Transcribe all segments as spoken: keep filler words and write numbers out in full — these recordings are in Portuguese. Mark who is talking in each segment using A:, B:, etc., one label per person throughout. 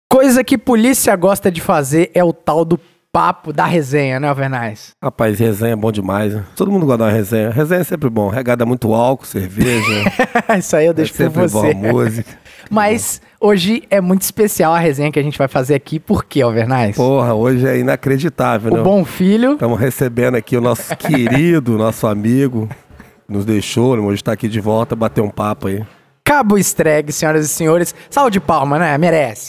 A: Coisa que polícia gosta de fazer é o tal do papo da resenha, né, Alvernaz?
B: Rapaz, resenha é bom demais, né? Todo mundo gosta de uma resenha. Resenha é sempre bom. Regada muito álcool, cerveja.
A: Isso aí eu deixo
B: é
A: por você.
B: Sempre boa música.
A: Mas hoje é muito especial a resenha que a gente vai fazer aqui. Por quê, Alvernaz?
B: Porra, hoje é inacreditável, né?
A: O bom filho.
B: Estamos recebendo aqui o nosso querido, nosso amigo. Nos deixou, hoje está aqui de volta, bater um papo aí.
A: Cabo Stregue, senhoras e senhores. Salve de palma, né? Merece.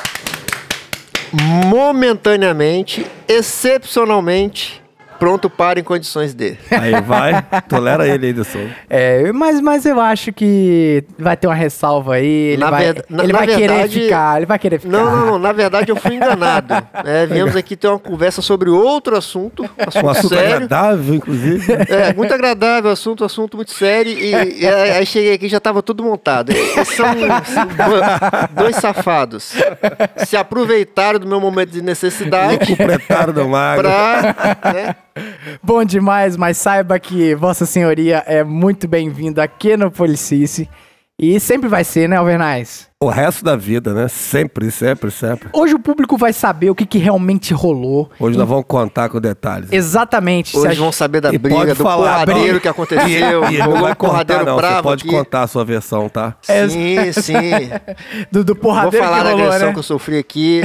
C: Momentaneamente, excepcionalmente, pronto para em condições de.
B: Aí vai, tolera ele aí do som.
A: É, mas, mas eu acho que vai ter uma ressalva aí. Ele
C: Na
A: vai,
C: ver- na-
A: ele
C: na
A: vai
C: verdade-
A: querer ficar, ele vai querer ficar.
C: Não, não, não, na verdade eu fui enganado. É, viemos aqui ter uma conversa sobre outro assunto, assunto,
B: Um assunto
C: sério.
B: agradável, inclusive.
C: É, muito agradável, assunto, assunto muito sério. E, e aí cheguei aqui e já estava tudo montado. E são, são do- dois safados. Se aproveitaram do meu momento de necessidade
B: Completaram do mago.
C: pra. Né?
A: Bom demais, mas saiba que Vossa Senhoria é muito bem-vindo aqui no Policice. E sempre vai ser, né, Alvernaz?
B: O resto da vida, né? Sempre, sempre, sempre.
A: Hoje o público vai saber o que, que realmente rolou.
B: Hoje nós vamos contar com detalhes.
A: Exatamente. Se
C: Hoje
A: a
C: vão saber da
B: E
C: briga,
B: pode
C: do
B: falar,
C: porradeiro
B: não.
C: que aconteceu.
B: E ele não
C: Rolou
B: vai
C: um
B: contar,
C: porradeiro
B: não. Você
C: bravo
B: pode
C: aqui.
B: contar a sua versão, tá?
C: Sim, sim.
A: do, do
C: Vou
A: porradeiro
C: falar
A: que
C: da
A: rolou,
C: agressão
A: né?
C: que eu sofri aqui.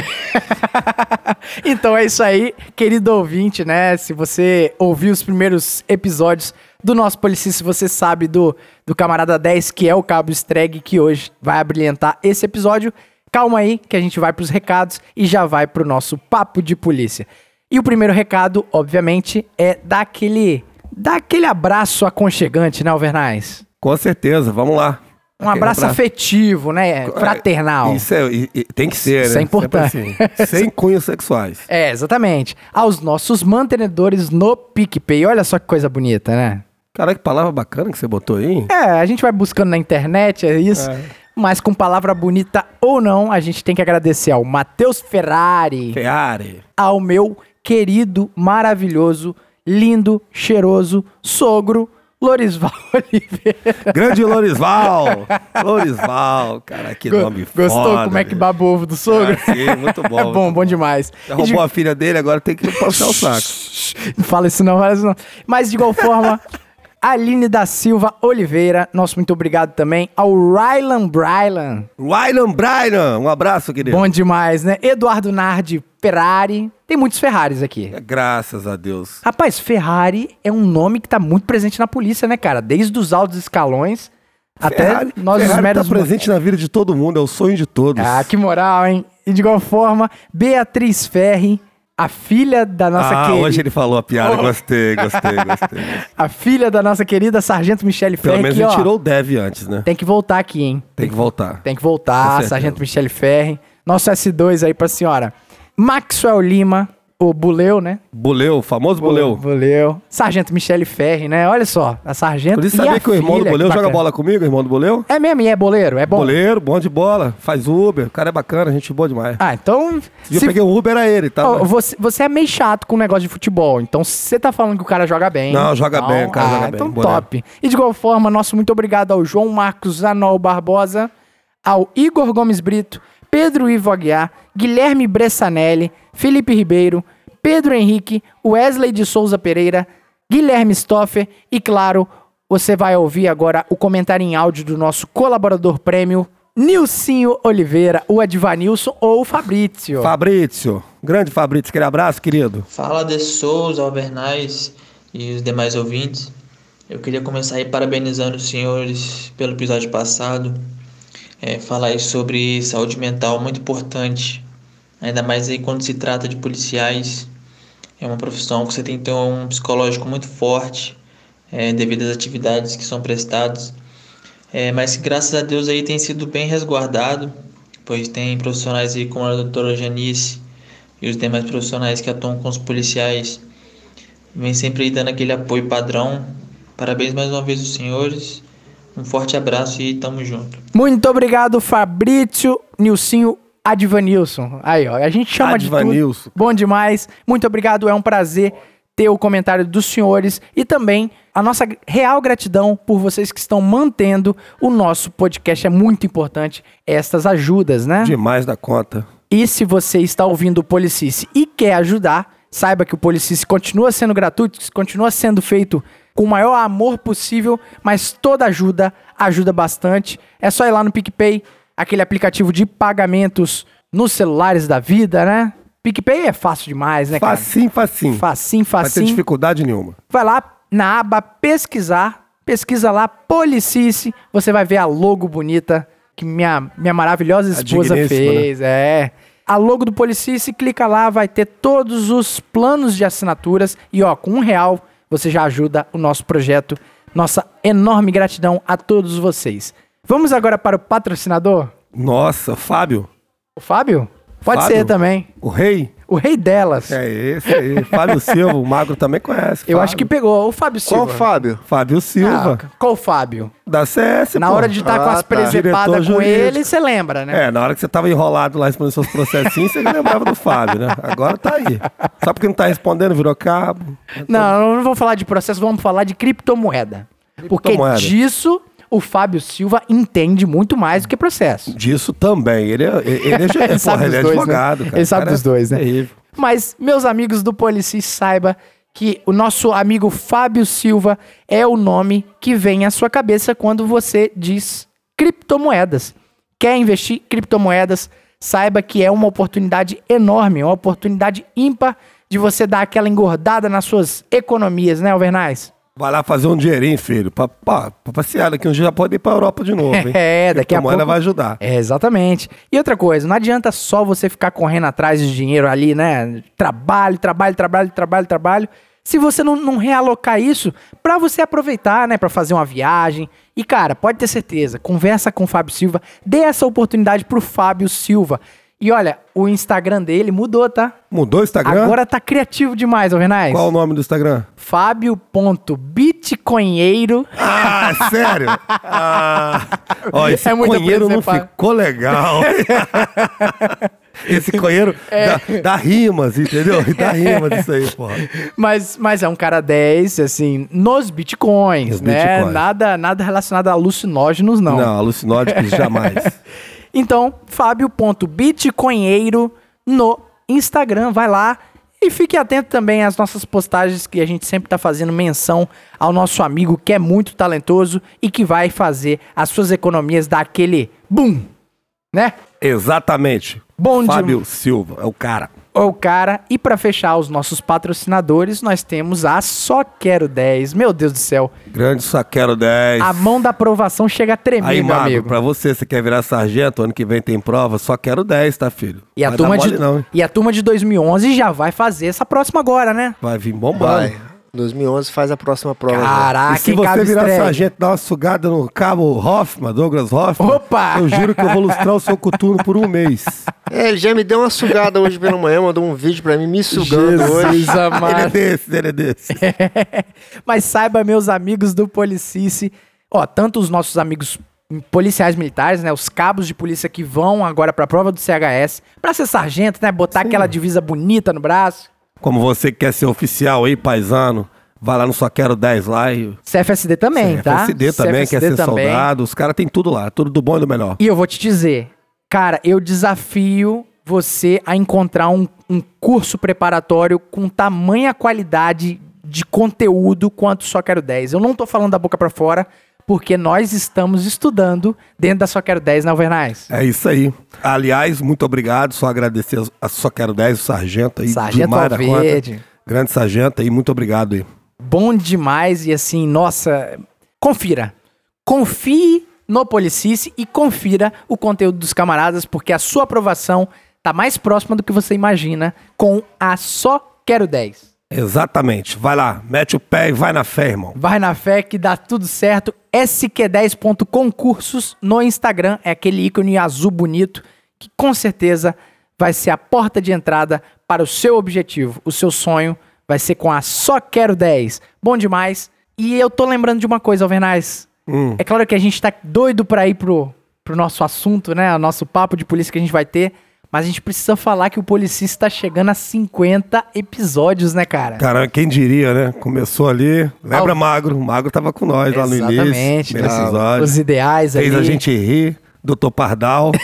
A: Então é isso aí, querido ouvinte, né? Se você ouviu os primeiros episódios do nosso Policice, você sabe do, do Camarada dez, que é o Cabo Stregue, que hoje vai abrilhantar esse episódio. Calma aí, que a gente vai pros recados e já vai pro nosso papo de polícia. E o primeiro recado, obviamente, é daquele, daquele abraço aconchegante, né, Alvernaz?
B: Com certeza, vamos lá.
A: Um abraço afetivo, né? Fraternal.
B: Isso é, e- e- tem que ser,
A: Isso
B: né?
A: é importante.
B: Sempre assim. Sem cunhos sexuais.
A: É, exatamente. Aos nossos mantenedores no PicPay. Olha só que coisa bonita, né?
B: Caraca, que palavra bacana que você botou aí.
A: É, a gente vai buscando na internet, é isso.
B: É.
A: Mas com palavra bonita ou não, a gente tem que agradecer ao Matheus Ferrari,
B: Ferrari.
A: ao meu querido, maravilhoso, lindo, cheiroso sogro, Lorisval Oliveira.
B: Grande Lorisval. Lorisval. Cara, que
A: Go-
B: nome
A: Gostou
B: foda.
A: como é que
B: velho.
A: baba o ovo do sogro?
B: Ah, sim, muito bom.
A: É bom, bom demais.
B: Já
A: E de-
B: roubou a filha dele, agora tem que passar o saco.
A: Não fala isso não, fala isso não. Mas de igual forma, Aline da Silva Oliveira, nosso muito obrigado também ao Rylan Brylan.
B: Rylan Bryan, um abraço, querido.
A: Bom demais, né? Eduardo Nardi Ferrari. Tem muitos Ferraris aqui.
B: Graças a Deus.
A: Rapaz, Ferrari é um nome que tá muito presente na polícia, né, cara? Desde os altos escalões até
B: Ferrari,
A: nós os
B: Ferrari
A: meros...
B: tá presente na vida de todo mundo, é o sonho de todos.
A: Ah, que moral, hein? E de igual forma, Beatriz Ferri, a filha da nossa
B: ah,
A: querida...
B: hoje ele falou a piada,
A: Oh.
B: gostei, gostei, gostei.
A: A filha da nossa querida Sargento Michele
B: Pelo
A: Ferri,
B: menos
A: que,
B: ele
A: ó,
B: tirou o Dev antes, né?
A: tem que voltar aqui, hein?
B: Tem que voltar.
A: Tem que
B: Com
A: voltar,
B: certeza.
A: Sargento Michele Ferri. Nosso S dois aí pra senhora. Maxwell Lima, o Buleu, né?
B: Buleu, o famoso Buleu.
A: Buleu. Sargento Michele Ferri, né? Olha só, a Sargento
B: Por isso
A: e
B: sabia
A: a
B: que o irmão
A: filha,
B: do Buleu
A: que
B: joga
A: bacana.
B: bola comigo, o irmão do Buleu?
A: É mesmo, e é boleiro, é bom.
B: Boleiro, bom de bola, faz Uber, o cara é bacana, gente boa demais.
A: Ah, então...
B: Se eu
A: se-
B: peguei o Uber, era ele, tá?
A: Ó, você, você é meio chato com o negócio de futebol, então se você tá falando que o cara joga bem...
B: Não, joga
A: então,
B: bem, o cara
A: ah,
B: joga bem,
A: então
B: boleiro.
A: top. E de igual forma, nosso muito obrigado ao João Marcos Zanol Barbosa, ao Igor Gomes Brito, Pedro Ivo Aguiar, Guilherme Bressanelli, Felipe Ribeiro, Pedro Henrique, Wesley de Souza Pereira, Guilherme Stoffer e, claro, você vai ouvir agora o comentário em áudio do nosso colaborador prêmio, Nilcinho Oliveira, o Advanilson ou o Fabrício.
B: Fabrício, grande Fabrício, aquele abraço, querido.
D: Fala de Souza, Alvernaz e os demais ouvintes. Eu queria começar aí parabenizando os senhores pelo episódio passado. É, falar aí sobre saúde mental, muito importante. Ainda mais aí quando se trata de policiais. É uma profissão que você tem que ter um psicológico muito forte, é, devido às atividades que são prestadas. É, mas que graças a Deus aí tem sido bem resguardado, pois tem profissionais aí como a doutora Janice e os demais profissionais que atuam com os policiais, vem sempre aí dando aquele apoio padrão. Parabéns mais uma vez os senhores, um forte abraço e tamo junto.
A: Muito obrigado, Fabrício, Nilcinho, Advanilson. Aí, ó, a gente chama de
B: Advanilson.
A: tudo. Bom demais. Muito obrigado, é um prazer ter o comentário dos senhores e também a nossa real gratidão por vocês que estão mantendo o nosso podcast. É muito importante estas ajudas, né?
B: Demais da conta.
A: E se você está ouvindo o Policice e quer ajudar, saiba que o Policice continua sendo gratuito, continua sendo feito com o maior amor possível, mas toda ajuda ajuda bastante. É só ir lá no PicPay, aquele aplicativo de pagamentos nos celulares da vida, né? PicPay é fácil demais, né, cara?
B: Facinho, facinho.
A: Facinho,
B: Não vai ter
A: facinho.
B: dificuldade nenhuma.
A: Vai lá na aba pesquisar, pesquisa lá Policice, você vai ver a logo bonita que minha, minha maravilhosa
B: A
A: esposa
B: digníssima,
A: fez, é. A logo do Policice, clica lá, vai ter todos os planos de assinaturas e ó, com um real você já ajuda o nosso projeto. Nossa enorme gratidão a todos vocês. Vamos agora para o patrocinador?
B: Nossa, Fábio.
A: O Fábio? Pode
B: Fábio?
A: ser também.
B: O rei.
A: O rei delas.
B: É esse aí. Fábio Silva, o Magro também conhece.
A: Eu
B: Fábio.
A: acho que pegou. O Fábio Silva.
C: Qual Fábio?
B: Fábio Silva,
A: Ah, qual o Fábio?
B: da C S,
A: Na
B: pô.
A: hora de estar com
C: Ah,
A: as
C: tá.
A: presepadas
B: Diretor
A: com
B: jurídico.
A: ele, você lembra, né?
B: É, na hora que você tava enrolado lá respondendo seus processinhos, você lembrava do Fábio, né? Agora tá aí. Só porque não tá respondendo, virou cabo.
A: Não, não vou falar de processo, vamos falar de criptomoeda. Porque
B: Criptomoeda.
A: disso o Fábio Silva entende muito mais do que processo.
B: Disso também. Ele é, ele é,
A: Ele sabe
B: porra, ele
A: dos
B: é
A: dois, né?
B: advogado, cara.
A: Ele sabe
B: O cara
A: dos dois, né?
B: é terrível.
A: Mas, meus amigos do Policice, saiba que o nosso amigo Fábio Silva é o nome que vem à sua cabeça quando você diz criptomoedas. Quer investir em criptomoedas? Saiba que é uma oportunidade enorme, uma oportunidade ímpar de você dar aquela engordada nas suas economias, né, Alvernaz?
B: Vai lá fazer um dinheirinho, filho, pra, pra, pra passear. Daqui um dia já pode ir pra Europa de novo, hein?
A: É, daqui a
B: moeda
A: pouco-
B: vai ajudar.
A: É, exatamente. E outra coisa, não adianta só você ficar correndo atrás de dinheiro ali, né? Trabalho, trabalho, trabalho, trabalho, trabalho. Se você não, não realocar isso pra você aproveitar, né? Pra fazer uma viagem. E, cara, pode ter certeza, conversa com o Fábio Silva, dê essa oportunidade pro Fábio Silva. E olha, o Instagram dele mudou, tá?
B: Mudou o Instagram?
A: Agora tá criativo demais, Alvernaz.
B: Qual o nome do Instagram?
A: Fábio.bitcoinheiro.
B: Ah, sério? Ah, ó, esse
A: É muita
B: conheiro não
A: presepada.
B: ficou legal. Esse conheiro
A: É.
B: dá, dá rimas, entendeu? Dá rimas isso aí, porra.
A: Mas, mas é um cara dez, assim, nos bitcoins,
B: Nos
A: né?
B: bitcoins.
A: Nada, nada relacionado a alucinógenos, não.
B: Não, alucinóticos jamais.
A: Então, Fábio.bitcoinheiro no Instagram, vai lá e fique atento também às nossas postagens que a gente sempre tá fazendo menção ao nosso amigo que é muito talentoso e que vai fazer as suas economias dar aquele boom, né?
B: Exatamente.
A: Bom
B: Fábio Silva, é o cara.
A: O cara, e pra fechar os nossos patrocinadores, nós temos a Só Quero dez. Meu Deus do céu,
B: Grande Saquero dez.
A: a mão da aprovação chega a tremer,
B: Aí,
A: meu
B: Mago,
A: amigo.
B: pra você, você quer virar sargento, ano que vem tem prova, só quero dez, tá, filho?
A: E a,
B: Vai
A: turma
B: dar
A: de,
B: mole não, hein?
A: e a turma de dois mil e onze já vai fazer essa próxima agora, né?
B: Vai vir bombando.
C: Vai. dois mil e onze faz a próxima prova. já.
A: Caraca,
B: E se
A: hein,
B: você
A: Cabo
B: virar
A: Estregue?
B: sargento e dar uma sugada no cabo Hoffman, Douglas Hoffman,
A: Opa!
B: eu juro que eu vou lustrar o seu coturno por um mês.
C: É, ele já me deu uma sugada hoje pela manhã, mandou um vídeo pra mim me sugando hoje.
A: Jesus amado.
B: Ele é desse, ele é desse.
A: Mas saiba, meus amigos do Policice, ó, tanto os nossos amigos policiais militares, né, os cabos de polícia que vão agora pra prova do C H S, pra ser sargento, né, botar aquela divisa bonita no braço.
B: Como você quer ser oficial aí, paisano, vai lá no Só Quero dez lá e...
A: C F S D também, tá?
B: F S D também,
A: C F S D
B: quer ser
A: também.
B: soldado, os caras têm tudo lá, tudo do bom e do melhor.
A: E eu vou te dizer, cara, eu desafio você a encontrar um, um curso preparatório com tamanha qualidade de conteúdo quanto Só Quero dez. Eu não tô falando da boca pra fora, porque nós estamos estudando dentro da Só Quero dez, né, Alvernaz?
B: É isso aí. Aliás, muito obrigado, só agradecer a Só Quero dez, o sargento aí,
A: Sargento
B: demais da conta.
A: Alverde.
B: Grande sargento aí, muito obrigado aí.
A: Bom demais e assim, nossa, confira. Confie no Policice e confira o conteúdo dos camaradas, porque a sua aprovação tá mais próxima do que você imagina com a Só Quero dez.
B: Exatamente. Vai lá, mete o pé e vai na fé, irmão.
A: Vai na fé que dá tudo certo. S Q dez ponto concursos no Instagram. É aquele ícone azul bonito que com certeza vai ser a porta de entrada para o seu objetivo. O seu sonho vai ser com a Só Quero dez. Bom demais. E eu tô lembrando de uma coisa, Alvernaz.
B: Hum.
A: É claro que a gente tá doido pra ir pro, pro nosso assunto, né? O nosso papo de polícia que a gente vai ter. Mas a gente precisa falar que o Policice tá chegando a cinquenta episódios, né, cara?
B: Caramba, quem diria, né? Começou ali. Lembra
A: Ao-
B: Magro? O Magro tava com nós lá no início.
A: Exatamente.
B: Primeiro
A: Os-
B: episódio.
A: Os ideais
B: Fez
A: ali.
B: a gente rir. doutor Pardal.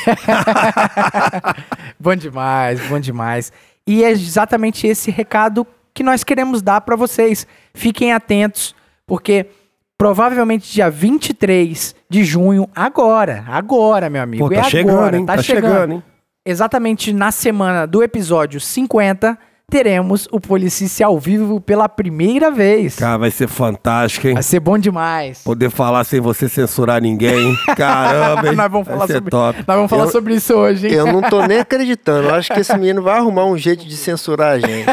A: Bom demais, bom demais. E é exatamente esse recado que nós queremos dar para vocês. Fiquem atentos, porque provavelmente dia vinte e três de junho, agora, agora, meu amigo,
B: Pô,
A: é
B: tá chegando,
A: agora,
B: hein?
A: tá,
B: Tá
A: chegando.
B: chegando, hein?
A: Exatamente na semana do episódio cinquenta, teremos o Policice ao vivo pela primeira vez.
B: Cara, vai ser fantástico, hein?
A: Vai ser bom demais.
B: Poder falar sem você censurar ninguém. Caramba, hein?
A: Nós vamos
B: Vai
A: falar,
B: ser
A: sobre,
B: top.
A: nós vamos falar
C: Eu-
A: sobre isso hoje, hein?
C: Eu não tô nem acreditando. Eu acho que esse menino vai arrumar um jeito de censurar a gente.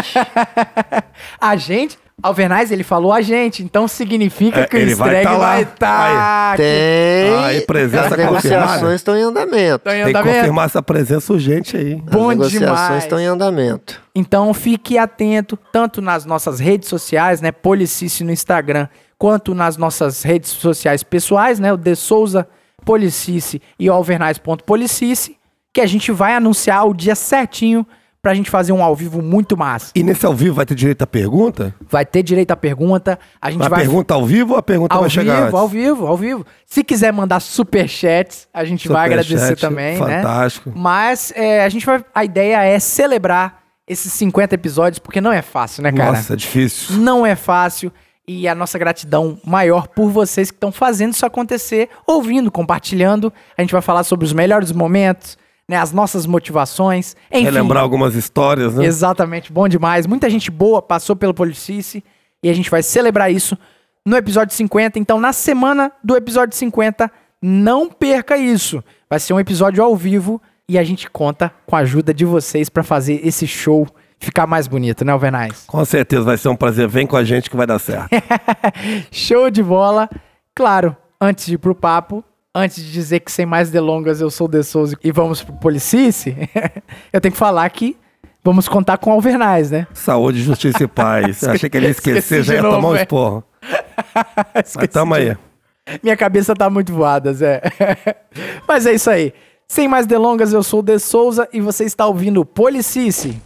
A: A gente, Alvernaz, ele falou a gente, então significa
B: É,
A: que o
B: ele vai
A: Streg
B: tá lá.
A: vai estar.
C: Tem.
B: Aí, presença
C: As
B: confirmada.
C: negociações estão em andamento.
B: Tem que confirmar essa presença urgente aí.
A: Bom
C: As negociações
A: demais.
C: estão em andamento.
A: Então fique atento, tanto nas nossas redes sociais, né? Policice no Instagram, quanto nas nossas redes sociais pessoais, né? O De Souza Policice e o alvernais.policice, que a gente vai anunciar o dia certinho pra gente fazer um ao vivo muito massa.
B: E nesse ao vivo vai ter direito à pergunta?
A: Vai ter direito à pergunta, a gente
B: A
A: vai...
B: pergunta ao vivo ou a pergunta
A: Ao
B: vai chegar
A: vivo,
B: antes?
A: ao vivo, ao vivo. Se quiser mandar superchats, a gente vai
B: Superchat,
A: agradecer também, né?
B: fantástico.
A: Mas é, a gente vai. A ideia é celebrar esses cinquenta episódios, porque não é fácil, né, cara?
B: Nossa, é difícil.
A: Não é fácil. E a nossa gratidão maior por vocês que estão fazendo isso acontecer, ouvindo, compartilhando. A gente vai falar sobre os melhores momentos, né? As nossas motivações. Enfim.
B: Relembrar algumas histórias, né?
A: Exatamente, bom demais. Muita gente boa passou pelo Policice e a gente vai celebrar isso no episódio cinquenta. Então, na semana do episódio cinquenta, não perca isso. Vai ser um episódio ao vivo e a gente conta com a ajuda de vocês pra fazer esse show ficar mais bonito, né, Alvernais?
B: Com certeza vai ser um prazer. Vem com a gente que vai dar certo.
A: Show de bola. Claro, antes de ir pro papo, antes de dizer que sem mais delongas eu sou o De Souza e vamos pro Policice, eu tenho que falar que vamos contar com o Alvernais, né?
B: Saúde, justiça e paz. Eu achei que ele ia
A: Esqueci
B: esquecer,
A: de
B: já ia
A: novo,
B: tomar um
A: velho.
B: esporro. Mas
A: Esqueci
B: tamo
A: de-
B: aí.
A: Minha cabeça tá muito voada, Zé. Mas é isso aí. Sem mais delongas, eu sou o De Souza e você está ouvindo o Policice.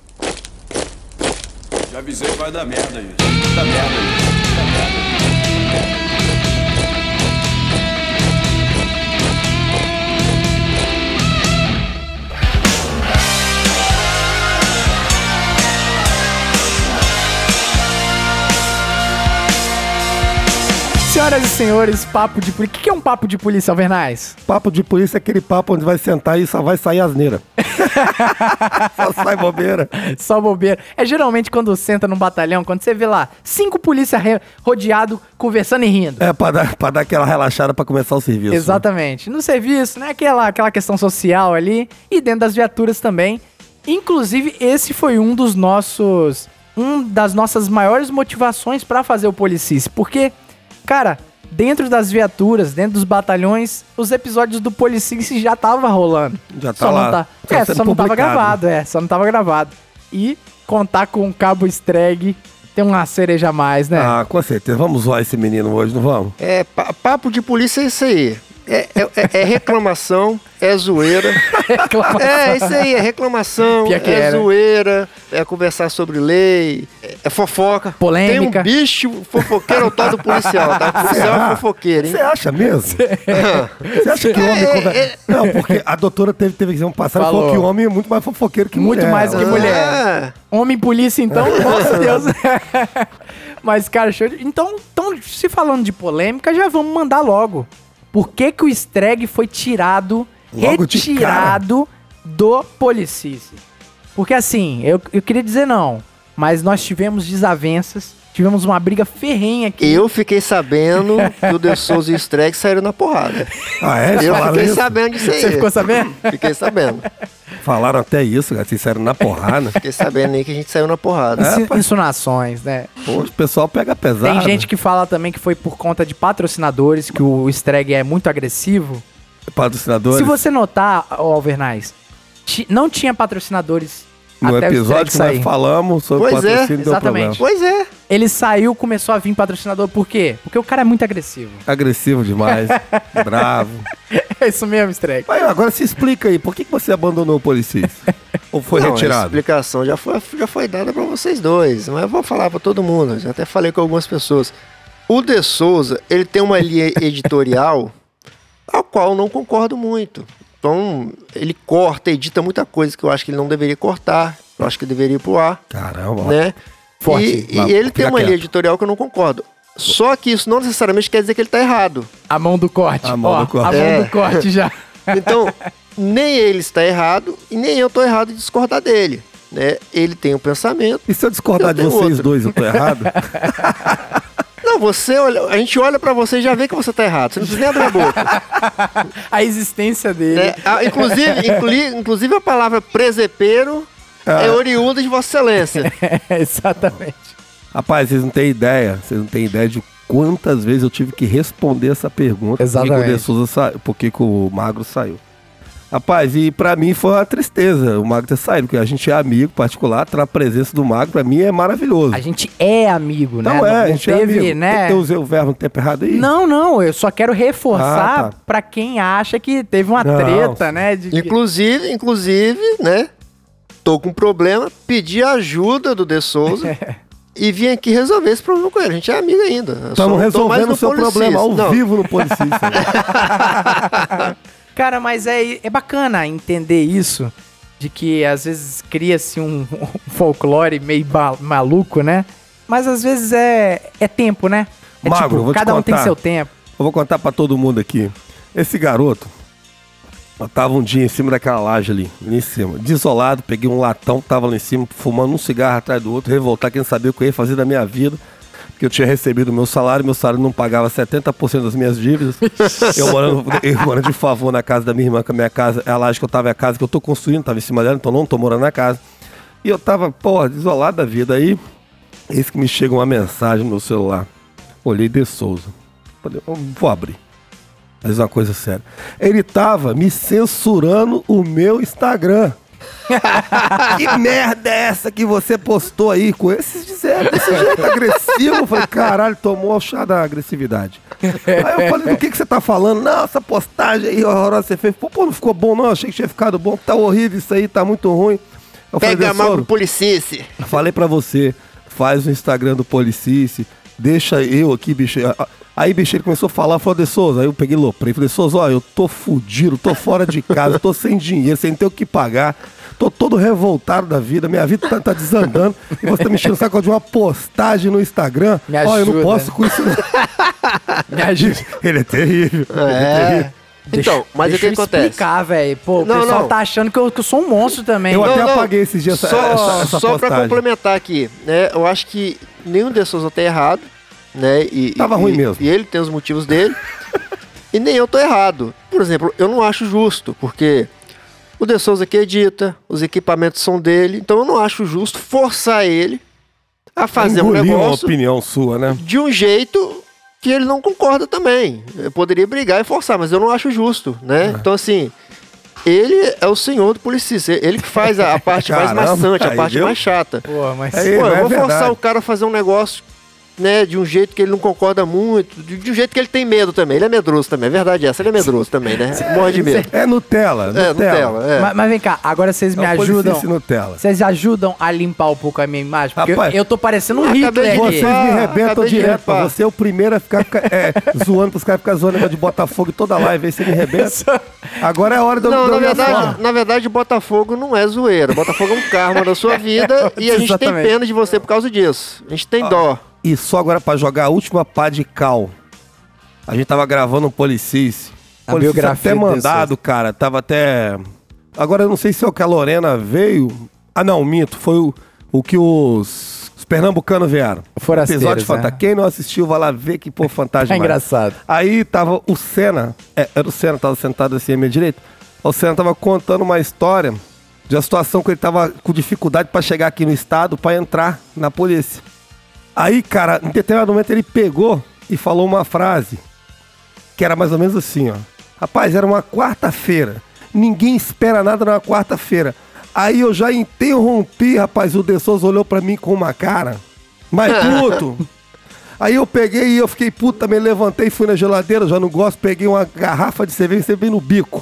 E: Já avisei que vai dar merda, gente. Dá merda, gente. Dá merda.
A: Senhoras e senhores, papo de polícia. O que que é um papo de polícia, Alvernais?
B: Papo de polícia é aquele papo onde vai sentar e só vai sair asneira. Só sai bobeira.
A: Só bobeira. É geralmente quando senta num batalhão, quando você vê lá cinco polícias re- rodeado, conversando e rindo.
B: É pra dar, pra dar aquela relaxada pra começar o serviço.
A: Exatamente. No serviço, né? Aquela, aquela questão social ali. E dentro das viaturas também. Inclusive, esse foi um dos nossos... Um das nossas maiores motivações pra fazer o Policice. Porque, cara, dentro das viaturas, dentro dos batalhões, os episódios do Policice já tava rolando.
B: Já tá
A: só
B: lá.
A: Não tá,
B: Tá
A: é,
B: sendo
A: só não tava
B: publicado.
A: gravado, é. Só não tava gravado. E contar com o cabo Streg tem uma cereja a mais, né?
B: Ah, com certeza. Vamos zoar esse menino hoje, não vamos?
C: É, pa- papo de polícia é isso aí. É, é- é- é reclamação, é zoeira.
A: Reclamação.
C: É, isso aí, é reclamação,
A: Pior que
C: é
A: era.
C: zoeira, é conversar sobre lei, é, é fofoca.
A: Polêmica.
C: Tem um bicho fofoqueiro, é o tal do policial, tá? O policial é fofoqueiro, hein?
B: Você acha mesmo? Você acha que o homem...
C: É,
B: conver-
C: é,
B: Não, porque a doutora teve, teve que um passado e
A: Falou.
B: falou que o homem é muito mais fofoqueiro que
A: Muito
B: mulher.
A: mais que
B: Ela-
A: mulher.
C: Ah,
A: Homem polícia, então, nossa Deus. Mas, cara, show de... Então, então, se falando de polêmica, já vamos mandar logo. Por que que o Streg foi tirado,
B: Logo de
A: retirado do Policice? Porque, assim, eu, eu queria dizer não, mas nós tivemos desavenças, tivemos uma briga ferrenha aqui.
C: eu fiquei sabendo que o De Souza e o Streg saíram na porrada.
B: Ah, é? Eles
C: Eu
B: falaram
C: fiquei
B: isso?
C: sabendo disso aí.
A: Você ficou sabendo?
C: Fiquei sabendo.
B: Falaram até isso, cara. Vocês saíram na porrada.
C: Fiquei sabendo aí que a gente saiu na porrada.
A: Insi-
B: pá.
A: Insinuações, né?
B: Pô, o pessoal pega pesado.
A: Tem gente que fala também que foi por conta de patrocinadores, que o Streg é muito agressivo.
B: Patrocinadores.
A: Se você notar, ó, Alvernais, ti- não tinha patrocinadores
B: No
A: até o
B: episódio
A: Streg
B: que nós
A: sair.
B: falamos sobre
C: Pois é,
B: patrocínio, deu
A: exatamente.
B: problema.
C: Pois é.
A: Ele saiu, começou a vir patrocinador. Por quê? Porque o cara é muito agressivo.
B: Agressivo demais. Bravo.
A: É isso mesmo, Streg.
B: Mas agora se explica aí, por que que você abandonou o Policice? Ou foi
C: Não, A
B: retirado?
C: explicação já foi, já foi dada pra vocês dois, mas eu vou falar pra todo mundo. Já até falei com algumas pessoas. O De Souza, ele tem uma linha editorial ao qual eu não concordo muito. Então, ele corta, edita muita coisa que eu acho que ele não deveria cortar. Eu acho que deveria ir pro ar.
B: Caramba.
C: Né?
A: Forte.
C: E,
B: Lá,
C: e ele tem
B: fica
C: uma linha
B: quieto.
C: editorial que eu não concordo. Só que isso não necessariamente quer dizer que ele tá errado.
A: A mão do corte.
B: A mão
A: Ó,
B: do corte.
A: A mão
C: É.
A: do corte já.
C: Então, nem ele está errado e nem eu tô errado de discordar dele. Né? Ele tem um pensamento.
B: E se eu discordar
C: Eu
B: de
C: tenho
B: vocês
C: outro.
B: dois, eu tô errado?
C: Não, você olha, a gente olha pra você e já vê que você tá errado. Você não precisa nem abrir a boca.
A: A existência dele.
C: Né? Ah, inclusive, inclui- inclusive a palavra presepeiro
B: Ah.
C: é oriunda de Vossa Excelência.
A: É, exatamente.
B: Rapaz, vocês não têm ideia. Vocês não têm ideia de quantas vezes eu tive que responder essa pergunta.
A: Exatamente.
B: Por que, que o De Souza sa... por que, que o Magro saiu? Rapaz, e pra mim foi uma tristeza o Magro ter saído, porque a gente é amigo particular, a presença do Magro pra mim é maravilhoso.
A: A gente é amigo, né?
B: Não é, a
A: Não
B: gente
A: teve,
B: é amigo.
A: né?
B: Eu usei o verbo no tempo errado aí?
A: Não, não, eu só quero reforçar
B: Ah, tá.
A: pra quem acha que teve uma
B: Não.
A: treta, né? De que-
C: Inclusive, inclusive, né? Tô com um problema, pedi ajuda do De Souza e vim aqui resolver esse problema com ele. A gente é amigo ainda. Eu só
B: Estamos
C: não tô mais
B: resolvendo
C: no
B: o seu
C: Policis.
B: problema ao
C: Não.
B: vivo no Policista.
A: Cara, mas é, é bacana entender isso, de que às vezes cria-se um, um folclore meio ba- maluco, né? Mas às vezes é, é tempo, né? É
B: Magro,
A: tipo,
B: vou te
A: cada um tem
B: contar.
A: seu tempo.
B: Eu vou contar pra todo mundo aqui. Esse garoto, eu tava um dia em cima daquela laje ali, ali em cima, desolado, peguei um latão, tava lá em cima, fumando um cigarro atrás do outro, revoltar, quem sabia o que eu ia fazer da minha vida, porque eu tinha recebido o meu salário, meu salário não pagava setenta por cento das minhas dívidas. eu, morando, eu morando de favor na casa da minha irmã, que a minha casa, é a laje que eu tava, é a casa que eu tô construindo, tava em cima dela, então não tô morando na casa. E eu tava, porra, desolado da vida. Aí, eis que me chega uma mensagem no meu celular. Olhei De Souza. Falei, "Eu vou abrir. Mas uma coisa séria. Ele tava me censurando o meu Instagram. Que merda é essa que você postou aí com esses dizendo, desse jeito agressivo? Eu falei, caralho, tomou o chá da agressividade. Aí eu falei, do que, que você tá falando? Não, essa postagem aí horrorosa que você fez. Pô, pô, não ficou bom não, eu achei que tinha ficado bom. Tá horrível isso aí, tá muito ruim. Eu falei,
C: Pega
B: "De
C: mal
B: Souza,
C: pro Policice.
B: falei pra você, faz o Instagram do Policice, deixa eu aqui, bicho. Aí, bicho, ele começou a falar, falou, De Souza, aí eu peguei loprei, falei, Souza, ó, eu tô fudido, tô fora de casa, tô sem dinheiro, sem ter o que pagar, tô todo revoltado da vida, minha vida tá, tá desandando, e você tá me enchendo o saco de uma postagem no Instagram,
A: Me
B: ó, eu não
A: ajuda.
B: posso com isso não.
A: Me ajuda.
B: Ele é terrível, ele é
C: É.
B: terrível.
C: Então, mas
A: deixa
C: o que
A: eu
C: acontece?
A: explicar, velho. Pô, o
C: Não,
A: pessoal
C: não.
A: tá achando que eu, que eu sou um monstro também.
B: Eu
C: Não,
B: até
C: não.
B: apaguei esses dias essa,
C: Só,
B: essa, essa
C: só pra
B: postagem.
C: complementar aqui, né? Eu acho que nenhum De Souza tá errado, né? E,
B: Tava
C: e-
B: ruim mesmo.
C: E ele tem os motivos dele. E nem eu tô errado. Por exemplo, eu não acho justo, porque o De Souza que edita, os equipamentos são dele, então eu não acho justo forçar ele a fazer um
B: Engoliu uma
C: negócio
B: opinião sua, né?
C: de um jeito que ele não concorda também. Eu poderia brigar e forçar, mas eu não acho justo, né? Então, assim, ele é o senhor do Policista. Ele que faz a, a parte mais
B: Caramba,
C: maçante, a
B: aí,
C: parte
B: viu?
C: mais chata.
A: Pô, mas...
B: É
C: Pô, eu
B: é
C: vou forçar
B: verdade.
C: o cara a fazer um negócio, né, de um jeito que ele não concorda muito, de, de um jeito que ele tem medo também. Ele é medroso também, é verdade essa, ele é medroso também, né? Morre de medo.
B: É Nutella, Nutella.
C: É, Nutella, é.
A: Mas, mas vem cá, agora vocês me
B: É o
A: ajudam.
B: Policice Nutella.
A: Vocês ajudam a limpar um pouco a minha imagem? Porque
B: Rapaz,
A: eu, eu tô parecendo um
C: eu acabei
A: Hitler
C: de
A: aqui.
B: Vocês
C: limpar.
B: me
C: Ah,
B: arrebentam
C: acabei de
B: direto,
C: limpar.
B: pô. Você é o primeiro a ficar é, zoando pros caras ficarem zoando negócio de Botafogo toda live, aí você me arrebenta. Agora é a hora de eu
C: Não,
B: de
C: na
B: eu me
C: verdade,
B: afirmar.
C: na verdade, Botafogo não é zoeira. Botafogo é um karma da sua vida e a gente tem
A: Exatamente.
C: pena de você por causa disso. A gente tem dó.
B: E só agora pra jogar a última pá de cal. A gente tava gravando um Policice.
A: A
B: Policice
A: biografia
B: até
A: do
B: mandado, cara. Tava até... Agora eu não sei se é o que a Lorena veio... Ah, não, minto. Foi o, o que os, os pernambucanos vieram.
A: Forasteiros,
B: Episódio
A: né?
B: fantástico. Quem não assistiu, vai lá ver que, pô, fantástico
A: É
B: demais.
A: engraçado.
B: Aí tava o Senna, é, era o Senna, tava sentado assim à minha direita. O Senna tava contando uma história de uma situação que ele tava com dificuldade pra chegar aqui no estado, pra entrar na polícia. Aí, cara, em determinado momento ele pegou e falou uma frase que era mais ou menos assim, ó. Rapaz, era uma quarta-feira. Ninguém espera nada numa quarta-feira. Aí eu já interrompi, rapaz, o De Souza olhou pra mim com uma cara, mas puto. Aí eu peguei e eu fiquei puto também, levantei, fui na geladeira, já não gosto, peguei uma garrafa de cerveja e cerveja no bico.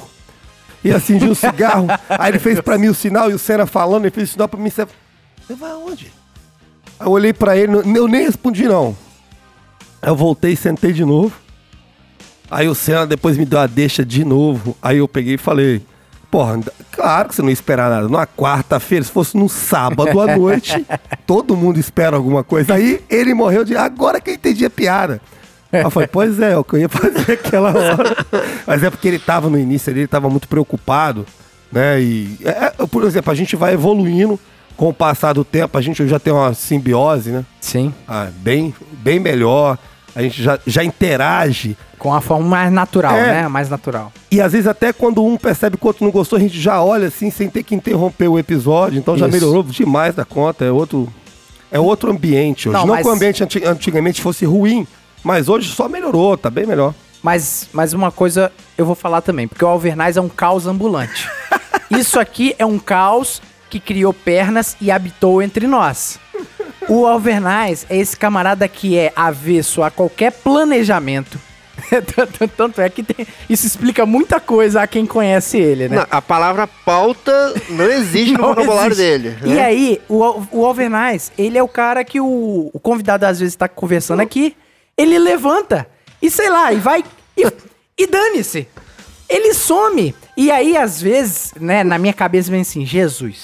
B: E acendi um cigarro. Aí ele fez pra mim o sinal e o Senna falando, ele fez o sinal pra mim. Você vai aonde? Aí eu olhei pra ele, eu nem respondi não. Aí eu voltei, sentei de novo. Aí o Senna depois me deu a deixa de novo. Aí eu peguei e falei, Porra, claro que você não ia esperar nada. Numa quarta-feira, se fosse num sábado à noite, todo mundo espera alguma coisa. Aí ele morreu de... Agora que eu entendi a piada. Eu falei, pois é, é o que eu ia fazer aquela hora. Mas é porque ele tava no início ali, ele tava muito preocupado, né? E, é, por exemplo, a gente vai evoluindo com o passar do tempo, a gente já tem uma simbiose, né?
A: Sim.
B: Ah, bem, bem melhor. A gente já, já interage.
A: Com a forma mais natural,
B: É.
A: né? Mais natural.
B: E às vezes até quando um percebe que o outro não gostou, a gente já olha assim, sem ter que interromper o episódio. Então já
A: Isso.
B: melhorou demais da conta. É outro, é outro ambiente hoje.
A: Não,
B: Não,
A: mas-
B: que o ambiente anti- antigamente fosse ruim, mas hoje só melhorou, tá bem melhor.
A: Mas, mas uma coisa eu vou falar também, porque o Alvernaz é um caos ambulante. Isso aqui é um caos que criou pernas e habitou entre nós. O Alvernaz é esse camarada que é avesso a qualquer planejamento. Tanto- Tanto é que tem- isso explica muita coisa a quem conhece ele, né?
C: Não, a palavra pauta não existe no
A: Não
C: vocabulário
A: existe.
C: dele.
A: E
C: né?
A: aí, o, Al- o Alvernaz, ele é o cara que o, o convidado às vezes tá conversando aqui, ele levanta e sei lá, e vai e, e dane-se. Ele some. E aí, às vezes, né, na minha cabeça vem assim, Jesus,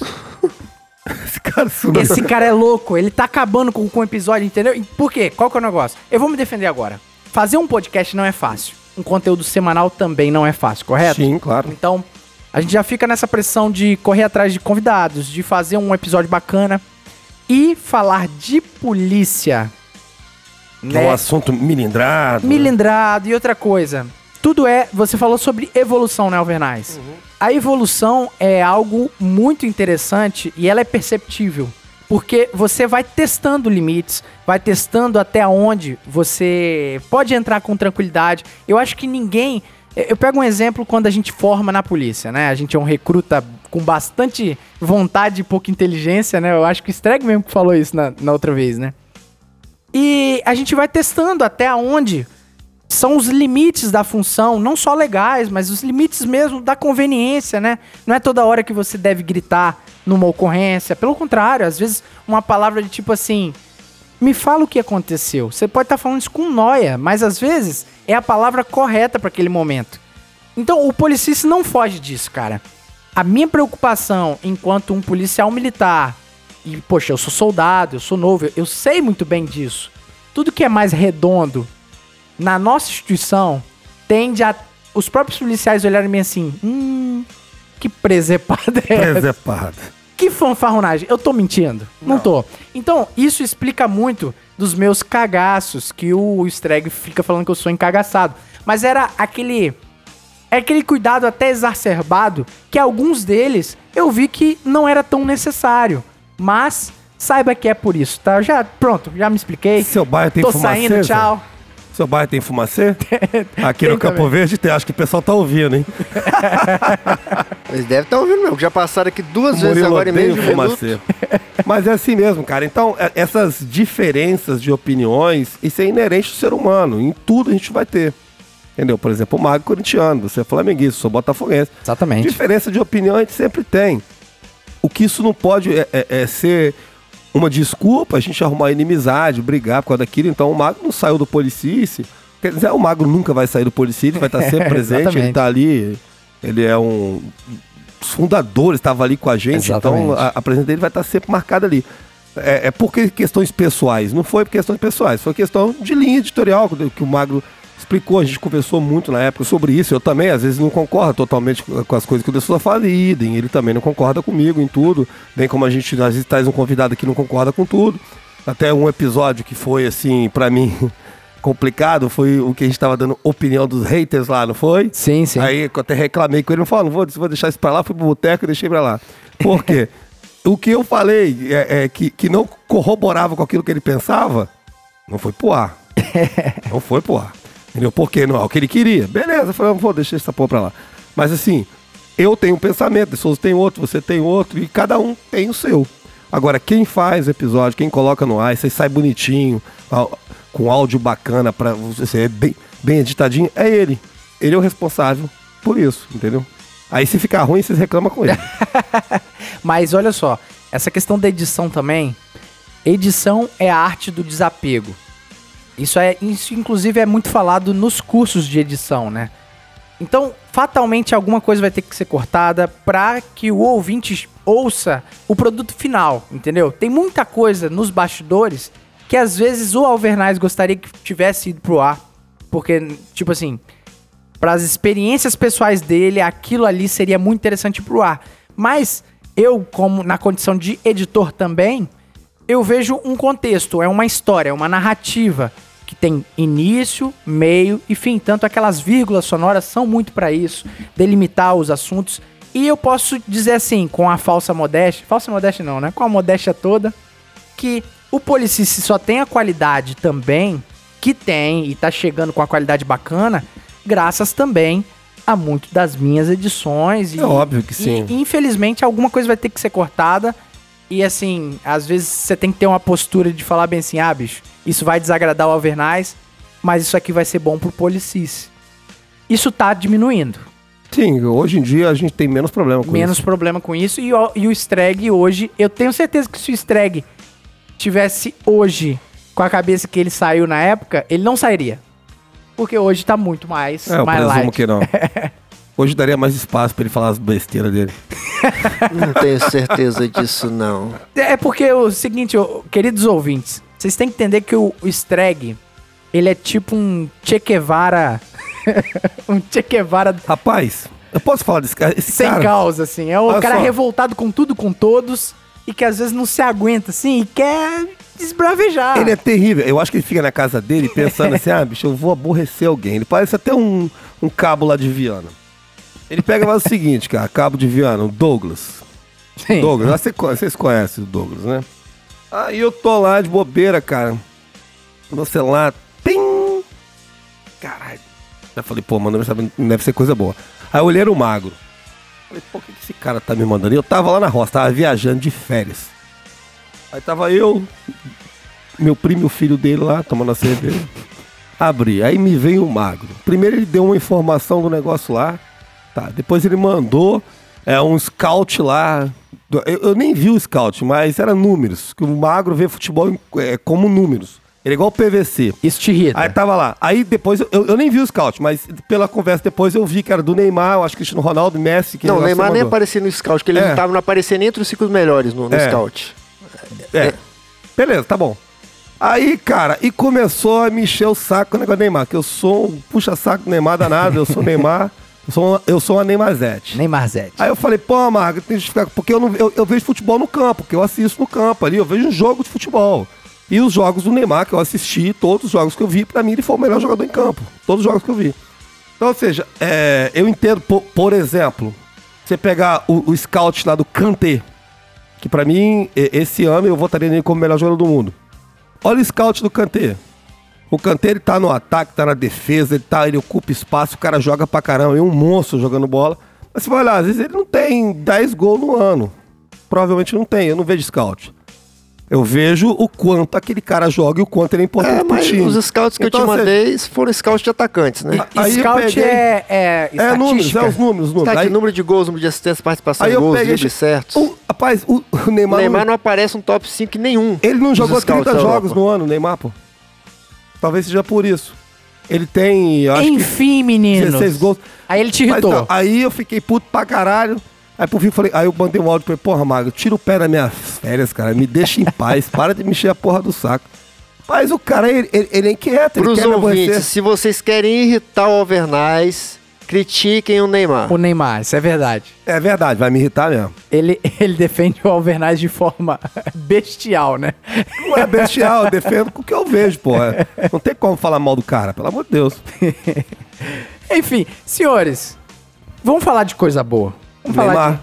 B: Esse cara sumiu.
A: esse cara é louco, ele tá acabando com, com o episódio, entendeu? E por quê? Qual que é o negócio? Eu vou me defender agora. Fazer um podcast não é fácil. Um conteúdo semanal também não é fácil, correto?
B: Sim, claro.
A: Então, a gente já fica nessa pressão de correr atrás de convidados, de fazer um episódio bacana e falar de polícia.
B: Que é um assunto milindrado.
A: Milindrado e outra coisa. Tudo é... Você falou sobre evolução, né, Alvernaz? A evolução é algo muito interessante e ela é perceptível. Porque você vai testando limites, vai testando até onde você pode entrar com tranquilidade. Eu acho que ninguém... Eu pego um exemplo quando a gente forma na polícia, né? A gente é um recruta com bastante vontade e pouca inteligência, né? Eu acho que o Streg mesmo que falou isso na, na outra vez, né? E a gente vai testando até onde são os limites da função, não só legais, mas os limites mesmo da conveniência, né? Não é toda hora que você deve gritar numa ocorrência. Pelo contrário, às vezes uma palavra de tipo assim... Me fala o que aconteceu. Você pode estar falando isso com nóia, mas às vezes é a palavra correta para aquele momento. Então o policista não foge disso, cara. A minha preocupação enquanto um policial militar, e poxa, eu sou soldado, eu sou novo, eu, eu sei muito bem disso. Tudo que é mais redondo na nossa instituição tende a os próprios policiais olharem bem assim, hum, que presepada é essa?
B: Presepada.
A: Que fanfarronagem. Eu tô mentindo? Não, não tô. Então, isso explica muito dos meus cagaços que o Streg fica falando que eu sou encagaçado. Mas era aquele... É aquele cuidado até exacerbado que alguns deles eu vi que não era tão necessário. Mas saiba que é por isso, tá? Já, pronto, já me expliquei.
B: Seu bairro tem
A: Tô
B: fumacê?
A: saindo, tchau.
B: Seu bairro tem fumacê? Aqui
A: Tem
B: no Campo
A: também.
B: Verde tem. Acho que o pessoal tá ouvindo, hein?
C: Eles devem estar ouvindo mesmo, já passaram aqui duas
B: O
C: vezes
B: Murilo
C: agora em
B: odeia
C: meio de
B: o
C: um minuto.
B: fumacê. Mas é assim mesmo, cara. Então, é- essas diferenças de opiniões, isso é inerente do ser humano. Em tudo a gente vai ter. Entendeu? Por exemplo, o Mago corintiano, você é flamenguista, eu sou botafoguense.
A: Exatamente.
B: Diferença de opinião a gente sempre tem. O que isso não pode é, é- é ser uma desculpa, a gente arrumar inimizade, brigar por causa daquilo. Então o Mago não saiu do Policice. Quer dizer, o Mago nunca vai sair do Policice, ele vai estar sempre presente,
A: Exatamente.
B: ele tá ali, ele é um... Os fundadores estavam ali com a gente,
A: Exatamente.
B: então a, a presença dele vai estar sempre marcada ali. É, é porque questões pessoais, não foi por questões pessoais, foi questão de linha editorial que que o Magro explicou, a gente conversou muito na época sobre isso, eu também às vezes não concordo totalmente com com as coisas que o De Souza fala, e idem, ele também não concorda comigo em tudo, bem como a gente às vezes traz um convidado que não concorda com tudo. Até um episódio que foi assim, pra mim, complicado, foi o que a gente tava dando opinião dos haters lá, não foi?
A: Sim, sim.
B: Aí eu até reclamei com ele, não falou, não vou, vou deixar isso pra lá, fui pro boteco e deixei pra lá. Por quê? O que eu falei é, é que, que não corroborava com aquilo que ele pensava, não foi pro ar. Não foi pro ar. Entendeu? Porque não é o que ele queria. Beleza, eu falei, não vou deixar essa porra pra lá. Mas assim, eu tenho um pensamento, De Souza tem outro, você tem outro, e cada um tem o seu. Agora, quem faz o episódio, quem coloca no ar, isso aí sai bonitinho, com áudio bacana, pra você é bem, bem editadinho, é ele. Ele é o responsável por isso, entendeu? Aí se ficar ruim, vocês reclamam com ele.
A: Mas olha só, essa questão da edição também, edição é a arte do desapego. Isso é, isso inclusive é muito falado nos cursos de edição, né? Então, fatalmente alguma coisa vai ter que ser cortada pra que o ouvinte ouça o produto final, entendeu? Tem muita coisa nos bastidores que às vezes o Alvernaz gostaria que tivesse ido pro ar, porque, tipo assim, para as experiências pessoais dele, aquilo ali seria muito interessante pro ar. Mas eu, como na condição de editor também, eu vejo um contexto, é uma história, é uma narrativa que tem início, meio e fim. Tanto aquelas vírgulas sonoras são muito para isso, delimitar os assuntos. E eu posso dizer assim, com a falsa modéstia, falsa modéstia não, né? Com a modéstia toda, que o Policice só tem a qualidade também, que tem e tá chegando com a qualidade bacana, graças também a muito das minhas edições.
B: É
A: e,
B: óbvio que sim.
A: E, infelizmente, alguma coisa vai ter que ser cortada. E assim, às vezes você tem que ter uma postura de falar bem assim, ah, bicho, isso vai desagradar o Alvernaz, mas isso aqui vai ser bom pro Policice. Isso tá diminuindo.
B: Sim, hoje em dia a gente tem menos problema com
A: Menos
B: isso.
A: problema com isso. E o, e o Streg hoje, eu tenho certeza que se o Streg tivesse hoje com a cabeça que ele saiu na época, ele não sairia. Porque hoje tá muito mais,
B: É, eu
A: mais
B: presumo
A: light.
B: que não. Hoje daria mais espaço pra ele falar as besteiras dele.
C: Não tenho certeza disso, não.
A: É porque o seguinte, ô, queridos ouvintes, vocês têm que entender que o, o Streg, ele é tipo um Che Guevara... um Che Guevara
B: Rapaz, eu posso falar desse cara? Esse
A: sem
B: cara,
A: causa, assim. É o
B: olha
A: cara
B: só.
A: revoltado com tudo, com todos, e que às vezes não se aguenta, assim, e quer desbravejar.
B: ele é terrível. Eu acho que ele fica na casa dele pensando assim, ah, bicho, eu vou aborrecer alguém. Ele parece até um, um cabo lá de Viana. Ele pega lá o seguinte, cara, cabo de Viana, o Douglas.
A: Sim.
B: Douglas, ah, cê co- vocês conhecem o Douglas, né? Aí eu tô lá de bobeira, cara. Meu celular, tim! Caralho. Já falei, pô, mano, não deve- não deve ser coisa boa. Aí eu olhei era o Magro. Falei, pô, o que que esse cara tá me mandando? E eu tava lá na roça, tava viajando de férias. Aí tava eu, meu primo e o filho dele lá, tomando a cerveja. Abri, aí me veio o Magro. Primeiro ele deu uma informação do negócio lá. Tá, depois ele mandou é, um scout lá. do- Eu, eu nem vi o scout, mas era números. Que o Magro vê futebol em- é, como números. Ele é igual o P V C.
A: Isso te irrita.
B: Aí tava lá. Aí depois, eu, eu nem vi o scout, mas pela conversa depois eu vi que era do Neymar, eu acho que Cristiano Ronaldo, Messi. Que
C: Não, o
B: negócio
C: Neymar nem
B: mandou.
C: aparecia no scout, porque ele
B: É.
C: não tava não aparecendo nem entre os cinco melhores no, no
B: É.
C: scout.
B: É. Beleza, tá bom. Aí, cara, e começou a me encher o saco com o negócio do Neymar, que eu sou um puxa-saco do Neymar danado, eu sou Neymar, eu sou uma, eu sou uma Neymarzete.
A: Neymarzete.
B: Aí eu falei, pô, Marco, tem que ficar. Porque eu, não, eu, eu vejo futebol no campo, porque eu assisto no campo ali, eu vejo um jogo de futebol. E os jogos do Neymar que eu assisti, todos os jogos que eu vi, pra mim ele foi o melhor jogador em campo. Todos os jogos que eu vi. Então, ou seja, é, eu entendo, por, por exemplo, você pegar o, o scout lá do Kanté, que pra mim, e- esse ano eu votaria nele como o melhor jogador do mundo. Olha o scout do Kanté. O Kanté, ele tá no ataque, tá na defesa, ele, tá, ele ocupa espaço, o cara joga pra caramba, é um monstro jogando bola. Mas você vai olhar, às vezes ele não tem dez gols no ano. Provavelmente não tem, eu não vejo scout. Eu vejo o quanto aquele cara joga e o quanto ele é importante
C: É,
B: pro
C: mas
B: time.
C: os scouts que
B: Então,
C: eu te
B: ou seja,
C: mandei foram scouts de atacantes, né?
B: aí eu
A: Scout
B: peguei-
A: é, é
B: É números,
A: estatística.
B: é os números, os números.
C: Tá aqui,
B: Aí,
C: número de gols, número de assistências, participação
B: aí
C: em
B: eu
C: gols,
B: peguei...
C: dribles certos.
B: O, rapaz, o, o
C: O
B: Neymar...
C: Neymar
B: não,
C: não aparece no top cinco em nenhum.
B: ele não
C: dos
B: jogou
C: scouts
B: trinta
C: da
B: jogos
C: Europa.
B: no ano, o Neymar, pô. Talvez seja por isso. Ele tem, eu acho
A: Enfim,
B: que
A: meninos.
B: dezesseis gols.
A: Aí ele te
B: Mas,
A: irritou.
B: então, aí eu fiquei puto pra caralho. Aí por fim eu falei, aí eu mandei um áudio pra ele, porra, Mago, tira o pé das minhas férias, cara, me deixa em paz, para de me encher a porra do saco. Mas o cara, ele, ele, ele é inquieto, ele
C: Pros
B: quer me
C: ouvintes,
B: aborrecer.
C: se vocês querem irritar o Alvernaz, critiquem o Neymar.
A: O Neymar, isso é verdade.
B: É verdade, vai me irritar mesmo.
A: Ele, ele defende o Alvernaz de forma bestial, né?
B: Não é bestial, eu defendo com o que eu vejo, porra. Não tem como falar mal do cara, pelo amor de Deus.
A: Enfim, senhores, vamos falar de coisa boa. Vamos falar
B: Neymar.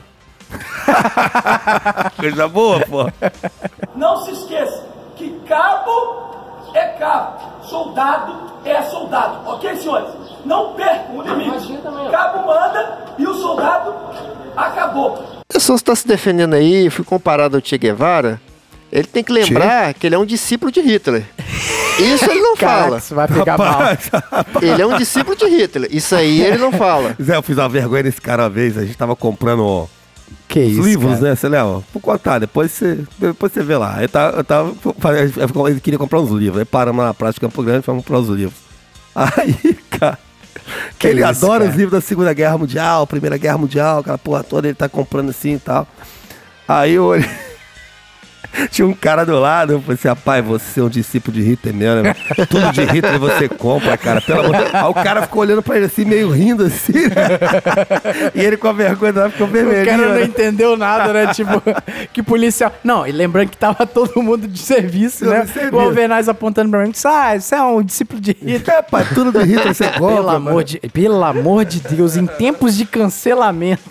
B: Coisa boa, pô.
F: Não se esqueça que cabo é cabo, soldado é soldado, ok, senhores? Não percam o limite. Cabo manda e o soldado acabou.
C: A pessoa está se defendendo aí, fui comparado ao Che Guevara. Ele tem que lembrar que ele é um discípulo de Hitler. Isso ele não
A: de... Caraca,
C: fala.
A: isso vai pegar mal.
B: Rapaz,
C: Ele é um discípulo de Hitler. Isso aí ele não fala.
B: Zé, eu fiz uma vergonha nesse cara uma vez, a gente tava comprando ó,
A: Que
B: os
A: isso,
B: livros,
A: cara.
B: né, você leva? Vou contar, depois você, depois você vê lá. Eu tava, eu tava, ele queria comprar uns livros, aí paramos na praça de Campo Grande e fomos comprar os livros. Aí, cara, Que ele
A: isso,
B: adora
A: cara.
B: os livros da Segunda Guerra Mundial, Primeira Guerra Mundial, aquela porra toda, ele tá comprando assim e tal. Aí eu olhei. Tinha um cara do lado, eu falei assim, rapaz, você é um discípulo de Hitler mesmo, né? Tudo de Hitler você compra, cara, pelo amor. Aí o cara ficou olhando pra ele assim, meio rindo assim, né? E ele com a vergonha lá ficou vermelhinho.
A: O cara não
B: né?
A: entendeu nada, né? Tipo, que policial... Não, e lembrando que tava todo mundo de serviço,
B: Eu
A: né?
B: não sabia.
A: O Alvernaz apontando pra mim, disse, ah, você é um discípulo de Hitler.
B: É, pai, tudo de Hitler você compra.
A: Pelo amor,
B: mano.
A: de, pelo amor de Deus, em tempos de cancelamento.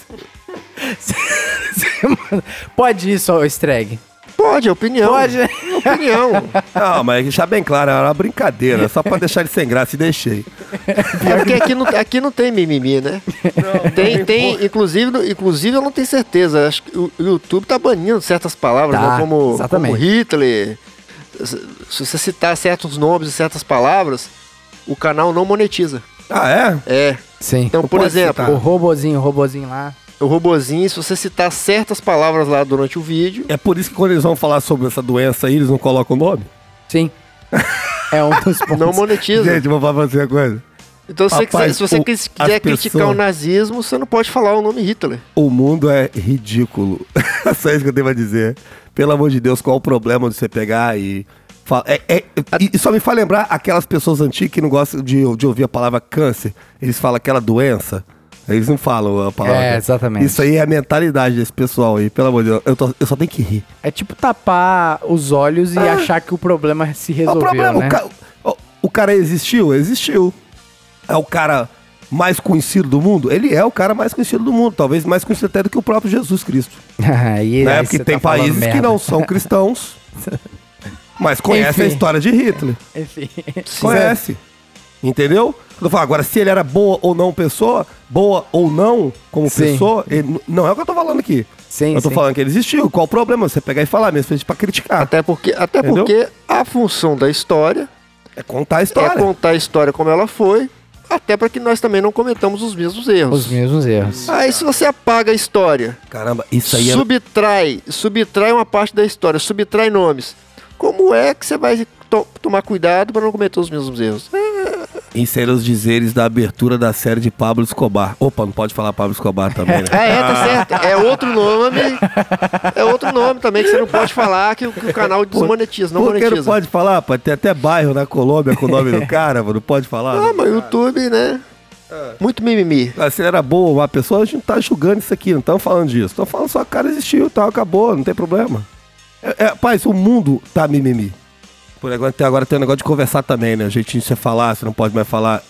A: Pode isso, ô Streg?
C: Pode, é opinião.
A: Pode.
C: É opinião.
B: Não, mas deixar bem claro, era uma brincadeira, só pra deixar ele sem graça e deixei.
C: É porque aqui não, aqui não tem mimimi, né? tem, tem, inclusive, no- inclusive eu não tenho certeza. Acho que o o YouTube tá banindo certas palavras,
A: Tá,
C: né? Como,
A: exatamente.
C: como Hitler. Se se você citar certos nomes e certas palavras, o canal não monetiza.
B: Ah, é?
C: É.
A: Sim.
C: Então, por
B: pode
C: exemplo,
A: O robozinho, o robozinho lá.
C: o robozinho, se você citar certas palavras lá durante o vídeo,
B: É por isso que quando eles vão falar sobre essa doença aí, eles não colocam o nome?
A: Sim. É um dos pontos.
C: não monetiza.
B: Gente, vou falar pra você uma coisa.
C: Então, se, você
B: Rapaz,
C: quiser- se você
B: o-
C: quis-
B: as
C: quiser criticar
B: pessoas-
C: o nazismo, você não pode falar o nome Hitler.
B: O mundo é ridículo. Só isso que eu tenho a dizer. Pelo amor de Deus, qual o problema de você pegar e... Fala, é, é, e só me faz lembrar aquelas pessoas antigas que não gostam de, de ouvir a palavra câncer. Eles falam aquela doença. Eles não falam a palavra.
A: É, exatamente.
B: Isso aí é a mentalidade desse pessoal aí. Pelo amor de Deus, eu, tô- eu só tenho que rir.
A: É tipo tapar os olhos e achar que o problema se
B: É o
A: resolveu,
B: problema,
A: né?
B: o, ca- o- o cara existiu? Existiu. É o cara mais conhecido do mundo? Ele é o cara mais conhecido do mundo. Talvez mais conhecido até do que o próprio Jesus Cristo.
A: Aí-
B: Né?
A: aí
B: Porque
A: você
B: tem
A: tá falando
B: países que
A: merda.
B: não são cristãos, mas conhecem a
A: Enfim.
B: história de Hitler.
A: Enfim.
B: Conhece. Entendeu? Eu falo, agora, se ele era boa ou não pessoa, boa ou não como
A: Sim.
B: pessoa, ele- não é o que eu tô falando aqui.
A: Sim,
B: eu tô
A: sim.
B: falando que ele existiu. Qual o problema? Você pegar e falar mesmo, pra criticar.
C: Até porque, até
B: Entendeu?
C: porque a função da história
B: É contar a história.
C: é contar a história como ela foi, até para que nós também não cometamos os mesmos erros.
A: Os mesmos erros.
C: Aí se você apaga a história,
B: Caramba, isso aí é...
C: subtrai, subtrai uma parte da história, subtrai nomes, como é que você vai to- tomar cuidado para não cometer os mesmos erros?
B: Isso eram os dizeres da abertura da série de Pablo Escobar. Opa, não pode falar Pablo Escobar também, né?
C: Ah, é, tá certo. É outro nome. É outro nome também que você não pode falar que o, que o canal desmonetiza, não
B: Por que
C: monetiza.
B: não pode falar? Pode ter até bairro na Colômbia com o nome do cara, mano. Não pode falar?
C: Ah, mas o YouTube, né? Muito mimimi.
B: Ah, se ele era boa, uma pessoa, a gente não tá julgando isso aqui, não estamos falando disso. Estamos falando só que o cara existiu e tal, acabou, não tem problema. É, é, rapaz, o mundo tá mimimi. Por agora, até agora tem um negócio de conversar também, né? A gente você falar, você não pode mais falar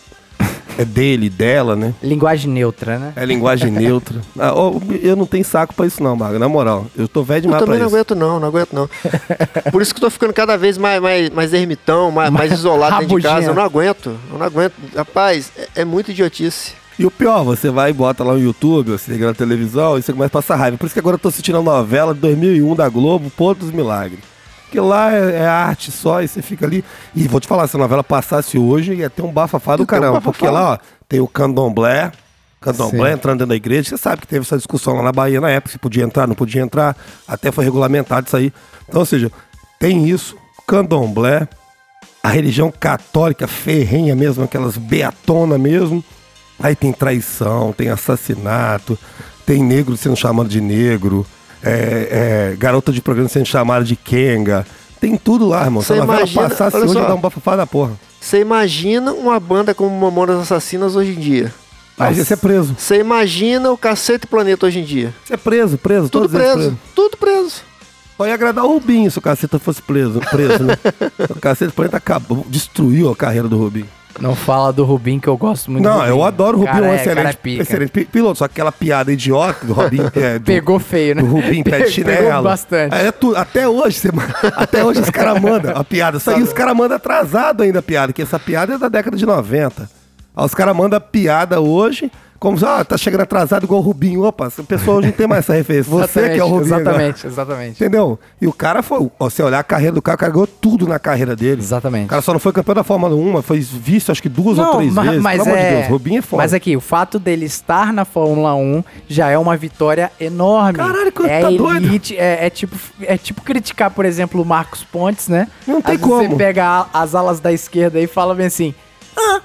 B: é dele, dela, né?
A: Linguagem neutra, né?
B: É linguagem neutra. Ah, ó, eu não tenho saco pra isso não, Mago, na moral. Eu tô velho
C: Eu
B: demais pra
C: também não
B: isso.
C: aguento não, não aguento não. Por isso que eu tô ficando cada vez mais, mais, mais ermitão, mais, mais isolado dentro de
A: rabugento.
C: casa. Eu não aguento, eu não aguento. Rapaz, é, é muito idiotice.
B: E o pior, você vai e bota lá no YouTube, você liga na televisão e você começa a passar raiva. Por isso que agora eu tô assistindo a novela de dois mil e um da Globo, Porto dos Milagres. Porque lá é, é arte só e você fica ali. E vou te falar, se a novela passasse hoje, ia ter um bafafá do
C: Ia ter um
B: caramba.
C: bafafá.
B: Porque lá, ó, tem o Candomblé. Candomblé
A: Sim.
B: entrando dentro da igreja. Você sabe que teve essa discussão lá na Bahia na época, se podia entrar, não podia entrar. Até foi regulamentado isso aí. Então, ou seja, tem isso, Candomblé, a religião católica ferrenha mesmo, aquelas beatonas mesmo. Aí tem traição, tem assassinato, tem negro sendo chamado de negro, é, é, garota de programa sendo chamada de Kenga. Tem tudo lá, irmão. Se
C: Você
B: a novela
C: imagina-
B: passasse
C: olha
B: hoje,
C: só.
B: ia dar um bafafá da porra.
C: Você imagina uma banda como Mamonas Assassinas hoje em dia?
B: Mas ia ser preso.
C: Você imagina o Cacete Planeta hoje em dia?
B: Ser preso, preso,
C: Tudo
B: todos eles
C: preso, tudo preso.
B: Só ia agradar o Rubinho se o Caceta fosse preso, preso né? O Caceta Planeta acabou, destruiu a carreira do Rubinho.
A: Não fala do Rubinho, que eu gosto muito
B: Não,
A: do Rubinho.
B: eu adoro o Rubinho,
A: Cara,
B: é um
A: é-
B: excelente,
A: cara é pica.
B: excelente pi- piloto. Só que aquela piada idiota do Rubinho. É, do,
A: Pegou feio, né?
B: do Rubinho pé de
A: Pe-
B: chinelo.
A: Pegou bastante.
B: É, tu- até hoje, você, até hoje os caras mandam a piada. Isso aí os caras mandam atrasado ainda a piada, que essa piada é da década de noventa. Aí os caras mandam a piada hoje, como se, ah, tá chegando atrasado igual o Rubinho. Opa, essa pessoa hoje não tem mais essa referência. Você que é o Rubinho. agora.
A: Exatamente, exatamente.
B: Entendeu? E o cara foi, ó, você olhar a carreira do cara, o cara ganhou tudo na carreira dele.
A: Exatamente.
B: O cara só não foi campeão da Fórmula um, mas foi visto acho que duas ou três
A: ma-
B: vezes.
A: mas
B: Pelo amor
A: é,
B: de Deus, Rubinho é foda.
A: Mas aqui, o fato dele estar na Fórmula um já é uma vitória enorme.
B: Caralho, que
A: é
B: tá doido.
A: elite, é, é tipo, é tipo criticar, por exemplo, o Marcos Pontes, né?
B: Não tem
A: Às vezes
B: como.
A: Você pega a- as alas da esquerda e fala bem assim, ah,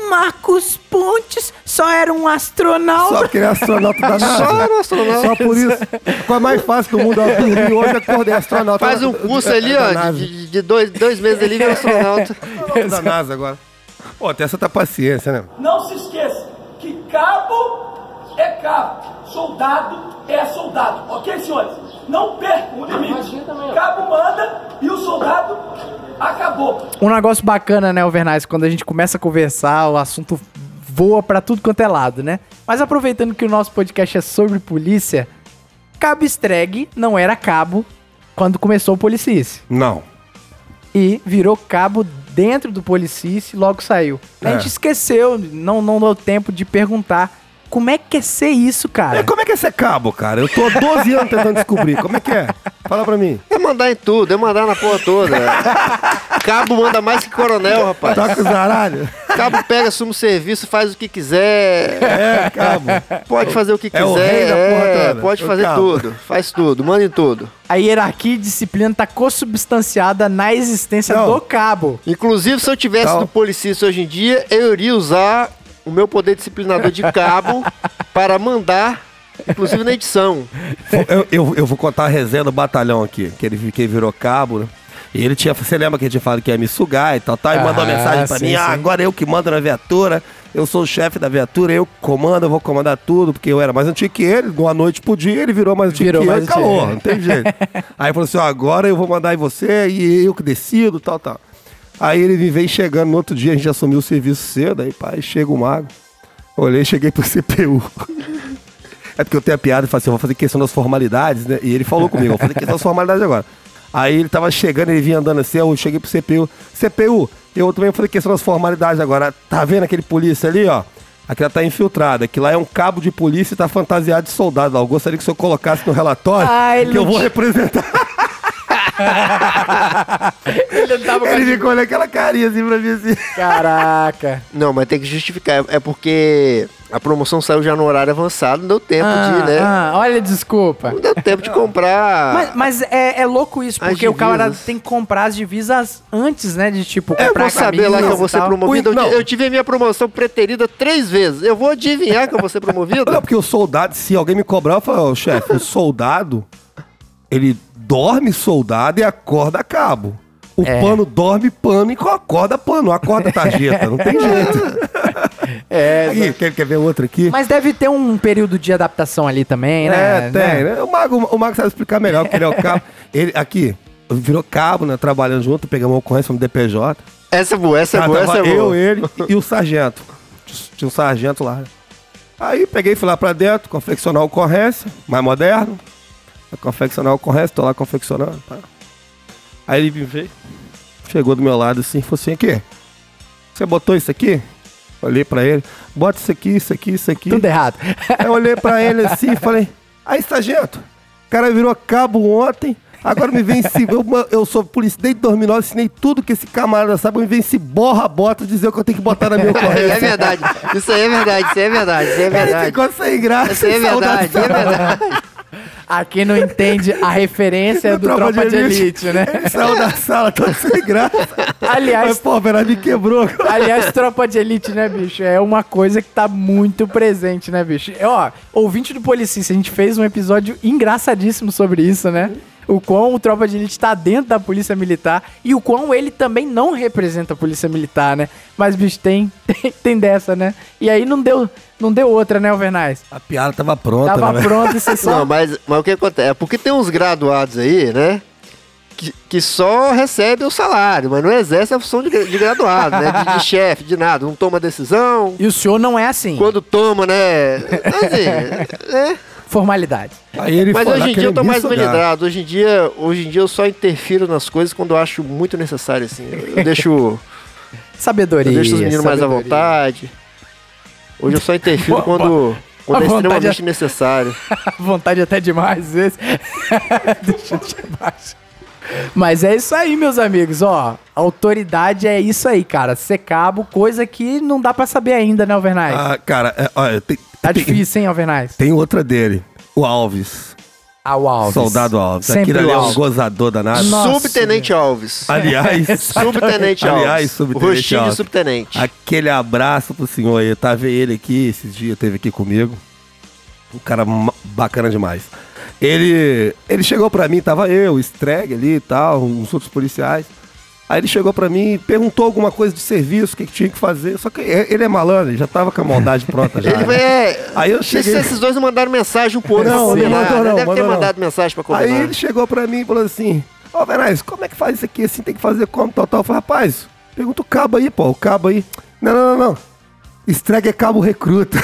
A: Marcos Pontes só era um astronauta.
B: Só porque ele é astronauta da NASA.
C: Só era um astronauta.
B: Só por isso. A coisa mais fácil do mundo é dormir hoje, acordei astronauta.
C: Faz um curso ali,
B: da
C: ó,
B: NASA.
C: de, de dois, dois meses ali, vira astronauta.
B: Da NASA agora. Pô, tem essa tá paciência, né?
F: Não se esqueça que cabo é cabo, soldado é soldado, ok, senhores? Não percam o limite. Cabo manda e o soldado acabou.
A: Um negócio bacana, né, Alvernaz, quando a gente começa a conversar, o assunto voa pra tudo quanto é lado, né? Mas aproveitando que o nosso podcast é sobre polícia, Cabo Streg não era cabo quando começou o Policice.
B: Não.
A: E virou cabo dentro do Policice e logo saiu. A
B: É.
A: gente esqueceu, não, não deu tempo de perguntar como é que é ser isso, cara.
B: É, como é que é ser cabo, cara? Eu tô há doze anos tentando descobrir. Como é que é? Fala pra mim.
C: É mandar em tudo, é mandar na porra toda. Cabo manda mais que coronel, rapaz.
B: Tá com os aralhos?
C: Cabo pega, assume o serviço, faz o que quiser.
B: É, cabo.
C: Pode fazer o que
B: É
C: quiser.
B: o rei da porra
C: é,
B: toda.
C: pode
B: O
C: fazer
B: cabo.
C: tudo. Faz tudo, manda em tudo.
A: A hierarquia e disciplina tá consubstanciada na existência
B: Não.
A: do cabo.
C: Inclusive, se eu tivesse
B: Então-
C: no Policista hoje em dia, eu iria usar o meu poder disciplinador de cabo para mandar, inclusive na edição.
B: Eu, eu, eu vou contar a resenha do batalhão aqui, que ele, que ele virou cabo, né? E ele tinha, você lembra que ele tinha falado que ia me sugar e tal, tal, e mandou
A: Ah,
B: uma mensagem pra
A: sim,
B: mim, ah,
A: sim.
B: agora eu que mando na viatura, eu sou o chefe da viatura, eu que comando, eu vou comandar tudo, porque eu era mais antigo que ele, numa noite por dia, ele virou mais antigo
A: Virou
B: que eu,
A: mais
B: e calou,
A: antigo.
B: não tem jeito. Aí falou assim, ó, agora eu vou mandar em você e eu que decido, tal, tal. Aí ele me veio chegando no outro dia, a gente assumiu o serviço cedo, aí pai, chega o mago. Olhei, cheguei pro C P U. É porque eu tenho a piada e falei assim, eu vou fazer questão das formalidades, né? E ele falou comigo, eu vou fazer questão das formalidades agora. Aí ele tava chegando, ele vinha andando assim, eu cheguei pro C P U. C P U, eu também vou fazer questão das formalidades agora. Tá vendo aquele polícia ali, ó? Aquela tá infiltrada, que lá é um cabo de polícia e tá fantasiado de soldado lá. Eu gostaria que o senhor colocasse no relatório
A: Ah, ele
B: que eu
A: não
B: vou
A: tinha-
B: representar.
A: Ele não tava com
B: Ele
A: a...
B: ficou olhando aquela carinha assim pra mim assim.
A: Caraca.
C: Não, mas tem que justificar. É porque a promoção saiu já no horário avançado, não deu tempo
A: Ah,
C: de, né?
A: ah, olha, desculpa.
C: Não deu tempo de comprar.
A: Mas, mas é, é louco isso,
C: As
A: porque o camarada
C: divisas.
A: tem que comprar as divisas antes, né? De tipo,
C: eu
A: comprar
C: vou saber lá que eu vou ser
A: camisa e tal.
C: promovido. Eu,
B: Não.
C: ti- eu tive a minha promoção preterida três vezes. Eu vou adivinhar que eu vou ser promovido?
B: Não, porque o soldado, se alguém me cobrar, eu falo, ó, chefe, o soldado, ele dorme soldado e acorda cabo. O
A: É.
B: pano dorme pano e acorda pano, acorda tarjeta, não tem jeito.
A: É,
B: Aqui, quer, quer ver outro aqui?
A: mas deve ter um período de adaptação ali também, né?
B: É, tem, né? O Mago, o Mago sabe explicar melhor, porque ele é o cabo. Ele, aqui, virou cabo, né? Trabalhando junto, pegamos uma ocorrência no D P J.
C: Essa é boa, essa é
B: Ah,
C: boa,
B: tava
C: essa é
B: eu,
C: boa.
B: ele e o sargento. Tinha um sargento lá. Aí peguei, fui lá pra dentro, confeccionar a ocorrência, mais moderno. Confeccionar a ocorrência, tô lá confeccionando. Pá. Aí ele me veio, chegou do meu lado assim, falou assim, aqui, você botou isso aqui? Olhei pra ele, bota isso aqui, isso aqui, isso aqui.
A: Tudo errado.
B: Aí eu olhei pra ele assim e falei, aí, sargento, o cara virou cabo ontem, agora me vem esse... Eu, eu sou polícia desde dois mil e nove, ensinei tudo que esse camarada sabe, me vem esse borra-bota dizer o que eu tenho que botar na minha
C: É
B: ocorrência.
C: verdade. Isso aí é verdade, isso aí é verdade, isso aí é
B: Ele
C: verdade.
B: ficou sem graça.
C: Isso aí é
B: saudade
C: verdade, é
B: da-
C: verdade.
A: A quem não entende a referência do Tropa, de Elite, né?
B: Ele saiu da sala todo sem graça.
A: Aliás,
B: Mas, pô, velho, me quebrou.
A: Aliás, Tropa de Elite, né, bicho? É uma coisa que tá muito presente, né, bicho? É, ó, ouvinte do Policista, a gente fez um episódio engraçadíssimo sobre isso, né? O quão o Tropa de Elite tá dentro da Polícia Militar e o quão ele também não representa a Polícia Militar, né? Mas, bicho, tem, tem, tem dessa, né? E aí não deu, não deu outra, né, Alvernaz?
B: A piada tava pronta,
A: Tava
B: né, velho?
A: pronto e você só...
C: Não, mas, mas o que acontece? É porque tem uns graduados aí, né? Que, que só recebem o salário, mas não exerce a função de, gra- de graduado, né? De, de chefe, de nada. Não toma decisão.
A: E o senhor não é assim.
C: Quando toma, né? Assim, né?
A: Formalidade.
B: Aí ele
C: Mas
B: foi lá
C: hoje em dia eu tô
B: querendo me
C: mais
B: sugar.
C: melindrado. Hoje em dia, hoje em dia eu só interfiro nas coisas quando eu acho muito necessário, assim. Eu, eu deixo,
A: Sabedoria.
C: eu deixo os meninos mais à
A: sabedoria.
C: vontade. Hoje eu só interfiro
A: Boa,
C: quando, quando
A: A
C: é
A: vontade
C: extremamente
A: é-
C: necessário.
A: Vontade até demais, às vezes. Deixa eu te abaixo. Mas é isso aí, meus amigos, ó. Autoridade é isso aí, cara. Ser cabo, coisa que não dá pra saber ainda, né, Alvernaz?
B: Ah, cara, é, olha, tem,
A: tá
B: tem,
A: difícil, hein, Alvernaz?
B: tem outra dele, o Alves.
A: Ao Alves.
B: Soldado Alves.
A: Sempre
B: Aquilo
A: o
B: ali é um
A: Alves.
B: gozador danado.
A: Nossa,
C: Subtenente Alves.
B: Aliás,
C: Subtenente Alves.
B: aliás, subtenente
C: Rostinho de
B: Alves.
C: subtenente.
B: Aquele abraço pro senhor aí. Eu tava ele aqui, esses dias teve aqui comigo. Um cara ma- bacana demais. Ele, ele chegou pra mim, tava eu, o Streg ali e tal, uns outros policiais. Aí ele chegou pra mim e perguntou alguma coisa de serviço, o que, que tinha que fazer. Só que ele é malandro, ele já tava com a maldade pronta já.
C: Ele
B: né?
C: é.
B: Aí eu
C: Se
B: cheguei-
C: esses dois não mandaram mensagem um pro outro
B: Não,
C: pra
B: não
C: combinar.
B: mandou não,
C: Deve ter
B: mandou não.
C: mandado mensagem pra combinar.
B: Aí ele chegou pra mim e falou assim: Ô, Venaz, como é que faz isso aqui assim? Tem que fazer como? Tal, tal. Eu falei, rapaz, pergunta o cabo aí, pô, o cabo aí. Não, não, não, não. Estrega é cabo recruta.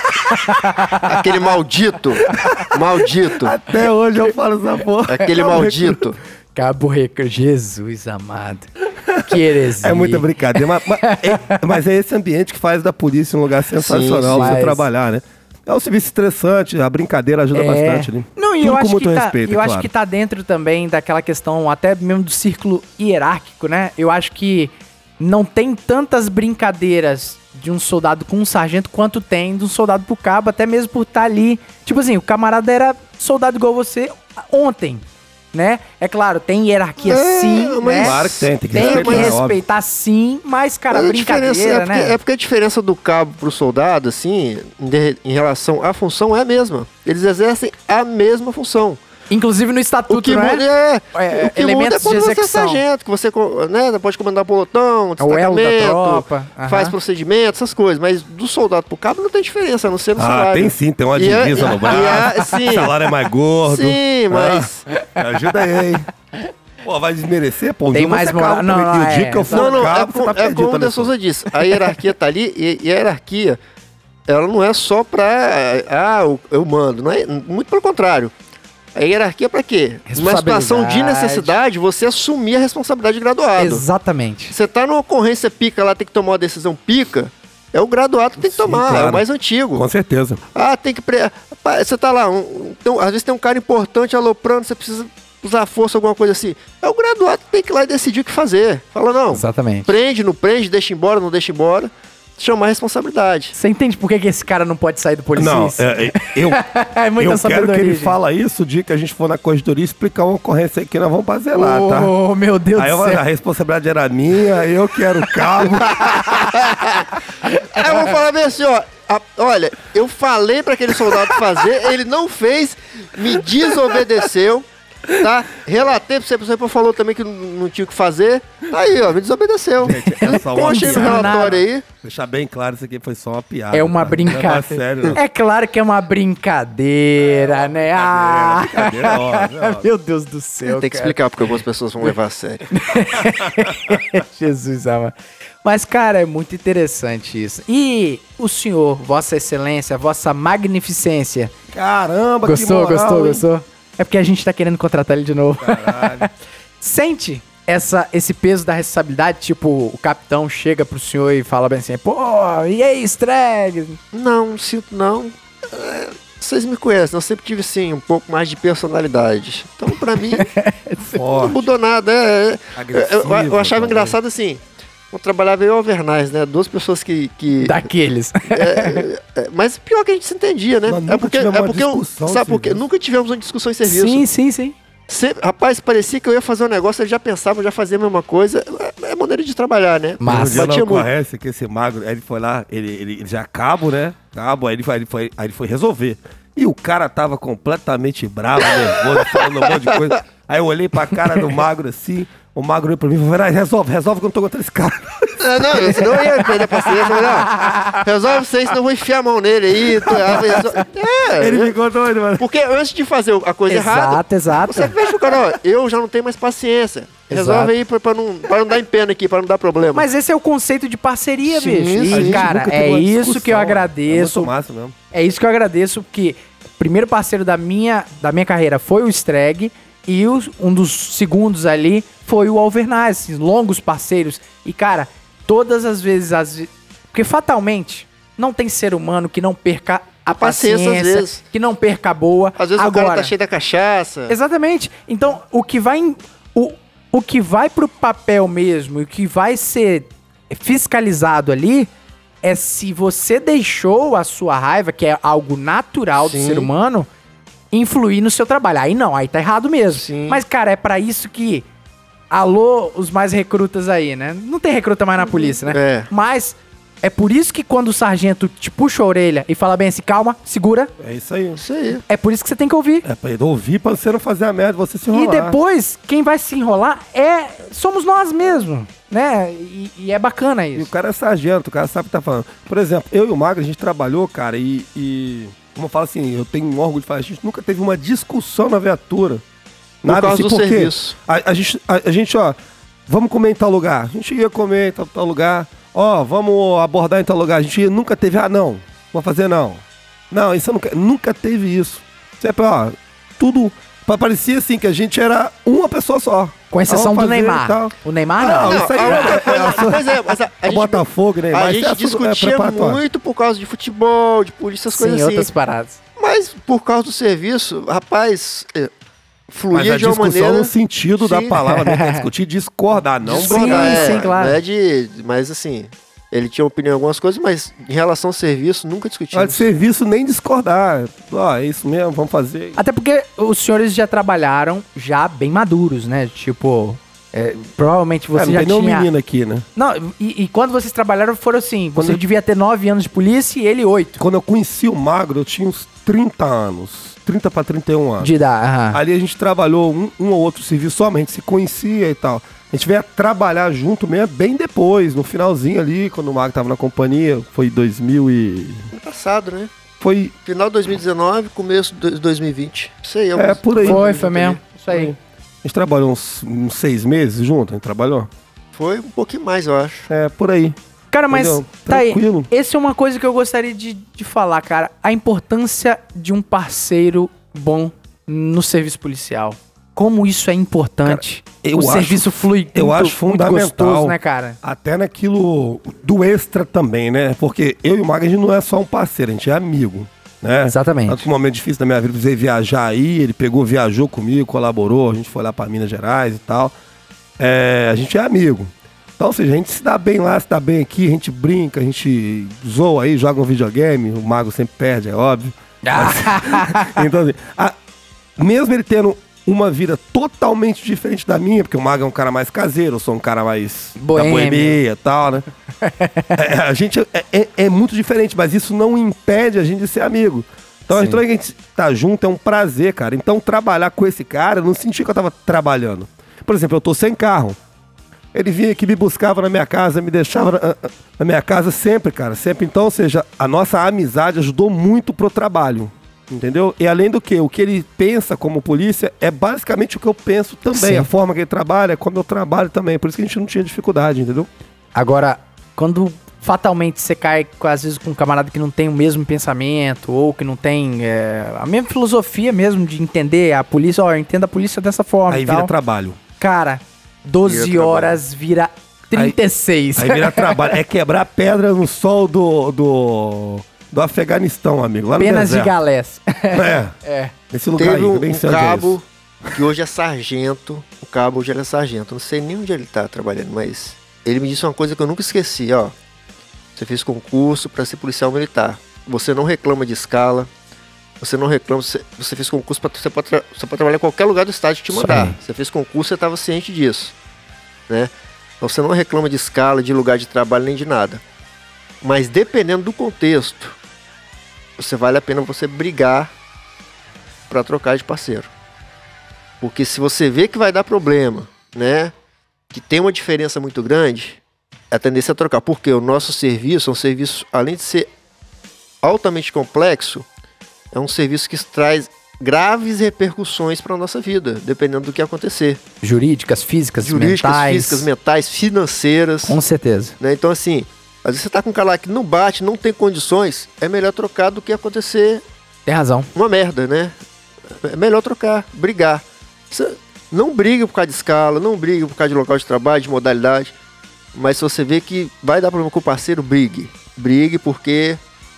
C: Aquele maldito. Maldito.
B: Até hoje eu falo essa porra.
C: Aquele
B: Cabo
C: maldito.
A: Cabo Recruta. Jesus amado. Que heresia.
B: É muita brincadeira, mas, mas, é, mas é esse ambiente que faz da polícia um lugar sensacional
A: sim,
B: pra você
A: mas-
B: trabalhar, né? É um serviço estressante, a brincadeira ajuda
A: É.
B: bastante, né?
A: Não, e
B: Tudo
A: eu
B: com
A: acho
B: muito
A: que tá,
B: respeito,
A: eu
B: é
A: acho
B: claro.
A: que tá dentro também daquela questão, até mesmo do círculo hierárquico, né? Eu acho que não tem tantas brincadeiras de um soldado com um sargento quanto tem de um soldado pro cabo, até mesmo por estar ali. Tipo assim, o camarada era soldado igual você ontem, né? É claro, tem hierarquia
C: É,
A: sim,
C: mas-
A: né?
B: Claro que tem, tem que
A: Tem
B: respeitar,
A: que
B: é óbvio.
A: respeitar sim, mas, cara,
C: Mas a diferença
A: brincadeira,
C: é porque,
A: né?
C: é porque a diferença do cabo pro soldado, assim, em, de- em relação à função, é a mesma. Eles exercem a mesma função.
A: Inclusive no
C: O
A: estatuto,
C: que
A: né?
C: muda é,
A: É,
C: o que muda é
A: elementos
C: quando
A: de
C: você é
A: execução.
C: sargento, que você co- né, pode comandar pelotão,
A: É o elo da
C: destacamento,
A: tropa, aham.
C: faz procedimento, essas coisas. Mas do soldado pro cabo não tem diferença, a não ser no
B: Ah,
C: salário.
B: tem sim, tem uma
C: E é-
B: divisa
C: e-
B: no
C: e
B: braço,
C: é- sim.
B: o salário é mais gordo.
C: Sim, mas...
B: Ah, me ajuda aí, hein? Pô, vai desmerecer? Pô, um
A: Tem
B: dia
A: mais
B: você
A: moral-
B: cabo
A: não,
B: também.
A: não,
B: E o dia
A: é,
B: que eu for
C: Não, não,
B: cabo,
C: é,
B: você
C: co-
B: tá
C: é
B: perdido,
C: como o De
B: Anderson.
C: Souza disse. A hierarquia tá ali e, e a hierarquia, ela não é só pra... Ah, eu, eu mando. Não é, muito pelo contrário. A hierarquia é pra quê? Numa situação de
A: Responsabilidade.
C: necessidade, você assumir a responsabilidade de graduado.
A: Exatamente.
C: Você tá numa ocorrência pica lá, tem que tomar uma decisão pica, é o graduado que tem que
B: Sim,
C: tomar, é
B: claro.
C: o mais antigo.
B: Com certeza.
C: Ah, tem que... Pre... Rapaz, você tá lá, um, tem um- às vezes tem um cara importante aloprando, você precisa usar força, alguma coisa assim. É o graduado que tem que ir lá e decidir o que fazer. Fala, não,
A: Exatamente.
C: prende, não prende, deixa embora, não deixa embora. Chamar a responsabilidade.
A: Você entende por que, que esse cara não pode sair do polícia?
B: Não, é, é, eu,
A: é muita
B: eu quero
A: sabedoria,
B: que ele
A: gente.
B: fala isso o dia que a gente for na corredoria explicar uma ocorrência aí que nós vamos fazer lá, tá?
A: Oh, meu Deus
B: Aí eu,
A: do
B: vou-
A: céu.
B: a responsabilidade era minha, eu que era o cabo.
C: Aí eu vou falar bem assim, ó. a- olha, eu falei pra aquele soldado fazer, ele não fez, me desobedeceu, tá? Relatei pra você, você falou também que não, não tinha o que fazer. Tá aí, ó, me desobedeceu.
B: Gente, é só uma
C: Poxa, aí no
B: piada.
C: relatório aí.
B: Deixar bem claro, isso aqui foi só uma piada.
A: É uma
B: tá? Não
A: brincadeira.
B: leva a sério, não.
A: É claro que é uma brincadeira, né? Ah,
B: Brincadeira, é óbvio, é óbvio.
A: meu Deus do céu,
C: Tem que
A: cara.
C: explicar porque algumas pessoas vão levar a sério.
A: Jesus amado. Mas, cara, é muito interessante isso. E o senhor, vossa excelência, vossa magnificência,
B: Caramba,
A: gostou,
B: que moral,
A: gostou,
B: hein?
A: gostou? É porque a gente tá querendo contratar ele de novo.
B: Caralho.
A: Sente essa, esse peso da responsabilidade, tipo, o capitão chega pro senhor e fala bem assim, pô, e aí, Streg?
C: Não, não sinto não. É, vocês me conhecem, eu sempre tive, sim, um pouco mais de personalidade. Então, pra mim, não
B: Forte,
C: mudou nada. É, é,
B: agressivo.
C: eu, eu achava
B: talvez.
C: engraçado assim. Eu trabalhava eu e o Alvernaz, né? Duas pessoas que. que
A: Daqueles.
C: é, é, mas pior que a gente se entendia, né?
B: Nós
C: É
B: nunca
C: porque,
B: tivemos
C: é
B: uma
C: porque eu,
B: discussão em
C: sabe por quê?
B: serviço.
C: Nunca tivemos uma discussão em serviço.
A: Sim, sim, sim.
C: Sempre- rapaz, parecia que eu ia fazer um negócio, ele já pensava, já fazia a mesma coisa. É, é maneira de trabalhar, né?
B: Um
A: Massa.
B: dia na
C: Batia muito.
B: ocorrência que esse magro, aí ele foi lá, ele, ele, ele já cabo, né? Cabo, aí ele, foi, ele foi, aí ele foi resolver. E o cara tava completamente bravo, nervoso, falando um monte de coisa. Aí eu olhei pra cara do magro assim, o magro olhou pra mim e falou, "Vai, resolve, resolve que eu não tô aguentando esse cara."
C: É, não, senão eu ia perder a paciência. Mas não, resolve isso aí, senão eu vou enfiar a mão nele aí. tu- ah, resol- É,
B: Ele
C: é,
B: ficou doido, mano.
C: porque antes de fazer a coisa errada,
A: Exato, exato.
C: você fecha o cara, ó, eu já não tenho mais paciência. Resolve
A: Exato.
C: aí pra, pra não, pra não dar empena aqui, pra não dar problema.
A: Mas esse é o conceito de parceria,
C: Sim,
A: bicho.
C: sim.
A: E,
C: A gente
A: cara,
B: nunca
A: é
B: teve uma
A: isso
B: discussão,
A: que eu
B: É
A: agradeço.
B: muito massa mesmo.
A: É isso que eu agradeço, porque o primeiro parceiro da minha, da minha carreira foi o Streg e os- um dos segundos ali foi o Alvernaz, esses longos parceiros. E, cara, todas as vezes, as, ve- porque fatalmente não tem ser humano que não perca a
C: Paciência,
A: paciência,
C: às vezes.
A: que não perca a boa.
C: Às vezes
A: Agora,
C: o cara tá cheio da cachaça.
A: exatamente. Então, o que vai em- o, o que vai pro papel mesmo e o que vai ser fiscalizado ali é se você deixou a sua raiva, que é algo natural do
C: Sim.
A: ser humano, influir no seu trabalho. Aí não, aí tá errado mesmo.
C: Sim.
A: Mas, cara, é pra isso que... Alô, os mais recrutas aí, né? Não tem recruta mais na polícia, né?
C: É.
A: Mas é por isso que quando o sargento te puxa a orelha e fala bem assim, calma, segura,
B: É isso aí.
C: Isso aí.
A: é por isso que você tem que ouvir.
B: É pra ele ouvir pra você não fazer a merda, você se
A: E
B: enrolar.
A: depois, quem vai se enrolar é... Somos nós mesmos, né? E, e é bacana
B: E o
A: isso.
B: cara é sargento, o cara sabe o que tá falando. Por exemplo, eu e o Magro, a gente trabalhou, cara, e... e como eu falo assim, eu tenho um orgulho de falar, a gente nunca teve uma discussão na viatura.
C: Por causa do
B: por quê?
C: serviço.
B: A, a gente, a, a gente, ó, vamos comer em tal lugar. A gente ia comer em tal, tal lugar. Ó, vamos abordar em tal lugar. A gente ia, nunca teve, ah, não, vou fazer não. Não, isso eu nunca, nunca teve isso. Sempre, ó, tudo... Parecia assim que a gente era uma pessoa só.
A: Com exceção
B: Vamos
A: do
B: fazer e
A: Neymar.
B: tal.
A: O Neymar
B: Ah,
A: não.
B: isso aí
C: a
B: é-
C: outra coisa-
B: é a sua-
C: Pois é, mas a, a
B: O
C: gente,
B: Botafogo, né?
C: a
B: Mas
C: gente
B: é- é
C: discutia
B: preparatório.
C: muito por causa de futebol, de polícia, essas
A: Sim,
C: coisas assim.
A: outras paradas.
C: Mas por causa do serviço, rapaz, é,
B: Mas
C: fluía
B: a
C: de uma
B: discussão
C: maneira...
B: no sentido da
C: Sim.
B: palavra, né? É discutir, discordar, não
A: Sim,
B: brigar.
C: é,
A: sim, claro.
C: Não é de, mas assim, ele tinha opinião em algumas coisas, mas em relação ao serviço, nunca
B: Olha, de
C: discutimos.
B: serviço nem discordar. Ó, é isso mesmo, vamos fazer.
A: Até porque os senhores já trabalharam já bem maduros, né? Tipo, é, provavelmente
B: É,
A: você
B: não
A: já
B: tem nenhum
A: tinha...
B: menino aqui, né?
A: Não, e, e quando vocês trabalharam foram assim, você
B: Quando eu-
A: devia ter nove anos de polícia e ele oito
B: Quando eu conheci o Magro, eu tinha uns trinta anos. trinta para trinta e um anos.
A: de idade. aham.
B: Ali a gente trabalhou um, um ou outro serviço só, mas a gente se conhecia e tal. A gente veio a trabalhar junto mesmo bem depois, no finalzinho ali, quando o Magro tava na companhia, foi dois mil e...
C: Ano passado, né?
B: Foi,
C: Final de dois mil e dezenove, começo de dois mil e vinte. Isso aí,
B: é, por aí.
A: Foi, foi mesmo. Isso aí.
B: A gente trabalhou uns, uns seis meses junto, a gente trabalhou?
C: Foi um pouquinho mais, eu acho.
B: É, por aí.
A: Cara, mas
B: Entendeu?
A: tá aí.
B: Tranquilo.
A: Essa é uma coisa que eu gostaria de, de falar, cara. A importância de um parceiro bom no serviço policial. Como isso é importante.
B: Cara, eu
A: o
B: acho-
A: serviço flui
B: eu
A: muito,
B: acho
A: muito
B: fundamental.
A: gostoso, né, cara?
B: Até naquilo do extra também, né? Porque eu e o Magro, a gente não é só um parceiro, a gente é amigo, né?
A: Exatamente.
B: Tanto que um momento difícil da minha vida, eu precisei viajar aí, ele pegou, viajou comigo, colaborou, a gente foi lá pra Minas Gerais e tal. É, a gente é amigo. Então, ou seja, a gente se dá bem lá, se dá bem aqui, a gente brinca, a gente zoa aí, joga um videogame, o Magro sempre perde, é óbvio. Então, assim, a- mesmo ele tendo uma vida totalmente diferente da minha, porque o Mago é um cara mais caseiro, eu sou um cara mais
A: Boêmio.
B: da boemia e tal, né? É, a gente é, é- é muito diferente, mas isso não impede a gente de ser amigo. Então, a gente, toda vez que a gente tá junto é um prazer, cara. Então, trabalhar com esse cara, eu não senti que eu tava trabalhando. Por exemplo, eu tô sem carro. Ele vinha aqui, me buscava na minha casa, me deixava na, na minha casa sempre, cara. Sempre. Então, ou seja, a nossa amizade ajudou muito pro trabalho. Entendeu? E além do que, o que ele pensa como polícia é basicamente o que eu penso também.
A: Sim.
B: A forma que ele trabalha, como eu trabalho também. Por isso que a gente não tinha dificuldade, entendeu?
A: Agora, quando fatalmente você cai, com, às vezes, com um camarada que não tem o mesmo pensamento, ou que não tem é, a mesma filosofia mesmo de entender a polícia, ó, eu entendo a polícia dessa forma
B: Aí
A: e tal.
B: vira trabalho.
A: Cara, doze
C: Vira
A: horas vira trinta e seis.
B: Aí vira trabalho. É quebrar pedra no sol do, do, do Afeganistão, amigo. Lá no
A: Apenas de
B: deserto.
A: galés.
B: É,
A: É.
B: nesse lugar
C: Teve
B: aí,
C: um,
B: nem
C: um
B: sei onde é isso.
C: cabo que hoje é sargento. O cabo hoje ele é sargento. Não sei nem onde ele tá trabalhando, mas ele me disse uma coisa que eu nunca esqueci, ó. Você fez concurso para ser policial militar. Você não reclama de escala. Você não reclama. Você, você fez concurso para você pode, tra você pode trabalhar em qualquer lugar do estado que te
A: Isso
C: mandar.
A: aí.
C: Você fez concurso, você estava ciente disso, né? Então você não reclama de escala, de lugar de trabalho nem de nada. Mas dependendo do contexto, você vale a pena você brigar para trocar de parceiro. Porque se você vê que vai dar problema, né? Que tem uma diferença muito grande, a tendência é trocar. Porque o nosso serviço é um serviço, além de ser altamente complexo, é um serviço que traz graves repercussões para a nossa vida, dependendo do que acontecer.
A: Jurídicas, físicas,
C: Jurídicas,
A: mentais.
C: físicas, mentais, financeiras.
A: Com certeza.
C: Né? Então, assim, às vezes você tá com um cara lá que não bate, não tem condições, é melhor trocar do que acontecer
A: Tem razão.
C: uma merda, né? É melhor trocar, brigar. Você não briga por causa de escala, não briga por causa de local de trabalho, de modalidade. Mas se você vê que vai dar problema com o parceiro, brigue. Brigue porque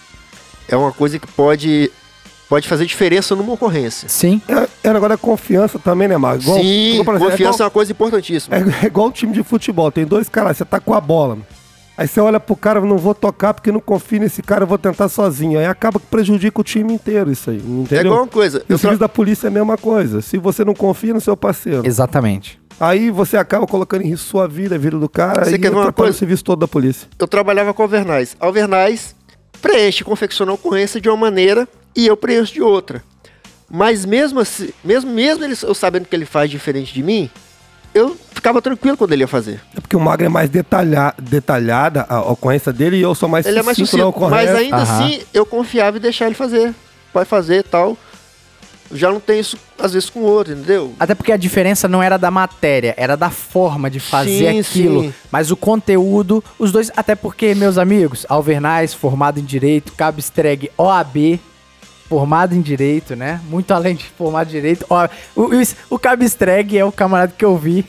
C: é uma coisa que pode, pode fazer diferença numa ocorrência.
A: Sim.
B: É, é agora confiança também, né, Marcos? Igual-
C: Sim,
B: igual, por exemplo,
C: confiança é
B: é
C: uma coisa importantíssima.
B: igual, é igual o time de futebol. Tem dois caras, você tá com a bola. Aí você olha pro cara, não vou tocar porque não confio nesse cara, eu vou tentar sozinho. Aí acaba que prejudica o time inteiro isso aí, entendeu?
C: É igual uma coisa.
B: E
C: eu
B: o serviço
C: tra-
B: da polícia é a mesma coisa. Se você não confia no seu parceiro,
A: Exatamente.
B: aí você acaba colocando em risco sua vida, a vida do cara,
C: Você
B: e
C: quer ver uma
B: atrapalha
C: coisa?
B: o serviço todo da polícia.
C: eu trabalhava com a Alvernais. A Alvernais preenche, confecciona a ocorrência de uma maneira e eu preencho de outra. Mas mesmo assim, mesmo, mesmo ele, eu sabendo que ele faz diferente de mim, eu ficava tranquilo quando ele ia fazer.
B: É porque o Magro é mais detalha, detalhada a ocorrência dele e eu sou mais
C: Ele é mais
B: sucinto na
C: sucinto,
B: ocorrência.
C: mas ainda
A: Aham.
C: assim eu confiava em deixar ele fazer. Vai fazer e tal. Já não tem isso, às vezes, com o outro, entendeu?
A: Até porque a diferença não era da matéria, era da forma de fazer
C: Sim,
A: aquilo.
C: sim.
A: Mas o conteúdo, os dois. Até porque, meus amigos, Alvernais, formado em Direito, Cabo Streg, O A B, formado em Direito, né? Muito além de formado em Direito. Ó, o, o, o Cabo Streg é o camarada que eu vi.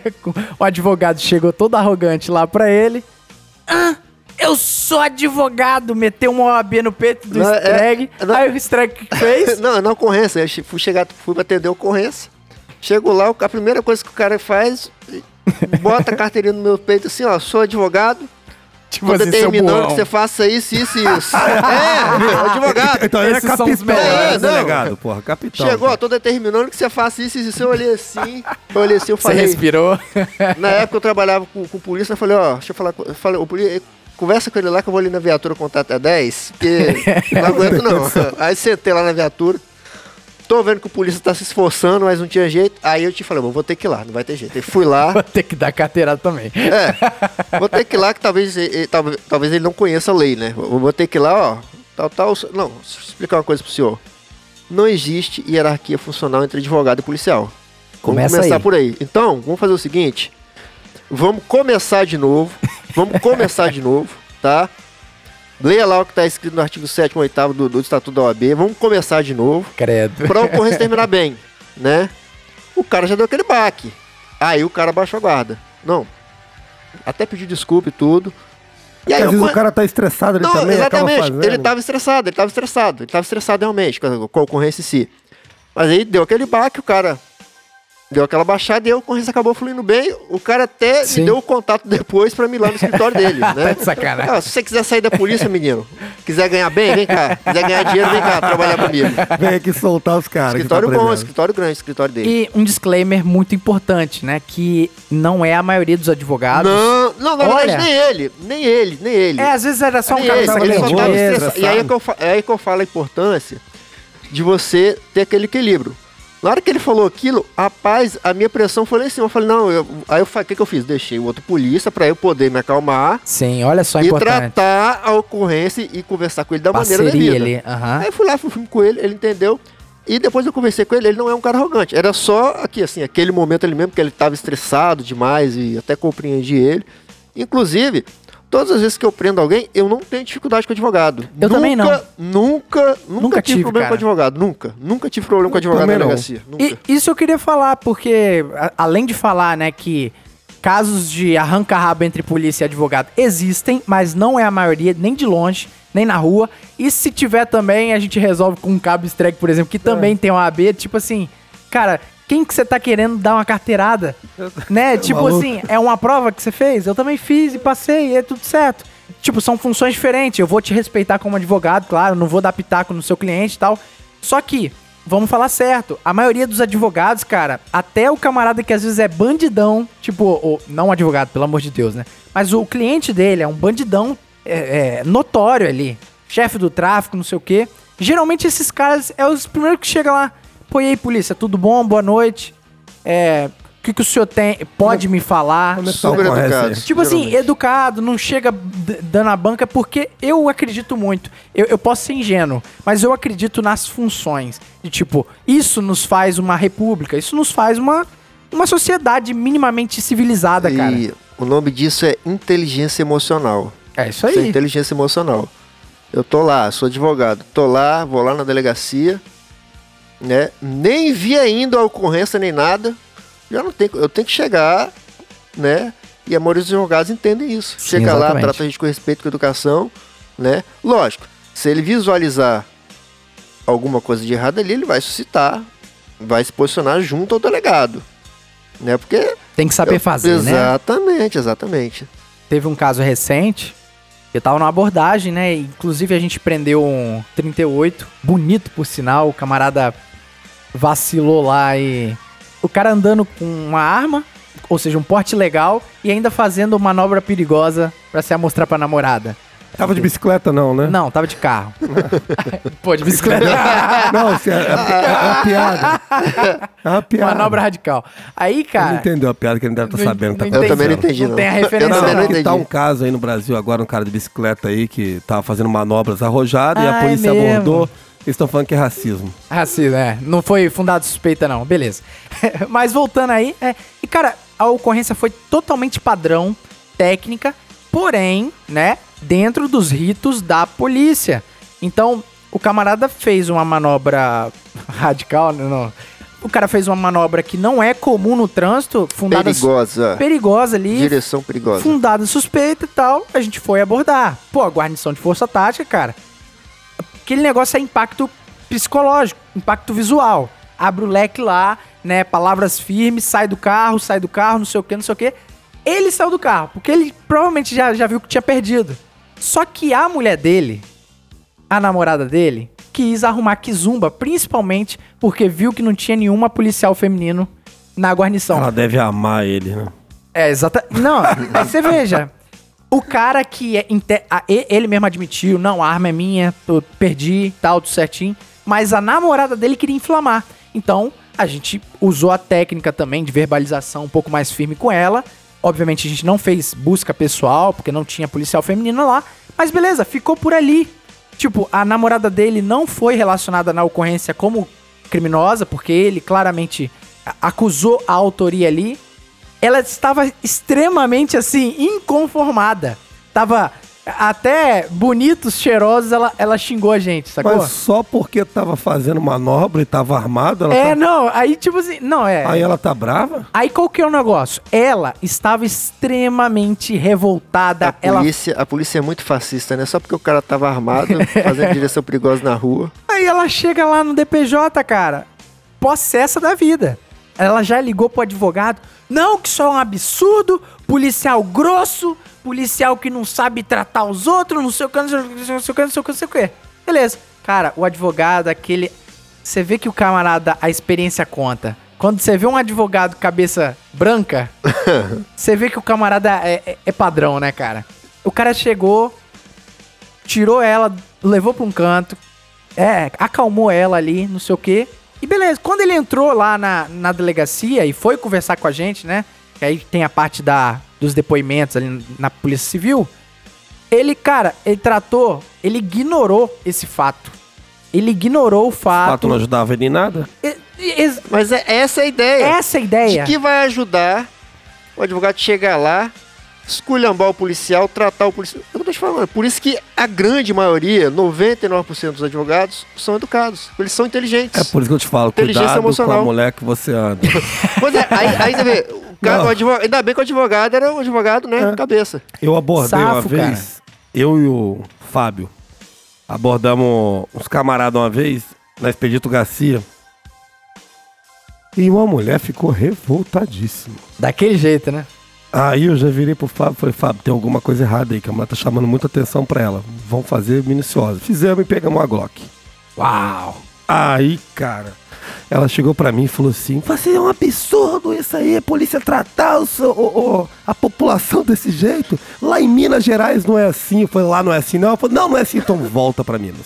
A: O advogado chegou todo arrogante lá pra ele. Ah, eu sou advogado! Meteu uma O A B no peito do
C: Não, é-
A: Streg.
C: é- não-
A: Aí o Streg o que fez?
C: Não, na ocorrência. Eu che- fui chegar, fui pra atender a ocorrência. Chego lá, a primeira coisa que o cara faz, bota a carteirinha no meu peito assim, ó, sou advogado.
A: Tipo
C: Tô
A: assim, seu
C: determinando
A: burrão.
C: que você faça isso, isso e isso. é, advogado.
B: Então ele é
A: Esses são os
B: capitão,
A: melhores.
B: né,
C: Não.
B: delegado? Porra, capitão.
C: Chegou, ó, tô determinando que você faça isso, isso, isso. Eu olhei assim, eu olhei assim, eu
A: Você
C: falei...
A: respirou?
C: Na época eu trabalhava com, com polícia, eu falei, ó, deixa eu falar, com- eu falei, ô, polícia, conversa com ele lá que eu vou ali na viatura contar até dez, porque não aguento não. Aí sentei lá na viatura, tô vendo que o polícia tá se esforçando, mas não tinha jeito, aí eu te falei, vou ter que ir lá, não vai ter jeito. Aí fui lá,
A: Vou ter que dar carteirada também.
C: é, vou ter que ir lá que talvez, ele- talvez, talvez ele não conheça a lei, né? Eu vou ter que ir lá, ó, tal, tal, não, deixa eu explicar uma coisa pro senhor. Não existe hierarquia funcional entre advogado e policial. Vamos
A: Começa
C: começar
A: aí.
C: por aí. Então, vamos fazer o seguinte. Vamos começar de novo. Vamos começar de novo, tá? Leia lá o que está escrito no artigo sétimo e oitavo do, do Estatuto da O A B. Vamos começar de novo.
A: Credo.
C: Pra ocorrência terminar bem, né? O cara já deu aquele baque. Aí o cara baixou a guarda. Não. Até pediu desculpa e tudo. E
B: Porque
C: aí
B: às vezes
C: eu-
B: o cara tá estressado, ele
C: não,
B: também acaba
C: exatamente.
B: fazendo.
C: Ele tava estressado, ele tava estressado. Ele tava estressado realmente com a, com a ocorrência em si. Mas aí deu aquele baque, o cara deu aquela baixada e a ocorrência acabou fluindo bem. O cara até
A: Sim.
C: me deu o contato depois pra mim ir lá no escritório dele, né?
A: Tá de sacanagem.
C: Ah, se você quiser sair da polícia, menino, quiser ganhar bem, vem cá. Quiser ganhar dinheiro, vem cá, trabalhar comigo.
B: Vem aqui soltar os caras. que
C: Escritório
B: tá
C: bom,
B: presente.
C: escritório grande, escritório dele.
A: E um disclaimer muito importante, né? Que não é a maioria dos advogados.
C: Não, não, na
A: Olha.
C: verdade, nem ele, nem ele, nem ele.
A: É, às vezes era só um
C: Nem
A: cara
C: ele,
A: que
B: tava
C: ele só
B: nervoso,
C: tava
A: dinheiro.
C: estressado. E aí é que, eu fa- é aí que eu falo a importância de você ter aquele equilíbrio. Na hora que ele falou aquilo, rapaz, a minha pressão foi lá em cima. Eu falei, não, eu, aí eu fa- o que, que eu fiz? Deixei o outro polícia pra eu poder me acalmar
A: Sim, olha só a
C: e
A: importância.
C: tratar a ocorrência e conversar com ele da maneira
A: Parceria
C: devida.
A: ali. aham.
C: Aí eu fui lá, fui, fui com ele, ele entendeu. E depois eu conversei com ele, ele não é um cara arrogante. Era só aqui, assim, aquele momento ali mesmo que ele tava estressado demais e até compreendi ele. Inclusive, todas as vezes que eu prendo alguém, eu não tenho dificuldade com advogado.
A: Eu
C: nunca,
A: também não.
C: Nunca, nunca,
A: Nunca
C: tive,
A: tive,
C: problema
A: cara.
C: com advogado. Nunca. Nunca tive problema com advogado
B: também
C: na
B: não.
C: delegacia. Nunca.
A: E isso eu queria falar, porque a- além de falar, né, que casos de arranca-rabo entre polícia e advogado existem, mas não é a maioria, nem de longe, nem na rua. E se tiver também, a gente resolve com um cabo strike, por exemplo, que também tem uma A B, tipo assim, cara, quem que você tá querendo dar uma carteirada? Né? Tipo
B: maluco.
A: assim, é uma prova que você fez? Eu também fiz e passei, e é tudo certo. Tipo, são funções diferentes. Eu vou te respeitar como advogado, claro, não vou dar pitaco no seu cliente e tal. Só que, vamos falar certo, a maioria dos advogados, cara, até o camarada que às vezes é bandidão, tipo, o, não o advogado, pelo amor de Deus, né? Mas o cliente dele é um bandidão é, é, notório ali, chefe do tráfico, não sei o quê. Geralmente esses caras é os primeiros que chegam lá. Pô, e aí, polícia, tudo bom? Boa noite. É, o que, que o senhor tem? Pode me falar?
B: Como é que tá
C: Super
B: a ocorrência?
C: educados.
A: Tipo assim,
C: geralmente.
A: educado, não chega d- dando a banca, porque eu acredito muito. Eu, eu posso ser ingênuo, mas eu acredito nas funções. De tipo, isso nos faz uma república, isso nos faz uma, uma sociedade minimamente civilizada, cara.
C: E o nome disso é inteligência emocional.
A: É isso
C: Isso é
A: aí.
C: inteligência emocional. Eu tô lá, sou advogado, tô lá, vou lá na delegacia, né? Nem vi ainda a ocorrência nem nada. Já não tenho, eu tenho que chegar, né? E a maioria dos advogados entendem isso.
A: Sim,
C: Chega lá,
A: exatamente.
C: trata a gente com respeito, com educação, né? Lógico, se ele visualizar alguma coisa de errado ali, ele vai suscitar, vai se posicionar junto ao delegado, né? Porque
A: Tem que saber
C: eu-
A: fazer, né?
C: Exatamente, exatamente.
A: teve um caso recente, eu tava numa abordagem, né? Inclusive a gente prendeu um trinta e oito, bonito por sinal, o camarada vacilou lá e... O cara andando com uma arma, ou seja, um porte legal, e ainda fazendo manobra perigosa pra se amostrar pra namorada.
B: Tava de bicicleta não, né?
A: Não, tava de carro. Pô, de bicicleta.
B: Não, é, é, é uma piada. É uma piada.
A: Manobra radical. Aí, cara...
B: Ele não entendeu a piada que ele deve estar
A: Não-
B: sabendo.
A: não
B: Tá
A: entendi.
C: Eu também não entendi,
A: Não
C: não.
A: tem a
C: Eu
A: referência,
C: também não
A: não.
C: entendi.
B: Tá um caso aí no Brasil agora, um cara de bicicleta aí que tava fazendo manobras arrojadas e
A: Ah,
B: a
A: é
B: polícia
A: mesmo?
B: abordou. Eles estão falando que é racismo.
A: Racismo, é. Não foi fundado suspeita, não. Beleza. Mas voltando aí, é... E, cara, a ocorrência foi totalmente padrão, técnica, porém, né, dentro dos ritos da polícia. Então, o camarada fez uma manobra radical, não. O cara fez uma manobra que não é comum no trânsito, fundada...
C: Perigosa.
A: Perigosa ali.
C: Direção perigosa.
A: Fundada suspeita e tal, a gente foi abordar. Pô, a guarnição de força tática, cara, aquele negócio é impacto psicológico, impacto visual. Abre o leque lá, né, palavras firmes, sai do carro, sai do carro, não sei o que, não sei o que. Ele saiu do carro, porque ele provavelmente já, já viu que tinha perdido. Só que a mulher dele, a namorada dele, quis arrumar quizumba, principalmente porque viu que não tinha nenhuma policial feminino na guarnição.
B: Ela deve amar ele, né?
A: É, exata. Não, aí você veja. O cara que é. inte- a- e- Ele mesmo admitiu, não, a arma é minha, eu perdi, tal, tudo certinho. Mas a namorada dele queria inflamar. Então, a gente usou a técnica também de verbalização um pouco mais firme com ela. Obviamente, a gente não fez busca pessoal, porque não tinha policial feminino lá. Mas beleza, ficou por ali. Tipo, a namorada dele não foi relacionada na ocorrência como criminosa, porque ele claramente a- acusou a autoria ali. Ela estava extremamente, assim, inconformada. Tava até bonitos, cheirosos, ela, ela xingou a gente, sacou?
B: Mas só porque tava fazendo manobra e tava armado, ela
A: É,
B: tá...
A: não, aí tipo assim, não, é...
B: Aí ela tá brava?
A: Aí qual que é o negócio? Ela estava extremamente revoltada.
C: A
A: Ela...
C: polícia, a polícia é muito fascista, né? Só porque o cara tava armado, fazendo direção perigosa na rua.
A: Aí ela chega lá no D P J, cara, possessa da vida. Ela já ligou pro advogado. Não, que isso é um absurdo, policial grosso, policial que não sabe tratar os outros, não sei o que, não sei o que, não sei o que, não sei o que, não sei o que. Beleza. Cara, o advogado, aquele... Você vê que o camarada, a experiência conta. Quando você vê um advogado cabeça branca, você vê que o camarada é, é- é padrão, né, cara? O cara chegou, tirou ela, levou pra um canto, é, acalmou ela ali, não sei o quê. E beleza, quando ele entrou lá na, na delegacia e foi conversar com a gente, né? Que aí tem a parte da, dos depoimentos ali na Polícia Civil. Ele, cara, ele tratou, ele ignorou esse fato. Ele ignorou o
B: O fato
A: fato.
B: não ajudava ele em nada?
A: E- e- ex-
C: Mas é essa a ideia.
A: Essa é a ideia.
C: De que vai ajudar o advogado chegar lá, esculhambar o policial, tratar o policial. É o que eu tô te falando. Por isso que a grande maioria, noventa e nove por cento dos advogados, são educados. Eles são inteligentes.
B: É por isso que eu te falo,
C: Inteligência
B: cuidado com
C: emocional.
B: a mulher que você anda.
C: Pois é, aí, aí você vê, o cara,
B: Não.
C: o advogado, ainda bem que o advogado era um advogado, né,
B: É.
C: cabeça.
B: Eu abordei uma
A: Safo,
B: vez, eu e o Fábio, abordamos uns camaradas uma vez, na Expedito Garcia, e uma mulher ficou revoltadíssima.
A: Daquele jeito, né?
B: Aí eu já virei pro Fábio e falei, Fábio, tem alguma coisa errada aí, que a mulher tá chamando muita atenção pra ela. Vamos fazer minuciosa. Fizemos e pegamos uma Glock.
A: Uau.
B: Aí, cara, ela chegou pra mim e falou assim, vai ser um absurdo isso aí, a polícia tratar o seu- o- o- a população desse jeito. Lá em Minas Gerais não é assim. Eu falei, lá não é assim não. Eu falei, não, não é assim, então volta pra Minas.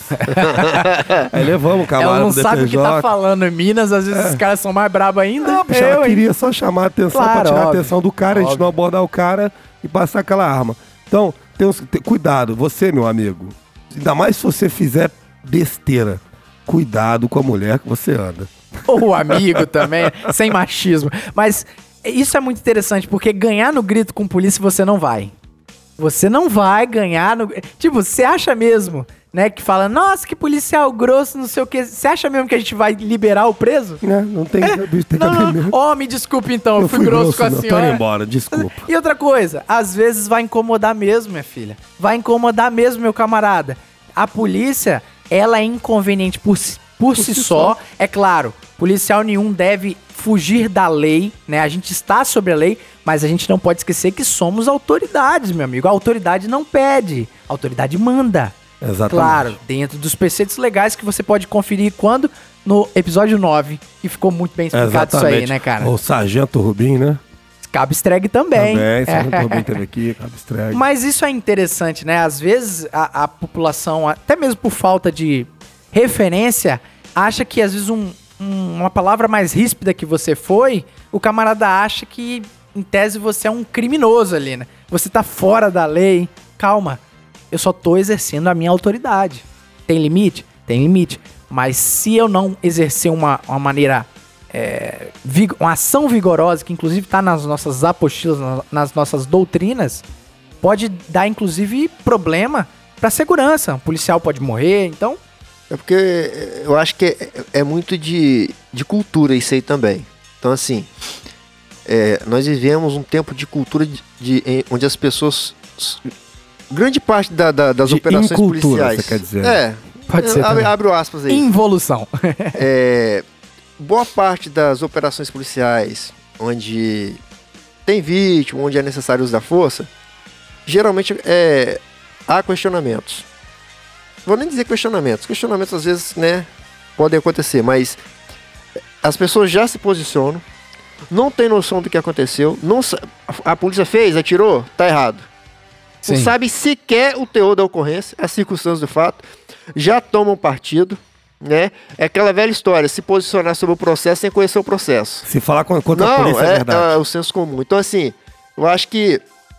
B: Aí levamos o camarada
A: Ela não
B: pro
A: sabe o que tá
B: D P J.
A: falando. Em Minas, às vezes os caras são mais brabos ainda.
B: Não, bicho, ela
A: Eu, hein?
B: queria só chamar a atenção
A: Claro,
B: pra tirar a
A: óbvio,
B: atenção do cara, a gente
A: óbvio.
B: não abordar o cara e passar aquela arma. Então, tem uns- te- cuidado, você, meu amigo, ainda mais se você fizer besteira, cuidado com a mulher que você anda.
A: Ou amigo também, sem machismo. Mas isso é muito interessante, porque ganhar no grito com polícia você não vai. Você não vai ganhar no... Tipo, você acha mesmo, né, que fala, nossa, que policial grosso, não sei o quê. Você acha mesmo que a gente vai liberar o preso?
B: Né? Não tem, bicho, tem
A: Não,
B: cabelo
A: não.
B: mesmo.
A: Oh, me desculpe então, eu
B: Eu
A: fui,
B: fui
A: grosso,
B: grosso,
A: com a
B: não. Tô
A: senhora.
B: indo embora, desculpa.
A: E outra coisa, às vezes vai incomodar mesmo, minha filha. Vai incomodar mesmo, meu camarada. A polícia, ela é inconveniente por, si- por, si, só. É claro, policial nenhum deve fugir da lei, né? A gente está sobre a lei, mas a gente não pode esquecer que somos autoridades, meu amigo. A autoridade não pede, a autoridade manda.
B: Exatamente.
A: Claro, dentro dos preceitos legais que você pode conferir quando? No episódio nove, que ficou muito bem explicado isso aí, né, cara?
B: O Sargento Rubim, né?
A: Cabo Streg também.
B: Também, Sargento Rubim teve aqui, Cabo Streg.
A: Mas isso é interessante, né? Às vezes a, a população, até mesmo por falta de referência, acha que às vezes um, um, uma palavra mais ríspida que você foi, o camarada acha que, em tese, você é um criminoso ali, né? Você tá fora da lei. Calma, eu só tô exercendo a minha autoridade. Tem limite? Tem limite. Mas se eu não exercer uma, uma maneira, é, vig- uma ação vigorosa, que inclusive tá nas nossas apostilas, na- nas nossas doutrinas, pode dar inclusive problema pra segurança. Um policial pode morrer, então...
C: É porque eu acho que é, é muito de, de cultura isso aí também. Então, assim, é, nós vivemos um tempo de cultura de, de- em- onde as pessoas... Grande parte da- da- das
B: De
C: operações
B: incultura,
C: policiais...
B: você quer dizer.
C: É.
A: Pode ser
C: Abre,
A: também.
C: abre o aspas aí.
A: Involução.
C: É, boa parte das operações policiais onde tem vítima, onde é necessário usar força, geralmente é, há questionamentos. Vou nem dizer questionamentos. Questionamentos às vezes, né, podem acontecer, mas as pessoas já se posicionam, não tem noção do que aconteceu, não sa- a polícia fez, atirou, tá errado. Não
A: Sim.
C: sabe sequer o teor da ocorrência, as circunstâncias do fato, já tomam partido, né? É aquela velha história, se posicionar sobre o processo sem conhecer o processo.
B: Se falar con- contra a
C: Não,
B: polícia é,
C: é,
B: verdade.
C: é o senso comum. Então, assim, eu acho que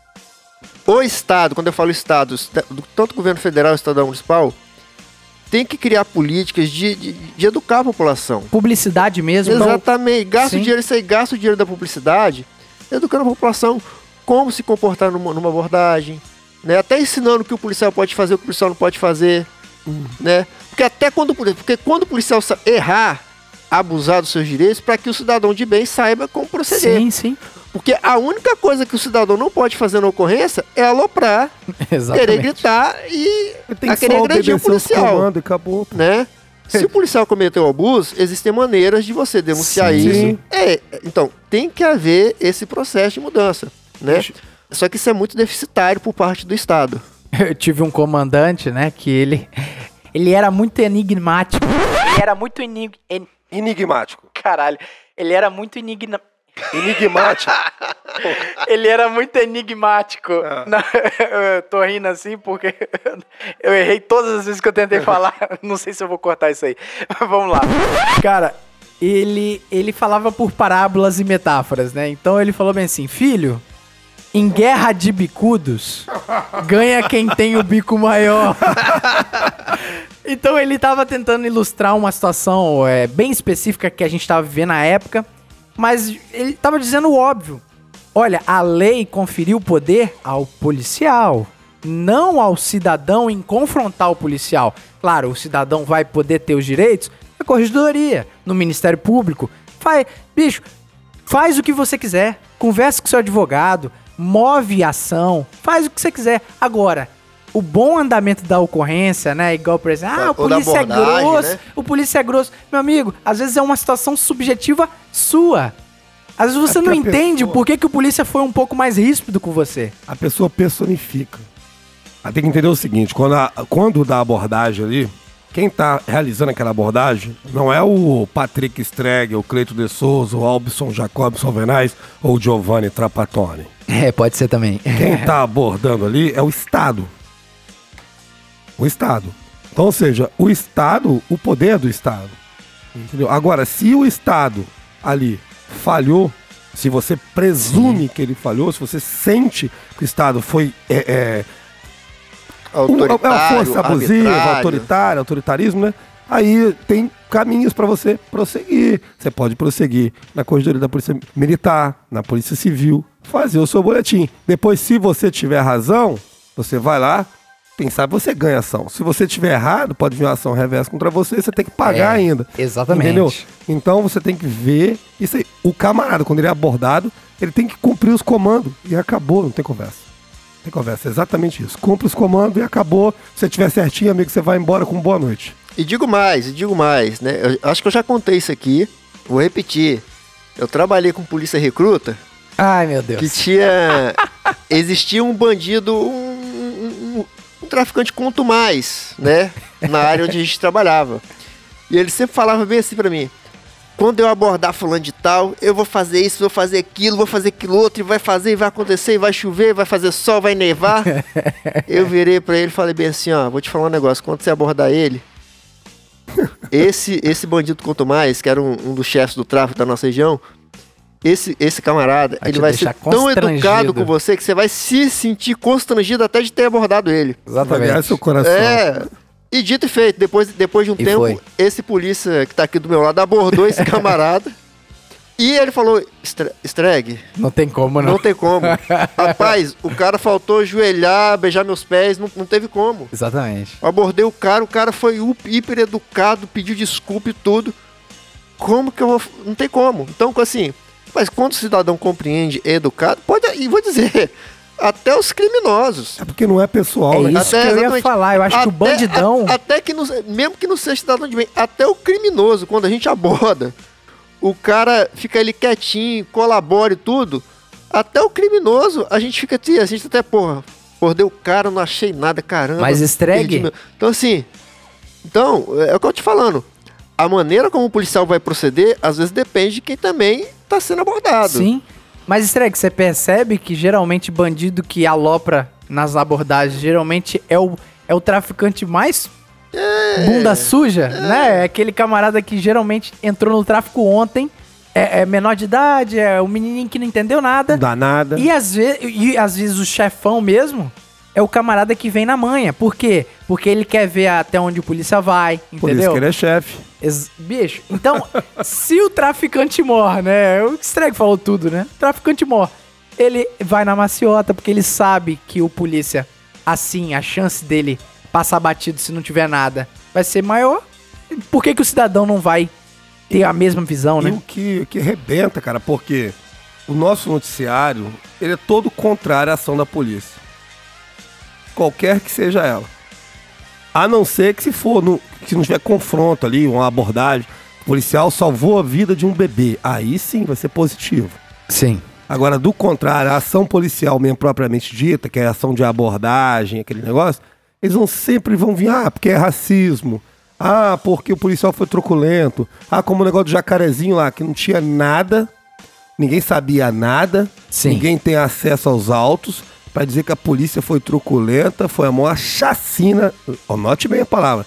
C: o Estado, quando eu falo Estado, esta- do- tanto o governo federal e estadual municipal, tem que criar políticas de, de, de educar a população.
A: Publicidade mesmo. então-
C: Exatamente. Gasta
A: Sim.
C: o dinheiro, isso aí, gasta o dinheiro da publicidade, educando a população como se comportar numa, numa abordagem, né? Até ensinando o que o policial pode fazer, o que o policial não pode fazer, né? Porque até quando, o poli- porque quando o policial sa- errar, abusar dos seus direitos, para que o cidadão de bem saiba como proceder.
A: Sim, sim.
C: Porque a única coisa que o cidadão não pode fazer na ocorrência é aloprar, querer
A: Exatamente.
C: gritar e
B: Ele tem
C: a
B: que
C: querer
B: só
C: agredir o
B: obedecer os
C: policial,
B: comandos e acabou. pô.
C: né? Se o policial cometeu abuso, existem maneiras de você denunciar
B: Sim.
C: isso. É, então, tem que haver esse processo de mudança, né? Só que isso é muito deficitário por parte do Estado.
A: Eu tive um comandante, né, que ele... Ele era muito enigmático. Ele era muito enig... en-
B: Enigmático.
A: Caralho. Ele era muito enigma...
B: Enigmático.
A: Ele era muito enigmático. Não, eu tô rindo assim porque eu errei todas as vezes que eu tentei falar. Não sei se eu vou cortar isso aí. Vamos lá. Cara, ele, ele falava por parábolas e metáforas, né? Então ele falou bem assim, filho, em guerra de bicudos, ganha quem tem o bico maior. Então ele tava tentando ilustrar uma situação é, bem específica que a gente tava vivendo na época, mas ele tava dizendo o óbvio. Olha, a lei conferiu poder ao policial, não ao cidadão em confrontar o policial. Claro, o cidadão vai poder ter os direitos na corregedoria, no Ministério Público. Faz, bicho, faz o que você quiser, conversa com seu advogado, move a ação, faz o que você quiser. Agora, o bom andamento da ocorrência, né? Igual, por exemplo, ah, o
C: Ou da
A: polícia é
C: abordagem,
A: grosso,
C: né?
A: o polícia é grosso. Meu amigo, às vezes é uma situação subjetiva sua. Às vezes você
B: É
A: não
B: porque a
A: entende
B: pessoa-
A: o porquê que o polícia foi um pouco mais ríspido com você.
B: A pessoa personifica. Ela tem que entender o seguinte, quando, a, quando dá abordagem ali, quem tá realizando aquela abordagem não é o Patrick Streg, o Cleito de Souza, o Albson Jacobson Venaz ou o Giovanni Trapattoni.
A: É, pode ser também.
B: Quem tá abordando ali é o Estado. O Estado. Então, ou seja, o Estado, o poder do Estado. Entendeu? Agora, se o Estado ali falhou, se você presume que ele falhou, se você sente que o Estado foi é, é, uma, uma força abusiva,
C: arbitrário.
B: autoritária, autoritarismo, né? Aí tem caminhos para você prosseguir. Você pode prosseguir na corregedoria da Polícia Militar, na Polícia Civil, fazer o seu boletim. Depois, se você tiver razão, você vai lá, quem sabe você ganha ação. Se você tiver errado, pode vir uma ação reversa contra você, você tem que pagar
A: É,
B: ainda.
A: exatamente.
B: Entendeu? Então você tem que ver isso aí. O camarada, quando ele é abordado, ele tem que cumprir os comandos. E acabou, não tem conversa. Não tem conversa, é exatamente isso. Cumpre os comandos e acabou. Se você estiver certinho, amigo, você vai embora com boa noite.
C: E digo mais, e digo mais, né? Eu acho que eu já contei isso aqui, Vou repetir. Eu trabalhei com polícia recruta.
A: Ai, meu Deus.
C: Que tinha... Existia um bandido, um, um, um, um traficante quanto mais, né? Na área onde a gente trabalhava. E ele sempre falava bem assim pra mim. Quando eu abordar fulano de tal, eu vou fazer isso, vou fazer aquilo, vou fazer aquilo outro, e vai fazer, e vai acontecer, e vai chover, vai fazer sol, vai nevar. Eu virei pra ele e falei bem assim, ó, vou te falar um negócio, quando você abordar ele, esse, esse bandido quanto mais, que era um, um dos chefes do tráfico da nossa região, esse, esse camarada,
A: Vai
C: ele
A: te
C: vai ser
A: deixar
C: tão educado
A: constrangido.
C: com você que você vai se sentir constrangido até de ter abordado ele.
B: Vai ganhar seu coração.
C: É, e dito e feito, depois, depois de um
A: E
C: tempo,
A: foi.
C: esse polícia que tá aqui do meu lado abordou esse camarada e ele falou, "Estre- Streg,
A: Não tem como, não.
C: não tem como. Rapaz, o cara faltou ajoelhar, beijar meus pés, não, não teve como.
A: Exatamente.
C: Eu abordei o cara, o cara foi u- hiper educado, pediu desculpa e tudo. Como que eu vou... Não tem como. Então, assim, mas quando o cidadão compreende, é educado, pode... E vou dizer, até os criminosos.
B: É porque não é pessoal,
A: É
B: né?
A: isso que eu ia
C: exatamente.
A: falar. Eu acho que o
C: Até-
A: bandidão...
C: a- até que, não, mesmo que não seja cidadão de bem, até o criminoso, quando a gente aborda, o cara fica ali quietinho, colabora e tudo, até o criminoso, a gente fica assim, a gente até, porra, abordei o cara, não achei nada, caramba.
A: Mas Streg-
C: perdi meu- Então, assim, então, é o que eu tô te falando. A maneira como o policial vai proceder, às vezes depende de quem também tá sendo abordado.
A: Sim. Mas, Streg, você percebe que geralmente bandido que alopra nas abordagens, geralmente é o, é o traficante mais bunda suja, né? É aquele camarada que geralmente entrou no tráfico ontem, é, é menor de idade, é o menininho que não entendeu nada.
B: Não dá nada.
A: E às, ve e às vezes o chefão mesmo é o camarada que vem na manha. Por quê? Porque ele quer ver até onde o polícia vai,
B: Por isso
A: entendeu?
B: que ele é chefe.
A: Ex- Bicho, então, se o traficante morre, né? O Streg falou tudo, né? O traficante morre. Ele vai na maciota porque ele sabe que o polícia, assim, a chance dele passar batido se não tiver nada vai ser maior. Por que, que o cidadão não vai ter a mesma visão,
B: E
A: né?
B: o que, o que arrebenta, cara, porque o nosso noticiário, ele é todo contrário à ação da polícia. Qualquer que seja ela. A não ser que se for, no, se não tiver confronto ali, uma abordagem, o policial salvou a vida de um bebê. Aí sim vai ser positivo.
A: Sim.
B: Agora, do contrário, a ação policial mesmo propriamente dita, que é a ação de abordagem, aquele negócio, eles vão sempre vão vir, ah, porque é racismo. Ah, porque o policial foi truculento. Ah, como o negócio do jacarezinho lá, que não tinha nada, ninguém sabia nada,
A: Sim.
B: ninguém tem acesso aos autos, pra dizer que a polícia foi truculenta, foi a maior chacina, anote bem a palavra,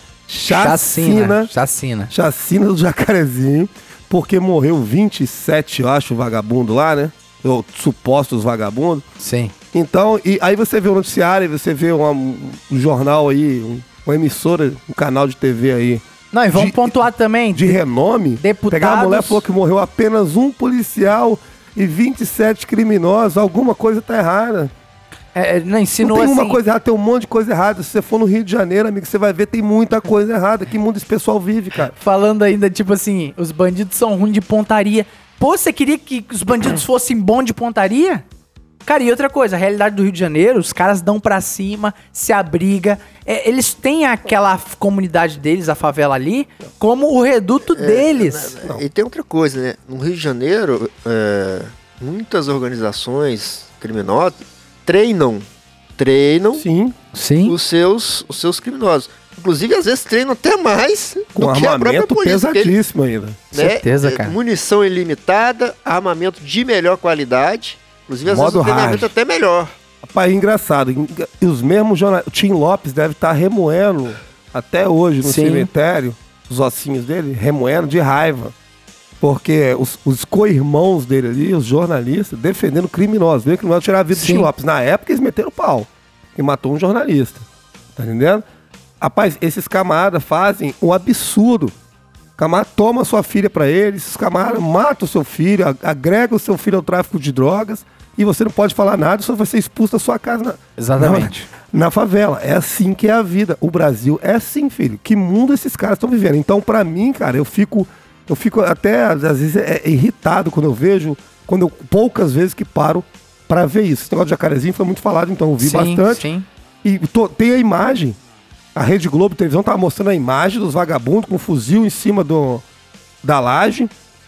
B: chacina,
A: Chacina. Chacina.
B: chacina do jacarezinho, porque morreu vinte e sete, eu acho, vagabundo lá, né? Ou supostos vagabundos.
A: Sim.
B: Então, e aí você vê o noticiário, e você vê uma- um jornal aí, um- uma emissora, um canal de T V aí,
A: Não, e vamos
B: De-
A: pontuar também.
B: de renome,
A: Deputados-
B: pegar a mulher e falou que morreu apenas um policial e vinte e sete criminosos, alguma coisa tá errada.
A: É, não
B: Não
A: ensinou
B: tem
A: assim.
B: uma coisa errada, tem um monte de coisa errada. Se você for no Rio de Janeiro, amigo, você vai ver, tem muita coisa errada. Que mundo esse pessoal vive, cara?
A: Falando ainda, tipo assim, os bandidos são ruins de pontaria. Pô, você queria que os bandidos fossem bons de pontaria? Cara, e outra coisa, a realidade do Rio de Janeiro, os caras dão pra cima, se abriga. É, eles têm aquela f- comunidade deles, a favela ali, como o reduto deles.
C: E tem outra coisa, né? No Rio de Janeiro, é, muitas organizações criminosas treinam, treinam
B: Sim,
A: Sim.
C: os seus, os seus criminosos. Inclusive, às vezes, treinam até mais
B: com
C: do que a própria
B: armamento
C: polícia. porque ele-
B: pesadíssimo ainda.
C: né,
A: Certeza,
C: é,
A: cara.
C: Munição ilimitada, armamento de melhor qualidade. Inclusive, às
B: Modo
C: vezes, o treinamento
B: hard.
C: até melhor.
B: Rapaz, engraçado. E os mesmos jornalistas. O Tim Lopes deve estar remoendo até hoje no
A: Sim.
B: cemitério, os ossinhos dele, remoendo de raiva. Porque os, os co-irmãos dele ali, os jornalistas, defendendo criminosos. Viu? Criminosos tirar a vida do
A: Sim.
B: Tim Lopes. Na época eles meteram o pau. E matou um jornalista. Tá entendendo? Rapaz, esses camaradas fazem um absurdo. O camarada toma sua filha pra eles, esses camaradas matam o seu filho, a- agrega o seu filho ao tráfico de drogas e você não pode falar nada, só vai ser expulso da sua casa. Na,
A: Exatamente.
B: Na, na favela. É assim que é a vida. O Brasil é assim, filho. Que mundo esses caras estão vivendo? Então, pra mim, cara, eu fico, eu fico até, às vezes, é, é irritado quando eu vejo, quando eu, poucas vezes que paro pra ver isso. Esse negócio de jacarezinho foi muito falado, então eu vi
A: sim,
B: bastante.
A: sim.
B: E tô- tem a imagem. A Rede Globo Televisão tava mostrando a imagem dos vagabundos com um fuzil em cima do, da laje.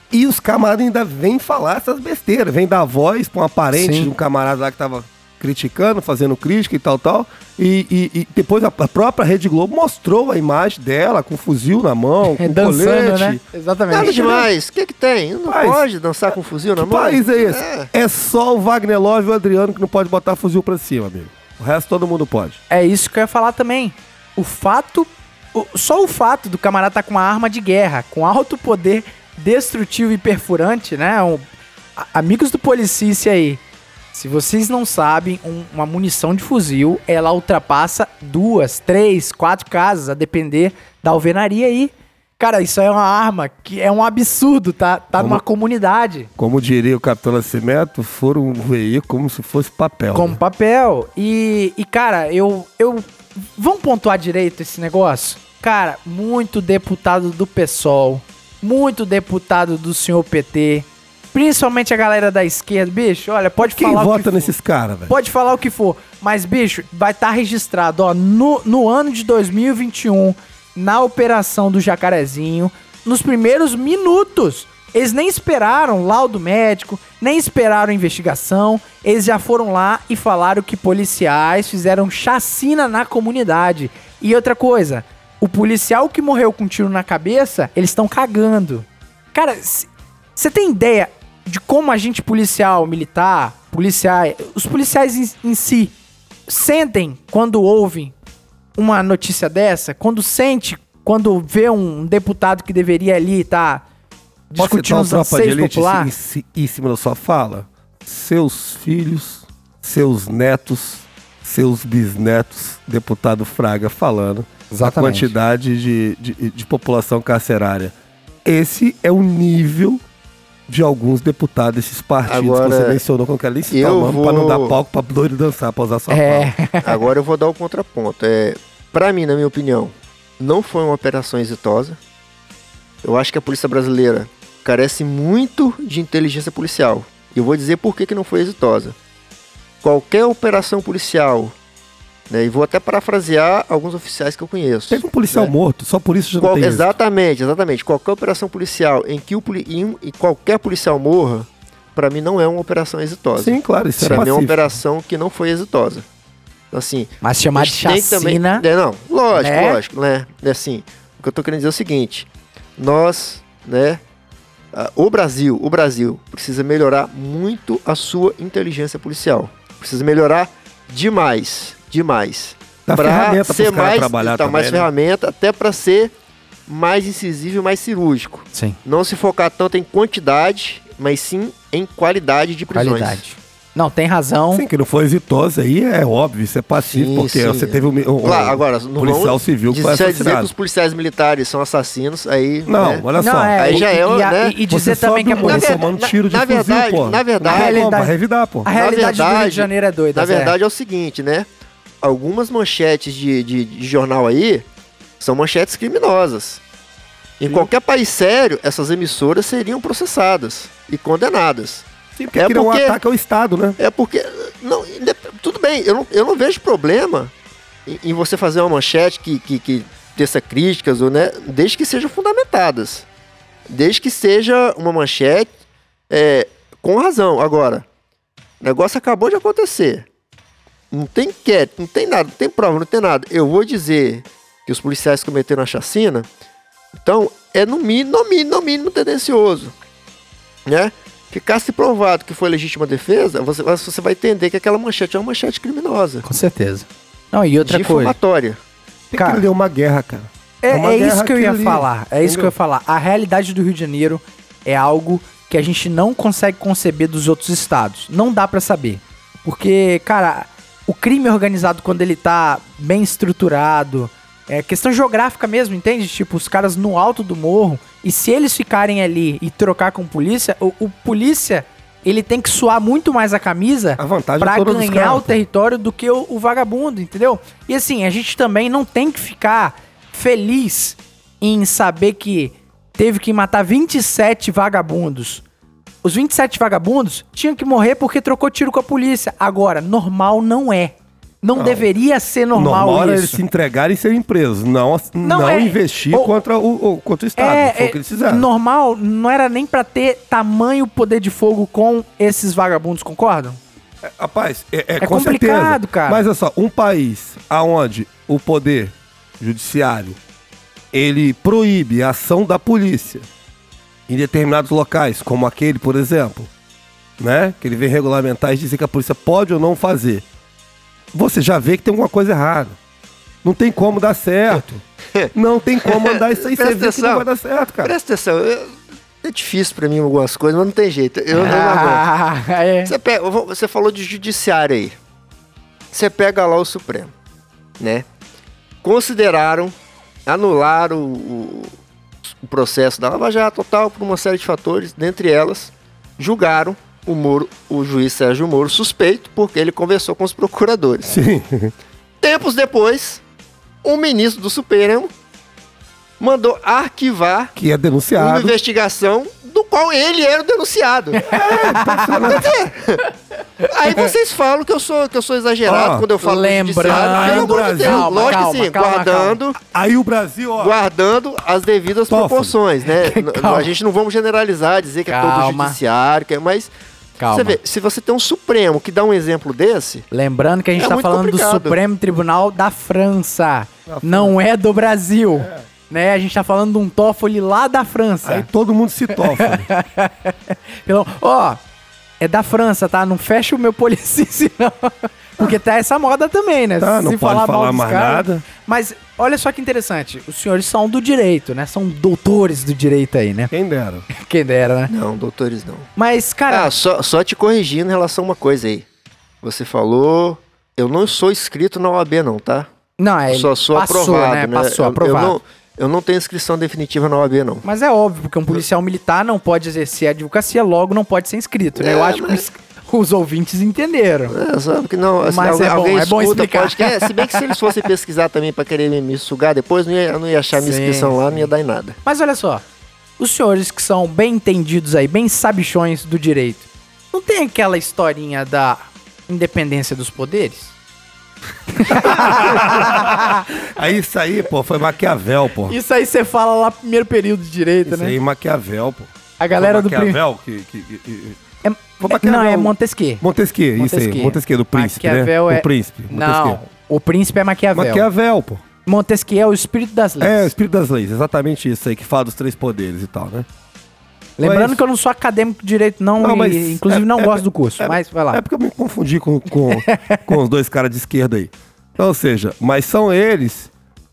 B: E os camaradas ainda vêm falar essas besteiras, vêm dar voz pra uma parente
A: Sim.
B: de um camarada lá que tava criticando, fazendo crítica e tal, tal. E, e, e depois a, a própria Rede Globo mostrou a imagem dela com um fuzil na mão, com
A: É,
B: um
A: dançando,
B: colete.
A: né? Exatamente.
C: Nada demais. O que que tem? Não
B: Mas,
C: pode dançar com fuzil na
B: Que
C: mão?
B: país é esse?
C: É.
B: É. só o Wagner Love e o Adriano que não pode botar fuzil pra cima, amigo. O resto todo mundo pode.
A: É isso que eu ia falar também. O fato, o- só o fato do camarada estar com uma arma de guerra, com alto poder destrutivo e perfurante, né? Um- a- amigos do Policice aí, se vocês não sabem, um- uma munição de fuzil, ela ultrapassa duas, três, quatro casas, a depender da alvenaria aí. Cara, isso é uma arma que é um absurdo, tá? Tá
B: Como-
A: numa comunidade.
B: Como diria o Capitão Nascimento, foram um veículo como se fosse papel.
A: Como
B: né?
A: papel. E, e, cara, eu, eu... Vamos pontuar direito esse negócio? Cara, muito deputado do PSOL, muito deputado do senhor P T, principalmente a galera da esquerda, bicho, olha, pode
B: Quem
A: falar o que
B: vota
A: for.
B: nesses caras, velho?
A: Pode falar o que for, mas, bicho, vai estar registrado, ó, no, no ano de dois mil e vinte e um, na operação do Jacarezinho, nos primeiros minutos. Eles nem esperaram laudo médico, nem esperaram investigação, eles já foram lá e falaram que policiais fizeram chacina na comunidade. E outra coisa, o policial que morreu com um tiro na cabeça, eles estão cagando. Cara, você tem ideia de como a gente policial, militar, policiais, os policiais em, em si, sentem quando ouvem uma notícia dessa? Quando sente, quando vê um deputado que deveria ali estar... Tá
B: Posso
A: discutindo
B: citar
A: os
B: um tropa de
A: anseios
B: elite
A: popular?
B: em, ci- em cima da sua fala? Seus filhos, seus netos, seus bisnetos, deputado Fraga falando
A: Exatamente.
B: a quantidade de, de, de população carcerária. Esse é o nível de alguns deputados desses partidos
C: Agora,
B: que você mencionou, que eu não quero nem citar
C: eu
B: o nome, pra não
C: vou-
B: dar palco pra doido dançar, pra usar sua
A: É,
B: fala.
C: Agora eu vou dar o contraponto. É, pra mim, na minha opinião, não foi uma operação exitosa. Eu acho que a polícia brasileira carece muito de inteligência policial. E eu vou dizer por que, que não foi exitosa. Qualquer operação policial, né, e vou até parafrasear alguns oficiais que eu conheço.
B: Teve um policial
C: né?
B: morto, só por isso já
C: Qual-
B: não tem êxito.
C: exatamente, exatamente. Qualquer operação policial em que o poli- em, em qualquer policial morra, pra mim não é uma operação exitosa.
B: Sim, claro, isso é
C: Pra mim é uma
B: pacífico.
C: operação que não foi exitosa. Assim,
A: mas chamar
C: a
A: de
C: gente tem que
A: chacina...
C: Também, é, não, lógico,
A: né?
C: lógico, né? É assim, o que eu tô querendo dizer é o seguinte: nós, né? ah, o Brasil, o Brasil precisa melhorar muito a sua inteligência policial. Precisa melhorar demais, demais.
B: Dá ferramenta pros
C: ser
B: caras
C: mais,
B: trabalhar
C: tá,
B: também,
C: mais
B: né?
C: ferramenta, até para ser mais incisivo e mais cirúrgico.
A: Sim,
C: Não se focar tanto em quantidade, mas sim em qualidade de prisões.
A: qualidade. Não, tem razão.
B: Sim, que não foi exitosa aí, é óbvio, isso é passivo,
C: Sim,
B: porque
C: sim.
B: você teve um, um,
C: Claro, agora,
B: um
C: não
B: policial
C: vamos
B: civil que
C: dizer,
B: foi
C: dizer que
B: assassinado.
C: os policiais militares são assassinos, aí...
B: Não,
C: né?
B: olha
A: Não,
B: só.
A: é,
C: Aí
A: e-
C: já é,
A: e, a-
C: né?
A: e- e dizer
B: Você
A: também
B: sobe
A: que a
B: um
A: polícia...
B: morro tomando tiro de
C: na
B: fuzil,
C: verdade-
B: pô.
C: na verdade-
B: Não,
A: realidade-
B: vai revidar, pô.
A: A realidade do Rio
C: verdade-
A: de Janeiro é doida,
C: Na
A: Zé.
C: verdade é o seguinte, né? Algumas manchetes de, de, de jornal aí são manchetes criminosas. Em qualquer país sério, essas emissoras seriam processadas e condenadas.
B: Sim, porque
C: é
B: criou um
C: porque-
B: ataque ao Estado, né?
C: É porque. Não, inde- tudo bem, eu não, eu não vejo problema em, em você fazer uma manchete que, que, que teça críticas, ou, né, desde que sejam fundamentadas. Desde que seja uma manchete é, com razão. Agora, o negócio acabou de acontecer. Não tem inquérito, não tem nada, não tem prova, não tem nada. Eu vou dizer que os policiais cometeram a chacina, então é no mínimo, no mínimo, no mínimo tendencioso. Né? Ficasse provado que foi legítima defesa, você, você vai entender que aquela manchete é uma manchete criminosa.
A: Com certeza. Não, e outra coisa...
C: Difamatória.
B: Tem
A: Cara,
B: que ler uma guerra, cara.
A: É,
B: uma
A: é
B: guerra
A: isso que eu ia
B: ali,
A: falar. É isso que eu ia
B: entendeu?
A: falar. A realidade do Rio de Janeiro é algo que a gente não consegue conceber dos outros estados. Não dá pra saber. Porque, cara, o crime organizado, quando ele tá bem estruturado, é questão geográfica mesmo, entende? Tipo, os caras no alto do morro, e se eles ficarem ali e trocar com polícia, o, o polícia, ele tem que suar muito mais a camisa
B: A vantagem
A: pra
B: é toda dos
A: ganhar
B: caras,
A: o
B: pô.
A: território do que o, o vagabundo, entendeu? E assim, a gente também não tem que ficar feliz em saber que teve que matar vinte e sete vagabundos. Os vinte e sete vagabundos tinham que morrer porque trocou tiro com a polícia. Agora, normal não é. Não, não deveria ser normal,
B: normal era
A: isso.
B: eles se entregarem e serem presos, não, não, não é, investir ou, contra, o, o, contra o Estado.
A: É,
B: foi o que eles fizeram.
A: Normal não era nem pra ter tamanho poder de fogo com esses vagabundos, concordam?
B: É, rapaz, é, é,
A: é
B: com
A: complicado,
B: certeza.
A: cara.
B: Mas olha só, um país aonde o poder judiciário ele proíbe a ação da polícia em determinados locais, como aquele, por exemplo, né? Que ele vem regulamentar e dizer que a polícia pode ou não fazer. Você já vê que tem alguma coisa errada. Não tem como dar certo. Não tem como andar isso aí. Você vê que não vai dar certo, cara.
C: Presta atenção. Eu, é difícil pra mim algumas coisas, mas não tem jeito. Eu não
A: ah,
C: aguento.
A: É.
C: Você, pega, você falou de judiciário aí. Você pega lá o Supremo, né? Consideraram, anularam o, o, o processo da Lava Jato total por uma série de fatores, dentre elas, julgaram o Moro, o juiz Sérgio Moro suspeito porque ele conversou com os procuradores.
B: Sim.
C: Tempos depois, o ministro do Supremo mandou arquivar
B: que é denunciado.
C: uma investigação do qual ele era o denunciado. É, aí vocês falam que eu sou, que eu sou exagerado
B: ó,
C: quando eu falo
A: lembrando,
C: do Brasil.
A: Calma,
C: Lógico
A: calma,
C: que sim,
A: calma,
C: guardando,
A: calma.
B: Aí o Brasil, ó.
C: guardando as devidas
B: Toffoli.
C: proporções, né?
A: Calma.
C: A gente não vamos generalizar, dizer que é todo
A: Calma.
C: judiciário, que é, mas
A: Calma.
C: você vê, se você tem um Supremo que dá um exemplo desse,
A: Lembrando que a gente
C: É
A: tá
C: muito
A: falando
C: complicado.
A: do Supremo Tribunal da França. Não é do Brasil. Né? A gente tá falando de um Toffoli lá da França.
B: Aí todo mundo se tofa.
A: Pelo, ó, é da França, tá? Não fecha o meu policice, não. Porque tá essa moda também, né?
B: Tá, não pode falar
A: dos
B: mais
A: caras.
B: nada.
A: Mas olha só que interessante. Os senhores são do direito, né? São doutores do direito aí, né?
B: Quem dera.
A: Quem dera, né?
C: não, doutores não.
A: Mas, cara...
C: Ah, só, só te corrigindo em relação a uma coisa aí. Você falou, eu não sou inscrito na O A B não, tá?
A: não, é...
C: Só sou
A: passou,
C: aprovado,
A: né?
C: né?
A: Passou,
C: eu,
A: aprovado.
C: Eu não, eu não tenho inscrição definitiva na O A B não.
A: Mas é óbvio, porque um policial militar não pode exercer a advocacia, logo não pode ser inscrito, né?
C: É,
A: Eu acho
C: mas-
A: que os, os ouvintes entenderam.
C: É, sabe que não, assim,
A: Mas
C: alguém,
A: é bom,
C: alguém
A: é bom
C: escuta,
A: explicar.
C: pode que, é, se bem que se eles fossem pesquisar também pra querer me, me sugar depois, não ia, não ia achar minha
A: Sim,
C: inscrição lá,
A: sim.
C: não ia dar em nada.
A: Mas olha só, os senhores que são bem entendidos aí, bem sabichões do direito, não tem aquela historinha da independência dos poderes?
B: Aí isso aí, pô, foi Maquiavel, pô.
A: Isso aí você fala lá primeiro período de direito,
B: Isso
A: né?
B: aí, Maquiavel, pô.
A: A galera do
B: Foi
A: primeiro...
B: Maquiavel que... que, que, que...
A: É,
B: Foi Maquiavel.
A: não, é Montesquieu.
B: Montesquieu, isso
A: Montesquieu.
B: aí. Montesquieu, do príncipe,
A: Maquiavel
B: né?
A: é-
B: O príncipe. Montesquieu.
A: Não, o príncipe é Maquiavel.
B: Maquiavel, pô.
A: Montesquieu é o espírito das leis.
B: É, o espírito das leis, exatamente isso aí, que fala dos três poderes e tal, né?
A: Lembrando
B: Mas-
A: que eu não sou acadêmico de direito, não,
B: Não,
A: e,
B: mas
A: inclusive
B: é-
A: não
B: é-
A: gosto do curso,
B: é-
A: mas vai lá.
B: É porque eu me confundi com, com, com os dois caras de esquerda aí. Então, ou seja, mas são eles.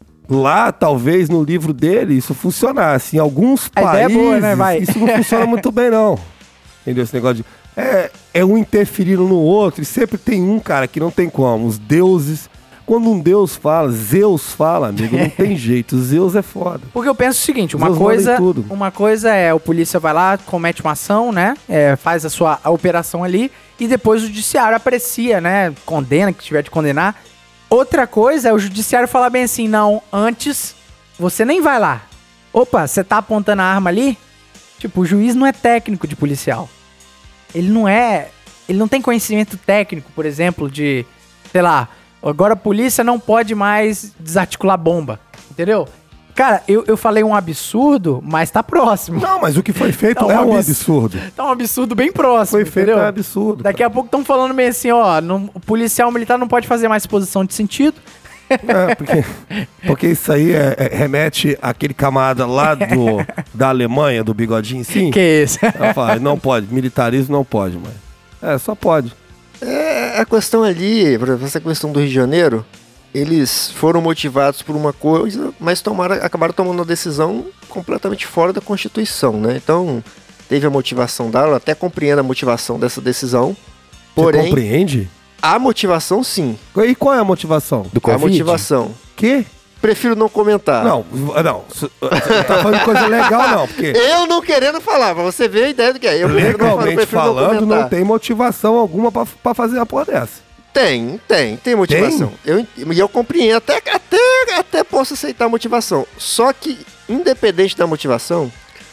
B: Lá, talvez, no livro dele, isso funcionasse. Em alguns
A: A ideia é
B: países,
A: boa, né? Vai.
B: isso não funciona muito bem, não. Entendeu? Esse negócio de... É, é um interferindo no outro. E sempre tem um, cara, que não tem como. Os deuses... Quando um deus fala, Zeus fala, amigo, não tem jeito. Zeus é foda.
A: Porque eu penso o seguinte, uma
B: Zeus manda em
A: coisa,
B: tudo.
A: uma coisa é o polícia vai lá, comete uma ação, né? É, faz a sua a operação ali e depois o judiciário aprecia, né? Condena, que tiver de condenar. Outra coisa é o judiciário falar bem assim, não, antes você nem vai lá. Opa, você tá apontando a arma ali? Tipo, o juiz não é técnico de policial. Ele não é, ele não tem conhecimento técnico, por exemplo, de, sei lá, agora a polícia não pode mais desarticular bomba, entendeu? Cara, eu, eu falei um absurdo, mas tá próximo.
B: Não, mas o que foi feito
A: Tá um
B: é um
A: abs-
B: absurdo.
A: Tá um absurdo bem próximo,
B: Foi feito
A: entendeu?
B: é um absurdo.
A: Daqui a pouco estão falando meio assim, ó, não- o policial militar não pode fazer mais exposição de sentido.
B: É, porque, porque isso aí é- é- remete àquele camarada lá do, da Alemanha, do bigodinho, sim.
A: Que é isso?
B: Ela fala, não pode, militarismo não pode, mas... É, só pode.
C: É, a questão ali, por exemplo, essa questão do Rio de Janeiro, eles foram motivados por uma coisa, mas tomaram, acabaram tomando uma decisão completamente fora da Constituição, né? Então, teve a motivação dela, eu até compreendo a motivação dessa decisão,
B: Você
C: porém,
B: compreende?
C: a motivação sim,
B: E qual é a motivação?
A: Do
C: a
A: Covid?
C: motivação.
B: Que?
C: Prefiro não comentar.
B: Não, não. Você tá falando de coisa legal, não, porque...
C: Eu não querendo falar, pra você ver a ideia do que é. Eu prefiro não falar,
B: Legalmente
C: prefiro não
B: falando, não,
C: comentar.
B: tem motivação alguma pra, pra fazer a porra dessa.
C: Tem, tem, tem motivação. Eu, ent- e eu compreendo, até, até, até posso aceitar a motivação. Só que, independente da motivação,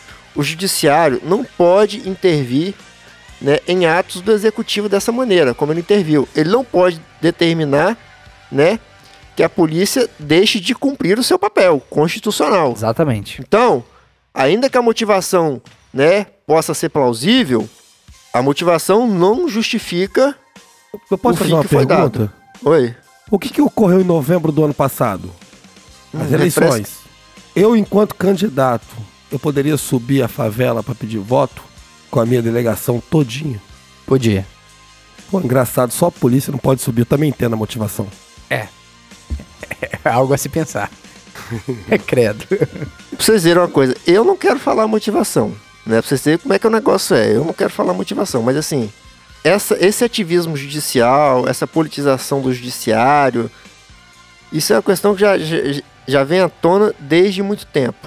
C: o judiciário não pode intervir, né, em atos do executivo dessa maneira, como ele interviu. Ele não pode determinar né, que a polícia deixe de cumprir o seu papel constitucional.
A: Exatamente.
C: Então, ainda que a motivação, né, possa ser plausível, a motivação não justifica
B: Eu posso
C: o
B: fazer
C: fim
B: uma
C: que foi
B: pergunta?
C: dado. Oi?
B: O que, que ocorreu em novembro do ano passado? As
C: Hum,
B: eleições.
C: refresca.
B: Eu, enquanto candidato, eu poderia subir a favela para pedir voto com a minha delegação todinha?
A: Podia.
B: Pô, engraçado, só a polícia não pode subir. Eu também entendo a motivação.
A: É. É algo a se pensar. É credo.
C: Pra vocês verem uma coisa, eu não quero falar motivação, né? Pra vocês verem como é que o negócio é. Eu não quero falar motivação, mas assim, essa, esse ativismo judicial, essa politização do judiciário, isso é uma questão que já, já, já vem à tona desde muito tempo.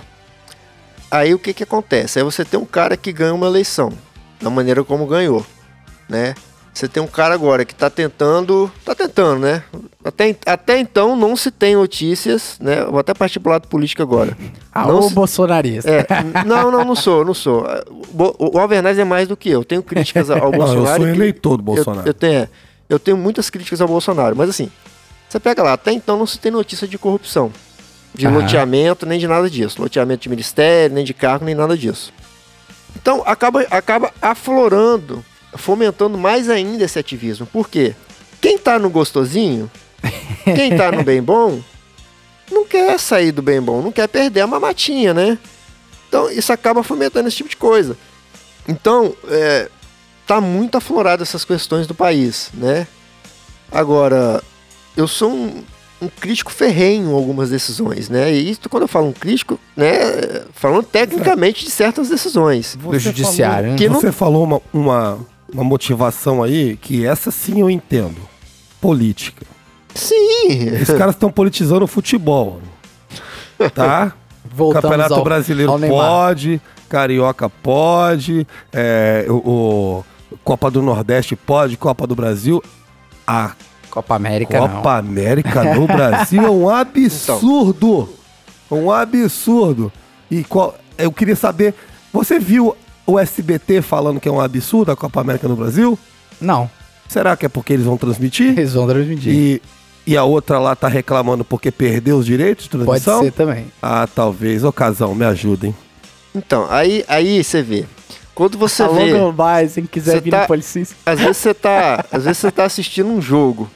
C: Aí o que que acontece? Aí você tem um cara que ganha uma eleição, da maneira como ganhou, né? Você tem um cara agora que tá tentando, tá tentando, né? Até, até então não se tem notícias, né? Vou até partir pro lado político agora.
A: Ah,
C: não
A: o
C: se-
A: bolsonarista.
C: É, não, não, não sou, não sou. O, o Alvernaz é mais do que eu. Tenho críticas ao
B: Não, eu
C: Bolsonaro.
B: sou
C: que-
B: eleitor do
C: eu-
B: Bolsonaro.
C: Eu, tenho, eu tenho muitas críticas ao Bolsonaro, mas assim, você pega lá, até então não se tem notícia de corrupção, de
A: Aham.
C: loteamento, nem de nada disso. Loteamento de ministério, nem de cargo, nem nada disso. Então acaba, acaba aflorando, fomentando mais ainda esse ativismo. Por quê? Quem tá no gostosinho, quem tá no bem bom, não quer sair do bem bom, não quer perder a mamatinha, né? Então isso acaba fomentando esse tipo de coisa. Então, é, tá muito aflorado essas questões do país, né? Agora, eu sou um, um crítico ferrenho em algumas decisões, né? E isso, quando eu falo um crítico, né? Falando tecnicamente de certas decisões.
A: Do judiciário, né?
C: Que não-
B: Você falou uma, uma, uma motivação aí que essa sim eu entendo. Política.
C: Sim!
B: Esses caras estão politizando o futebol. Tá?
A: Voltamos
B: Campeonato
A: ao,
B: Brasileiro
A: ao Neymar.
B: pode, Carioca pode, é, o, o Copa do Nordeste pode, Copa do Brasil. A
A: Copa América
B: Copa América no Brasil é um absurdo. Um absurdo. E qual, eu queria saber, você viu o S B T falando que é um absurdo a Copa América no Brasil?
A: não. Não.
B: Será que é porque eles vão transmitir?
A: Eles vão transmitir.
B: E, e a outra lá tá reclamando porque perdeu os direitos de
A: Pode
B: transmissão?
A: ser também.
B: Ah, talvez. Ô, Casão, me ajudem.
C: Então, aí, aí você vê. Quando você
A: Alô,
C: vê.
A: Globais, quem quiser
C: Você
A: vir
C: tá-
A: no Policista.
C: Às vezes você tá, às vezes você tá assistindo um jogo.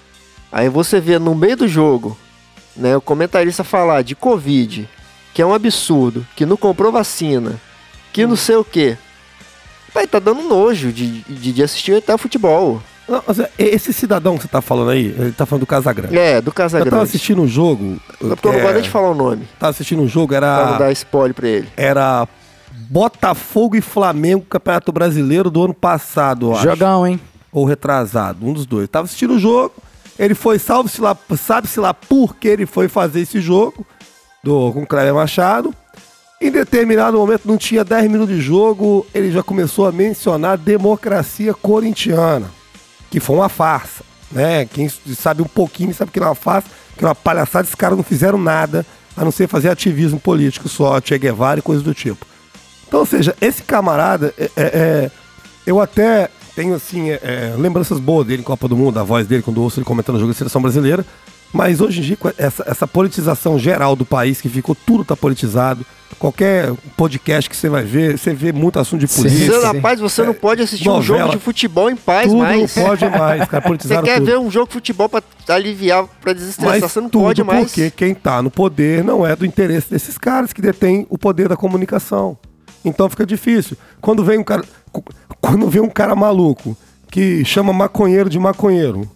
C: Aí você vê no meio do jogo, né, o comentarista falar de Covid, que é um absurdo, que não comprou vacina, que não sei o quê. Pai, tá dando nojo de, de, de assistir até o futebol.
B: Não, mas é, esse cidadão que você tá falando aí, ele tá falando do Casagrande.
C: É, do
B: Eu tava
C: Casagrande.
B: assistindo um jogo.
C: É porque eu não
B: é,
C: gosto nem de falar o nome,
B: Tava assistindo um jogo,
C: pra não
B: era.
C: dar spoiler pra ele.
B: Era Botafogo e Flamengo, Campeonato Brasileiro do ano passado, eu acho.
A: Jogão, hein?
B: Ou retrasado, um dos dois. Tava assistindo o jogo, ele foi, salve-se lá, sabe-se lá por que ele foi fazer esse jogo do, com o Cléber Machado. Em determinado momento, não tinha dez minutos de jogo, ele já começou a mencionar a democracia corintiana, que foi uma farsa, né? Quem sabe um pouquinho sabe que é uma farsa, que é uma palhaçada, esses caras não fizeram nada, a não ser fazer ativismo político só, Che Guevara e coisas do tipo. Então, ou seja, esse camarada, é, é, é, eu até tenho, assim, é, é, lembranças boas dele em Copa do Mundo, a voz dele, quando eu ouço ele comentando o jogo da Seleção Brasileira, mas hoje em dia, com essa, essa politização geral do país, que ficou, tudo tá politizado, qualquer podcast que você vai ver, você vê muito assunto de
A: Sim,
B: polícia,
C: Você,
A: sim.
C: rapaz, você não pode assistir um
B: novela.
C: jogo de futebol em paz
B: tudo
C: mais.
B: não pode mais, cara,
C: Você
B: politizaram
C: quer
B: tudo.
C: ver um jogo de futebol pra aliviar, pra desestressar,
B: Mas
C: você não
B: tudo
C: pode mais.
B: porque quem tá no poder não é do interesse desses caras que detêm o poder da comunicação. Então fica difícil. Quando vem um cara, quando vem um cara maluco que chama maconheiro de maconheiro,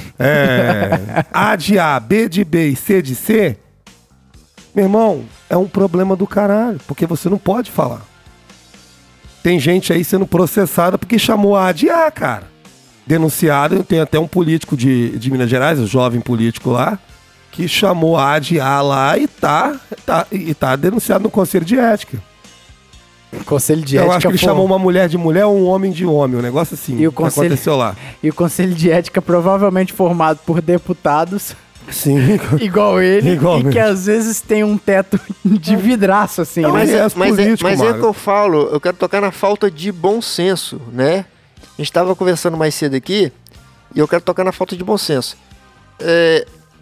B: é, A de A, B de B e C de C, meu irmão, é um problema do caralho, porque você não pode falar. Tem gente aí sendo processada porque chamou A de A, cara. Denunciado, tem até um político de, de Minas Gerais, um jovem político lá, que chamou A de A lá e tá, tá, e tá denunciado no Conselho de Ética.
A: Conselho de
B: Eu
A: Ética.
B: acho que ele
A: pô,
B: chamou uma mulher de mulher ou um homem de homem, um negócio assim.
A: E o
B: que
A: conselho-
B: aconteceu lá.
A: E o Conselho de Ética provavelmente formado por deputados
B: Sim.
A: igual ele
B: Igualmente.
A: e que às vezes tem um teto de vidraço, assim,
B: Não,
A: né?
C: Mas,
B: é
C: é,
B: as
C: mas, é,
B: político,
C: mas é
B: Mário.
C: que eu falo, eu quero tocar na falta de bom senso, né? A gente estava conversando mais cedo aqui e eu quero tocar na falta de bom senso. É,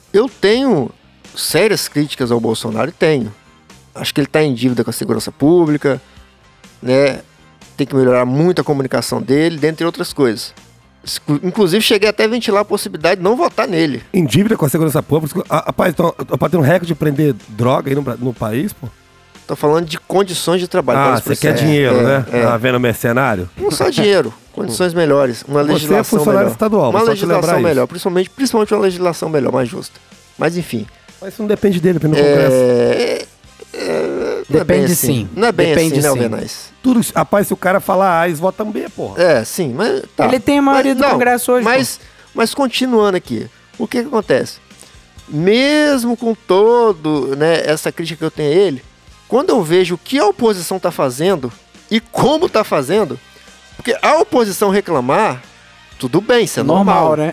C: Eu tenho sérias críticas ao Bolsonaro, e tenho. Acho que ele está em dívida com a segurança pública, né? Tem que melhorar muito a comunicação dele, dentre outras coisas. Inclusive, cheguei até a ventilar a possibilidade de não votar nele.
B: Em dívida com a segurança pública? Rapaz, então, para ter um recorde de prender droga aí no, no país, pô?
C: Tô falando de condições de trabalho.
B: Ah, você quer dinheiro,
C: é,
B: né?
C: É.
B: Tá vendo mercenário?
C: Não só dinheiro, condições melhores, uma
B: Você
C: legislação
B: é funcionário
C: melhor.
B: estadual,
C: uma
B: só te
C: legislação
B: lembrar
C: melhor,
B: isso.
C: principalmente, principalmente uma legislação melhor, mais justa. Mas enfim.
B: Mas isso não depende dele, depende do Congresso.
C: É... É... Não é bem
A: Depende
C: assim.
A: sim.
C: Não é bem
A: Depende
C: assim, né,
A: sim.
C: Alvenaz?
B: Tudo, rapaz, se o cara falar A, eles votam B, porra.
C: É, sim, mas... Tá.
A: Ele tem a maioria
C: Mas,
A: do
C: não,
A: Congresso hoje,
C: Mas, mas continuando aqui, o que que acontece? Mesmo com todo, né, essa crítica que eu tenho a ele, quando eu vejo o que a oposição tá fazendo e como tá fazendo, porque a oposição reclamar, tudo bem, isso é normal.
A: Normal, né?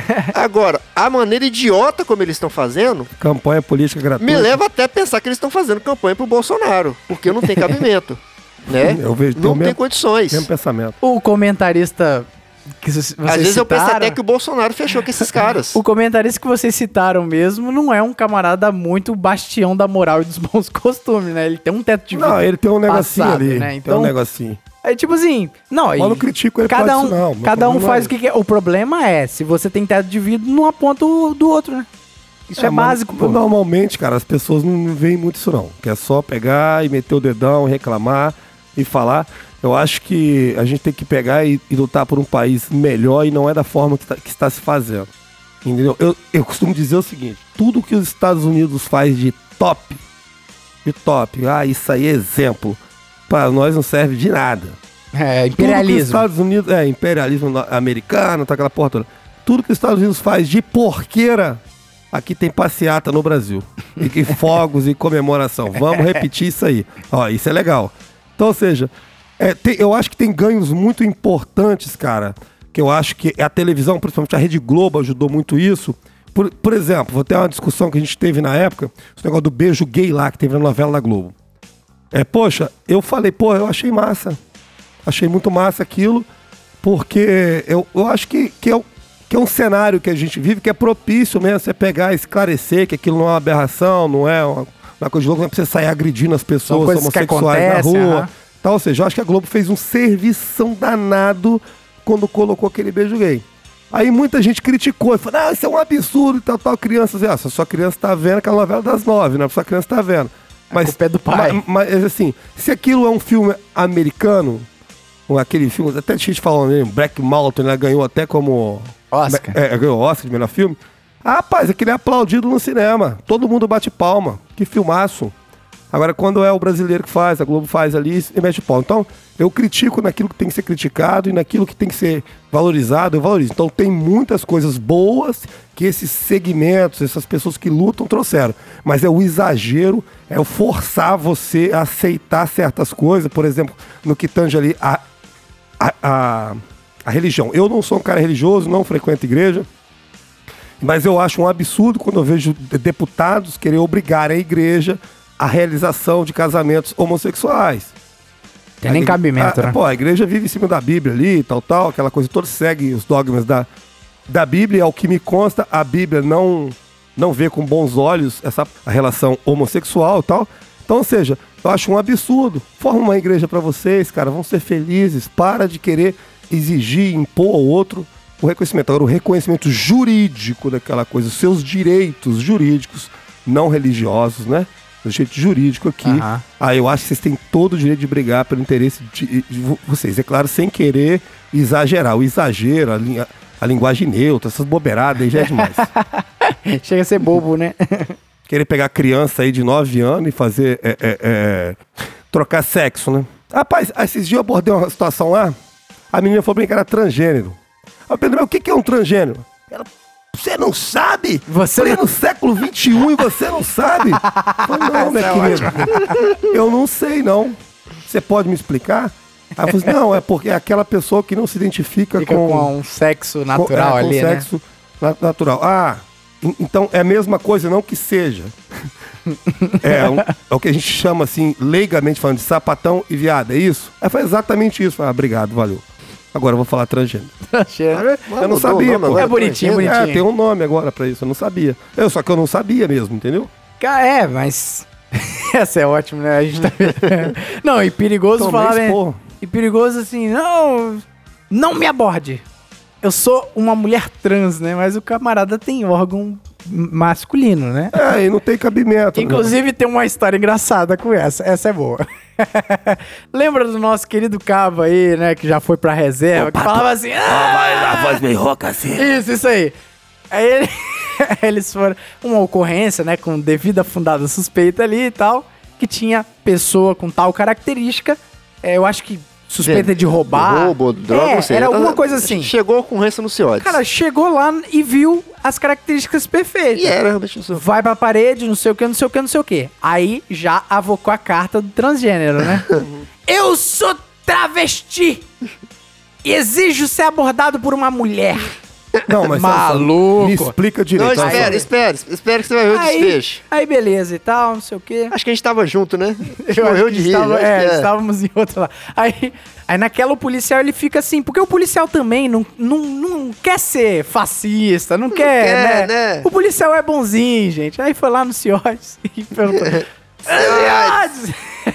C: Agora, a maneira idiota como eles estão fazendo,
B: Campanha política gratuita.
C: me leva até a pensar que eles estão fazendo campanha pro Bolsonaro, porque não tem cabimento, né?
B: Eu vejo, tem
C: Não
B: o
C: tem
B: mesmo-
C: condições.
B: Mesmo pensamento.
A: O comentarista que vocês
C: Às vezes eu penso
A: citaram-
C: até que o Bolsonaro fechou com esses caras.
A: O comentarista que vocês citaram mesmo não é um camarada muito bastião da moral e dos bons costumes, né? Ele tem um teto de vida.
B: Não, ele tem um negocinho
A: passado,
B: ali.
A: né?
B: Tem
A: Então,
B: um negocinho.
A: é tipo assim, não,
B: Mas
A: e
B: eu não critico ele por
A: cada
B: causa
A: um,
B: disso, não. Meu
A: cada um
B: problema
A: faz
B: é
A: o que quer. O problema é, se você tem teto de vidro, não aponta o do outro, né? Isso é,
B: mas
A: básico, pô.
B: Normalmente, cara, as pessoas não veem muito isso, não. Que é só pegar e meter o dedão, reclamar e falar. Eu acho que a gente tem que pegar e, e lutar por um país melhor e não é da forma que, tá- que está se fazendo. Entendeu? Eu, eu costumo dizer o seguinte: tudo que os Estados Unidos faz de top, de top, ah, isso aí é exemplo, para nós não serve de nada.
A: É,
B: Tudo que os
A: imperialismo.
B: Estados Unidos, é, imperialismo no- americano, tá aquela porra toda. Tudo que os Estados Unidos faz de porqueira, aqui tem passeata no Brasil. E que fogos e comemoração. Vamos repetir isso aí. Ó, isso é legal. Então, ou seja, é, tem- eu acho que tem ganhos muito importantes, cara. Que eu acho que a televisão, principalmente a Rede Globo, ajudou muito isso. Por, por exemplo, vou ter uma discussão que a gente teve na época, esse negócio do beijo gay lá, que teve na novela da Globo. É, poxa, eu falei, pô, eu achei massa. Achei muito massa aquilo, porque eu, eu acho que, que, é, o- que é um cenário que a gente vive que é propício mesmo você pegar e esclarecer que aquilo não é uma aberração, não é uma, uma coisa de louco, não é pra você sair agredindo as
A: São
B: pessoas
A: coisas que
B: homossexuais na
A: acontecem,
B: rua.
A: aham.
B: Tal, ou seja, eu acho que a Globo fez um servição danado quando colocou aquele beijo gay. Aí muita gente criticou e falou, ah, isso é um absurdo e tal, tal, crianças. Ah, se a sua criança tá vendo aquela novela das nove, né? A sua criança tá vendo. Mas,
A: culpa é do pai.
B: Mas, mas, assim, se aquilo é um filme americano, ou aquele filme, até a gente falando aí, Black Mountain, né? Ganhou até como...
A: Oscar.
B: É, ganhou Oscar de melhor filme. Ah, rapaz, aquele é aplaudido no cinema. Todo mundo bate palma. Que filmaço. Agora, quando é o brasileiro que faz, a Globo faz ali e mete pau. Então, eu critico naquilo que tem que ser criticado e naquilo que tem que ser valorizado, eu valorizo. Então, tem muitas coisas boas que esses segmentos, essas pessoas que lutam, trouxeram. Mas é o exagero, é o forçar você a aceitar certas coisas. Por exemplo, no que tange ali a, a, a, a religião. Eu não sou um cara religioso, não frequento igreja. Mas eu acho um absurdo quando eu vejo deputados querer obrigar a igreja a realização de casamentos homossexuais.
A: Tem nem
B: A igre-
A: cabimento,
B: a,
A: né?
B: Pô, a igreja vive em cima da Bíblia ali, tal, tal, aquela coisa toda, segue os dogmas da, da Bíblia. Ao que me consta, a Bíblia não, não vê com bons olhos essa a relação homossexual e tal. Então, ou seja, eu acho um absurdo. Forma uma igreja pra vocês, cara, vão ser felizes. Para de querer exigir, impor ao outro o reconhecimento. Agora, o reconhecimento jurídico daquela coisa, os seus direitos jurídicos, não religiosos, né? Do jeito jurídico aqui.
A: Aham.
B: Aí eu acho que vocês têm todo o direito de brigar pelo interesse de, de vo- vocês. É claro, sem querer exagerar. O exagero, a, linha- a linguagem neutra, essas bobeiradas aí já é demais.
A: Chega a ser bobo, né?
B: Querer pegar criança aí de nove anos e fazer. é, é, é, trocar sexo, né? Rapaz, esses dias eu abordei uma situação lá. A menina falou pra mim que era transgênero. Aí Pedro, o que que é um transgênero? Ela, você não sabe?
A: Você
B: Falei,
A: não-
B: no século vinte e um e você não sabe? Eu falei, não, minha querida. Eu não sei, não. Você pode me explicar? Aí eu falei assim, não, é porque é aquela pessoa que não se identifica
A: Fica
B: com...
A: com um sexo
B: com-
A: natural
B: é, com
A: ali, né?
B: sexo na- natural. Ah, en- então é a mesma coisa, não que seja. É, um- é o que a gente chama assim, leigamente falando, de sapatão e viado, é isso? Aí foi exatamente isso. Ah, obrigado, valeu. Agora eu vou falar transgênero.
A: Transgênero.
B: Eu não sabia, pô.
A: É bonitinho, bonitinho.
B: É, tem um nome agora pra isso, eu não sabia. Eu, só que eu não sabia mesmo, entendeu?
A: Ca- É, mas... Essa é ótima, né? A gente tá vendo. Não, e perigoso
B: Tomei
A: falar... né?
B: esporro.
A: E perigoso assim, não... Não me aborde. Eu sou uma mulher trans, né? Mas o camarada tem órgão masculino, né?
B: É, e não tem cabimento.
A: Inclusive tem uma história engraçada com essa. Essa é boa. Lembra do nosso querido cabo aí, né? Que já foi pra reserva, que falava assim... Ah,
B: vai lá, voz meio rouca assim.
A: Isso, isso aí. Aí ele- eles foram... Uma ocorrência, né? Com devida fundada suspeita ali e tal. Que tinha pessoa com tal característica. É, eu acho que suspeita de roubar.
C: Roubo, droga,
A: É,
C: não sei.
A: era
C: Tá-
A: alguma coisa assim.
C: Chegou a ocorrência no CIODES.
A: Cara, chegou lá e viu as características perfeitas.
C: E era realmente isso.
A: Vai pra parede, não sei o que, não sei o que, não sei o que. Aí já avocou a carta do transgênero, né? Eu sou travesti! E exijo ser abordado por uma mulher.
B: Não, mas
A: Maluco.
B: me explica
C: Não,
B: direito.
C: espera, espera, espera que você vai ver o
A: Aí,
C: desfecho.
A: aí beleza e tal, não sei o que.
C: Acho que a gente tava junto, né? A gente
A: Eu
C: morreu
A: acho
C: de
A: que
C: rir.
A: estava-
C: acho
A: é,
C: que é.
A: estávamos em outra lá. Aí, aí naquela o policial ele fica assim, porque o policial também não, não, não quer ser fascista, não, quer,
C: quer,
A: né?
C: né?
A: O policial é bonzinho, gente. Aí foi lá no CIODES e perguntou... CIODES,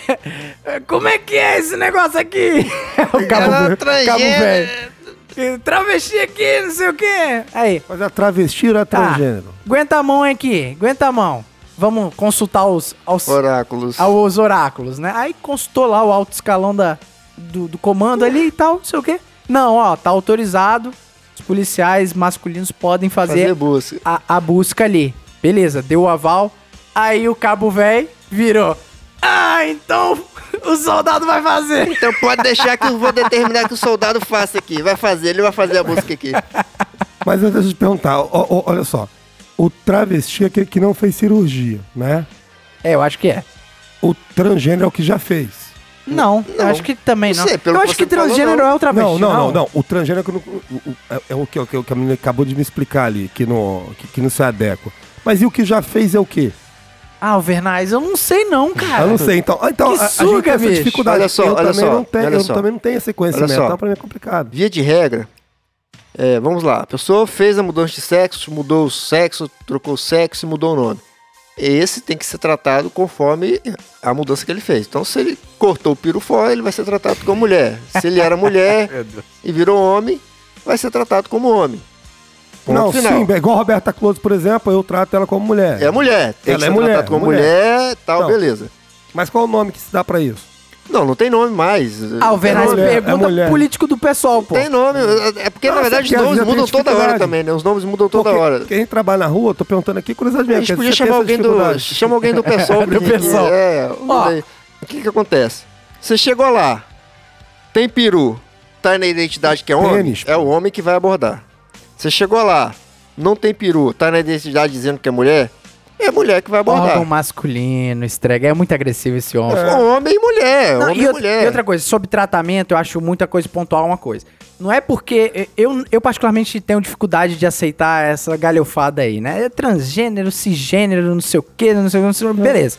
A: como é que é esse negócio aqui? O cabo,
C: Ela é
A: cabo
C: transgênero.
A: velho. Travesti aqui, não sei o quê. Aí,
B: Mas a travesti era
A: tá,
B: transgênero.
A: aguenta a mão aqui, aguenta a mão. Vamos consultar os, aos,
C: Oráculos.
A: aos oráculos, né? Aí consultou lá o alto escalão da, do, do comando ali e tal, não sei o quê. Não, ó, tá autorizado. Os policiais masculinos podem fazer,
C: Fazer busca.
A: a, a busca ali. Beleza, deu o aval. Aí o cabo velho virou. Ah, então o soldado vai fazer.
C: Então pode deixar que eu vou determinar que o soldado faça aqui. Vai fazer, ele vai fazer a busca aqui.
B: Mas deixa eu te perguntar, ó, ó, olha só. O travesti é aquele que não fez cirurgia, né?
A: É, eu acho que é.
B: O transgênero é o que já fez.
A: Não, eu
C: Não.
A: acho que também não.
C: Não sei, pelo
A: eu
C: que
A: acho que
C: você falou,
A: transgênero
C: não.
A: é o travesti.
B: Não, não, não, não. O transgênero é, que não- o- o- é- é o que, o que- o que a menina acabou de me explicar ali, que, no, que, que não se adequa. Mas e o que já fez é o quê?
A: Ah, o Vernais, eu não sei não, cara.
B: Eu não sei, então. ah, então
A: Que
B: a, a
A: suga,
B: gente tem essa
A: bicho.
B: dificuldade.
C: Olha só,
B: eu
C: olha
B: também
C: só,
B: não tenho,
C: olha
B: eu
C: só.
B: também não tenho esse conhecimento,
C: Olha só.
B: então pra mim é complicado.
C: Via de regra, é, vamos lá. A pessoa fez a mudança de sexo, mudou o sexo, trocou o sexo e mudou o nome. Esse tem que ser tratado conforme a mudança que ele fez. Então, se ele cortou o pirufó, ele vai ser tratado como mulher. Se ele era mulher e virou homem, vai ser tratado como homem. Ponto
B: Não,
C: final.
B: sim, é igual a Roberta Close, por exemplo, eu trato ela como mulher.
C: É mulher. Tem
B: Ela
C: que
B: é
C: ser
B: mulher,
C: tratado como
B: mulher.
C: mulher, tal,
B: Não.
C: beleza.
B: Mas qual o nome que se dá pra isso?
C: Não, não tem nome mais.
A: Ah, o Vernais
B: mulher, é
A: pergunta
B: mulher.
A: político do pessoal, pô.
C: Tem nome. É porque,
B: Nossa,
C: na verdade,
B: porque
C: os
B: às
C: nomes
B: vezes
C: mudam
B: tem
C: toda hora
B: dificuldade.
C: também, né? Os nomes mudam toda
B: Porque
C: hora.
B: Quem trabalha na rua, tô perguntando aqui, curiosidade
C: A
B: minha.
C: gente
B: quer
C: podia
B: dizer, você
C: chamar
B: tem essa
C: alguém do,
B: dificuldade?
C: chama alguém do pessoal.
A: Do
C: pra gente-
A: pessoal.
C: É,
A: Ó.
C: vamos ver. O que que acontece? Você chegou lá, tem peru, tá na identidade que é homem,
B: Tênis,
C: é o homem que vai abordar. Você chegou lá, não tem peru, tá na identidade dizendo que é mulher, é mulher que vai abordar.
A: Órgão masculino, estrega. É muito agressivo esse homem.
C: Homem e mulher,
A: Não,
C: homem
A: e,
C: e,
A: outra,
C: mulher.
A: e outra coisa, sobre tratamento, eu acho muita coisa pontual uma coisa. Não é porque eu, eu particularmente tenho dificuldade de aceitar essa galhofada aí, né? É transgênero, cisgênero, não sei o quê, não sei o que, não sei o que, beleza.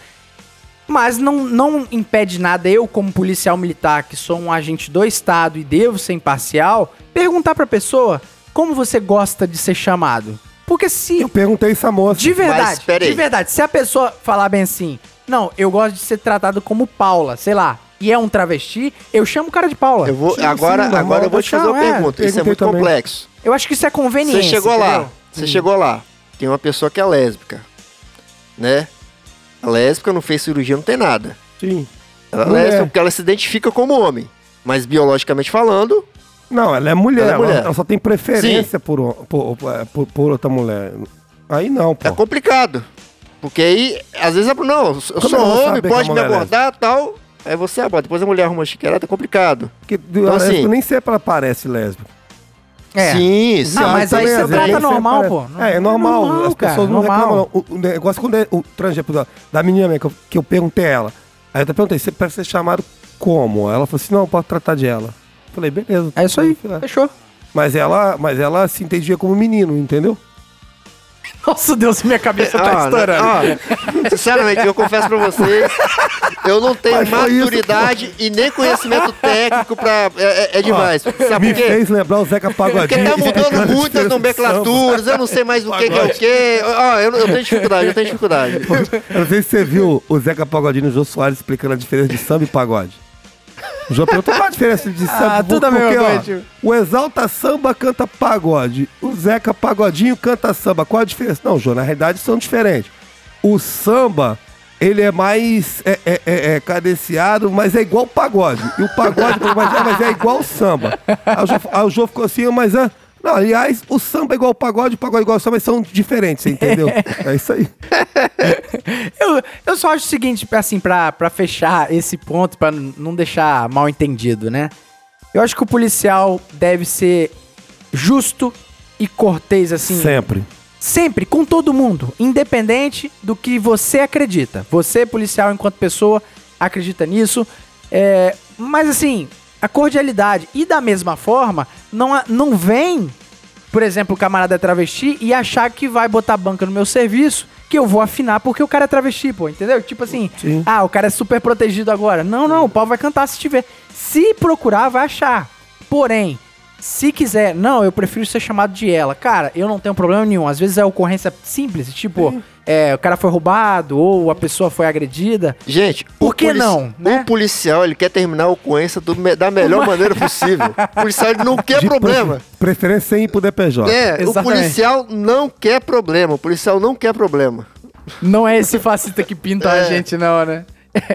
A: Mas não, não impede nada eu, como policial militar, que sou um agente do Estado e devo ser imparcial, perguntar pra pessoa como você gosta de ser chamado. Porque se...
B: Eu perguntei isso à moça.
A: De verdade,
C: pera aí.
A: de verdade. Se a pessoa falar bem assim, não, eu gosto de ser tratado como Paula, sei lá, e é um travesti, eu chamo o cara de Paula.
C: Eu
A: Eu,
C: vou,
B: Sim,
C: agora,
B: sim, normal,
C: agora eu vou te fazer uma
A: é,
C: pergunta. Isso é
B: perguntei
C: muito
B: também.
C: complexo.
A: acho que isso é conveniência.
C: Você chegou lá,
A: entendeu?
C: você chegou lá, tem uma pessoa que é lésbica, né? A lésbica não fez cirurgia, não tem nada.
B: Sim.
C: Ela é
B: Mulher.
C: lésbica porque ela se identifica como homem. Mas biologicamente falando,
B: Não, ela é mulher.
C: Ela é
B: Ela,
C: mulher.
B: ela só tem preferência por, um- por, por, por- por outra mulher. Aí não, pô.
C: é complicado. Porque aí, às vezes, é pro- não, eu sou
B: Como eu vou
C: homem,
B: saber que
C: pode
B: a
C: me
B: mulher é
C: abordar e tal. Aí você aborda. Depois a mulher arruma uma chiqueirada, é complicado.
B: Porque
C: Então, assim-
B: eu nem sei se ela parece lésbica.
A: É.
C: Sim, sim.
A: Não, mas aí
B: também,
A: você
B: às vezes,
A: trata
B: nem sempre
A: normal,
B: parece.
A: pô.
B: É, é normal.
A: normal,
B: As
A: cara,
B: pessoas não
A: normal.
B: reclamam. não. O, o negócio quando é o transgênero da, da menina mesmo, que eu, que eu perguntei a ela. Aí eu até perguntei, você prefere ser chamado como? Ela falou assim, não, pode tratar de ela. Eu falei, beleza.
A: É isso aí,
B: Fui lá.
A: fechou.
B: Mas ela, mas ela se entendia como menino, entendeu?
A: Nossa, Deus, minha cabeça tá
C: Ó,
A: estourando.
C: ó, sinceramente, eu confesso pra vocês, eu não tenho
B: Mas foi isso,
C: maturidade e nem conhecimento técnico pra... É, é- é demais. Sabe
B: Me
C: por quê?
B: fez lembrar o Zeca
C: Porque
B: Pagodinho.
C: tá mudando
B: explicando a
C: muitas
B: diferença de
C: nomenclaturas, eu não sei mais o que, que é o que. Ó, eu, não- eu tenho dificuldade, eu tenho dificuldade.
B: samba. Eu não sei se você viu o Zeca Pagodinho e o Jô Soares explicando a diferença de samba e pagode. O João perguntou qual a diferença de samba.
A: Ah, tudo a mesma
B: porque, ó,
A: coisa, tio.
B: o Exalta Samba canta pagode, o Zeca Pagodinho canta samba. Qual a diferença? Não, João, na realidade são diferentes. O samba, ele é mais é, é, é, é cadenciado, mas é igual o pagode. E o pagode, mas é, mas é igual o samba. Aí o João, aí o João ficou assim, mas é... Não, aliás, o samba é igual o pagode, o pagode é igual o samba, mas são diferentes, você entendeu? É isso aí.
A: Eu, eu só acho o seguinte, assim, pra, pra fechar esse ponto, pra n- não deixar mal entendido, né? Eu acho que o policial deve ser justo e cortês, assim.
B: Sempre.
A: Sempre, com todo mundo, independente do que você acredita. Você, policial, enquanto pessoa, acredita nisso. É, mas assim, a cordialidade. E da mesma forma, não, a- não vem, por exemplo, o camarada é travesti e achar que vai botar banca no meu serviço, que eu vou afinar porque o cara é travesti, pô, entendeu? Tipo assim,
B: Sim.
A: ah, o cara é super protegido agora. Não, não, o pau vai cantar se tiver. Se procurar, vai achar. Porém, se quiser, não, eu prefiro ser chamado de ela. Cara, eu não tenho problema nenhum. Às vezes é ocorrência simples, tipo, é, o cara foi roubado ou a pessoa foi agredida.
C: Gente,
A: Por
C: o
A: que
C: polici-
A: não, né?
C: O policial, ele quer terminar a ocorrência do me- da melhor maneira possível. O policial, ele não quer
B: De
C: problema.
B: pre- Preferência sem ir pro D P J.
C: É, o
A: Exatamente.
C: policial não quer problema. O policial não quer problema.
A: Não é esse fascista que pinta a
C: É.
A: gente, não, né?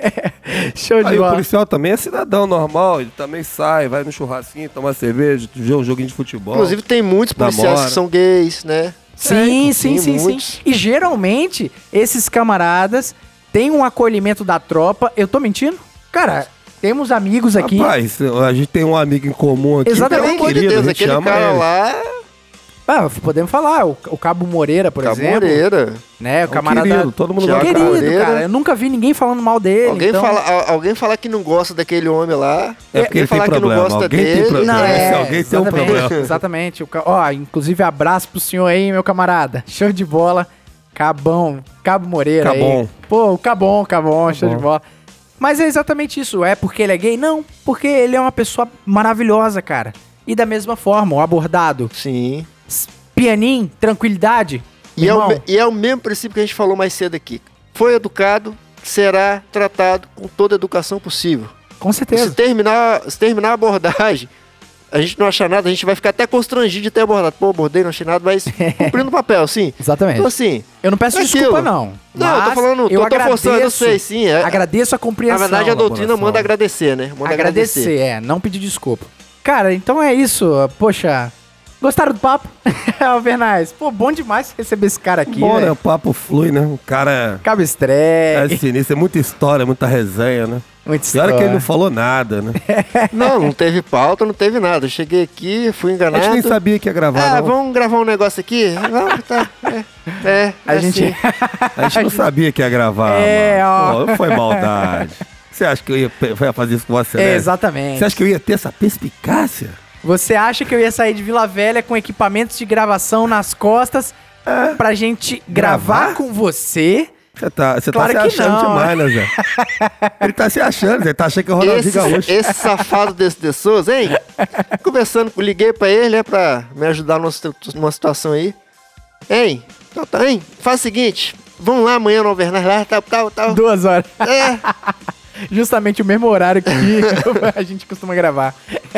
A: Show de
B: Aí o
A: bola.
B: policial também é cidadão normal, ele também sai, vai no churrasquinho, toma cerveja, vê um joguinho de futebol.
C: Inclusive, tem muitos policiais
B: Namora.
C: que são gays, né?
A: Sim,
C: É,
A: sim,
C: tem
A: sim, sim.
C: muitos.
A: E geralmente, esses camaradas têm um acolhimento da tropa. Eu tô mentindo? Cara, temos amigos aqui.
B: Rapaz, a gente tem um amigo em comum aqui.
A: Exatamente.
C: Pelo amor de
B: querido,
C: Deus,
B: a gente
C: aquele
B: chama
C: cara
B: ele.
C: lá,
A: Ah, podemos falar, o, o Cabo Moreira, por exemplo.
C: Camoreira.
A: Né, o
B: É um
A: camarada.
B: querido, todo mundo
C: Thiago
B: gosta.
A: querido,
C: Moreira.
A: cara. Eu nunca vi ninguém falando mal dele.
C: Alguém,
A: então...
C: fala, a- alguém falar que não gosta daquele homem lá.
B: É porque ele tem
C: falar que não
B: problema.
C: gosta
B: Alguém tem
C: dele.
B: problema.
A: Não,
B: Esse
A: é,
B: alguém tem um
A: exatamente,
B: problema.
A: exatamente. O ca- Ó, inclusive abraço pro senhor aí, meu camarada. Show de bola. Cabão, Cabo Moreira aí.
B: Cabon.
A: Pô, o Cabon, Cabon, show de
B: Cabon.
A: bola. Mas é exatamente isso. É porque ele é gay? Não, porque ele é uma pessoa maravilhosa, cara. E da mesma forma, o abordado,
C: Sim.
A: s- pianinho, tranquilidade.
C: E é, o,
A: irmão,
C: me- e é o mesmo princípio que a gente falou mais cedo aqui. Foi educado, será tratado com toda a educação possível.
A: com
C: Se
A: certeza.
C: terminar, se terminar a abordagem, a gente não achar nada, a gente vai ficar até constrangido de ter abordado. Pô, abordei, não achei nada, mas cumprindo o papel, sim.
A: Exatamente.
C: Então, assim,
A: Eu não peço
C: é
A: desculpa,
C: aquilo.
A: não.
C: Não, eu tô
A: Mas
C: falando,
A: eu
C: tô, tô forçando, eu sei, sim. É,
A: Agradeço a
C: na
A: compreensão.
C: verdade, a doutrina
B: elaboração.
C: manda agradecer, né? Manda
A: Agradecer, é, não pedir desculpa. Cara, então é isso. Poxa, gostaram do papo? Alvernais, pô, bom demais receber esse cara aqui,
B: Bom, né?
A: velho.
B: O papo flui, né? O cara
A: Cabo
B: é
A: estreia,
B: sinistro, é muita história, muita resenha, né?
A: muita
B: Pior é que ele
A: história.
B: não falou nada, né?
C: Não, não teve pauta, não teve nada. Eu cheguei aqui, fui
B: A
C: enganado.
B: gente nem sabia que ia gravar,
C: Ah,
B: não.
C: vamos gravar um negócio aqui? Vamos, tá. É, é,
A: A
C: é
A: gente...
C: assim.
B: A gente não sabia que ia gravar,
A: É, ó.
B: mano. Pô, foi maldade. Você acha que eu ia pe- ia fazer isso com você,
A: É,
B: né?
A: exatamente.
B: Você acha que eu ia ter essa perspicácia?
A: Você acha que eu ia sair de Vila Velha com equipamentos de gravação nas costas pra gente gravar,
B: Gravar?
A: com você?
B: Você tá, você
A: Claro
B: tá
A: que
B: se achando
A: não,
B: demais, né, Zé? Ele tá se achando, Zé. Tá achando que é o Ronaldinho
C: Esse,
B: Gaúcho.
C: esse safado desse de Souza, hein? Conversando, liguei pra ele, né, pra me ajudar numa, situ- numa situação aí. Hein? Então tá, hein? Faz o seguinte, vamos lá amanhã no Alvernaz lá, tal, tal, tal.
A: Duas horas.
C: É,
A: Justamente o mesmo horário que a gente costuma gravar.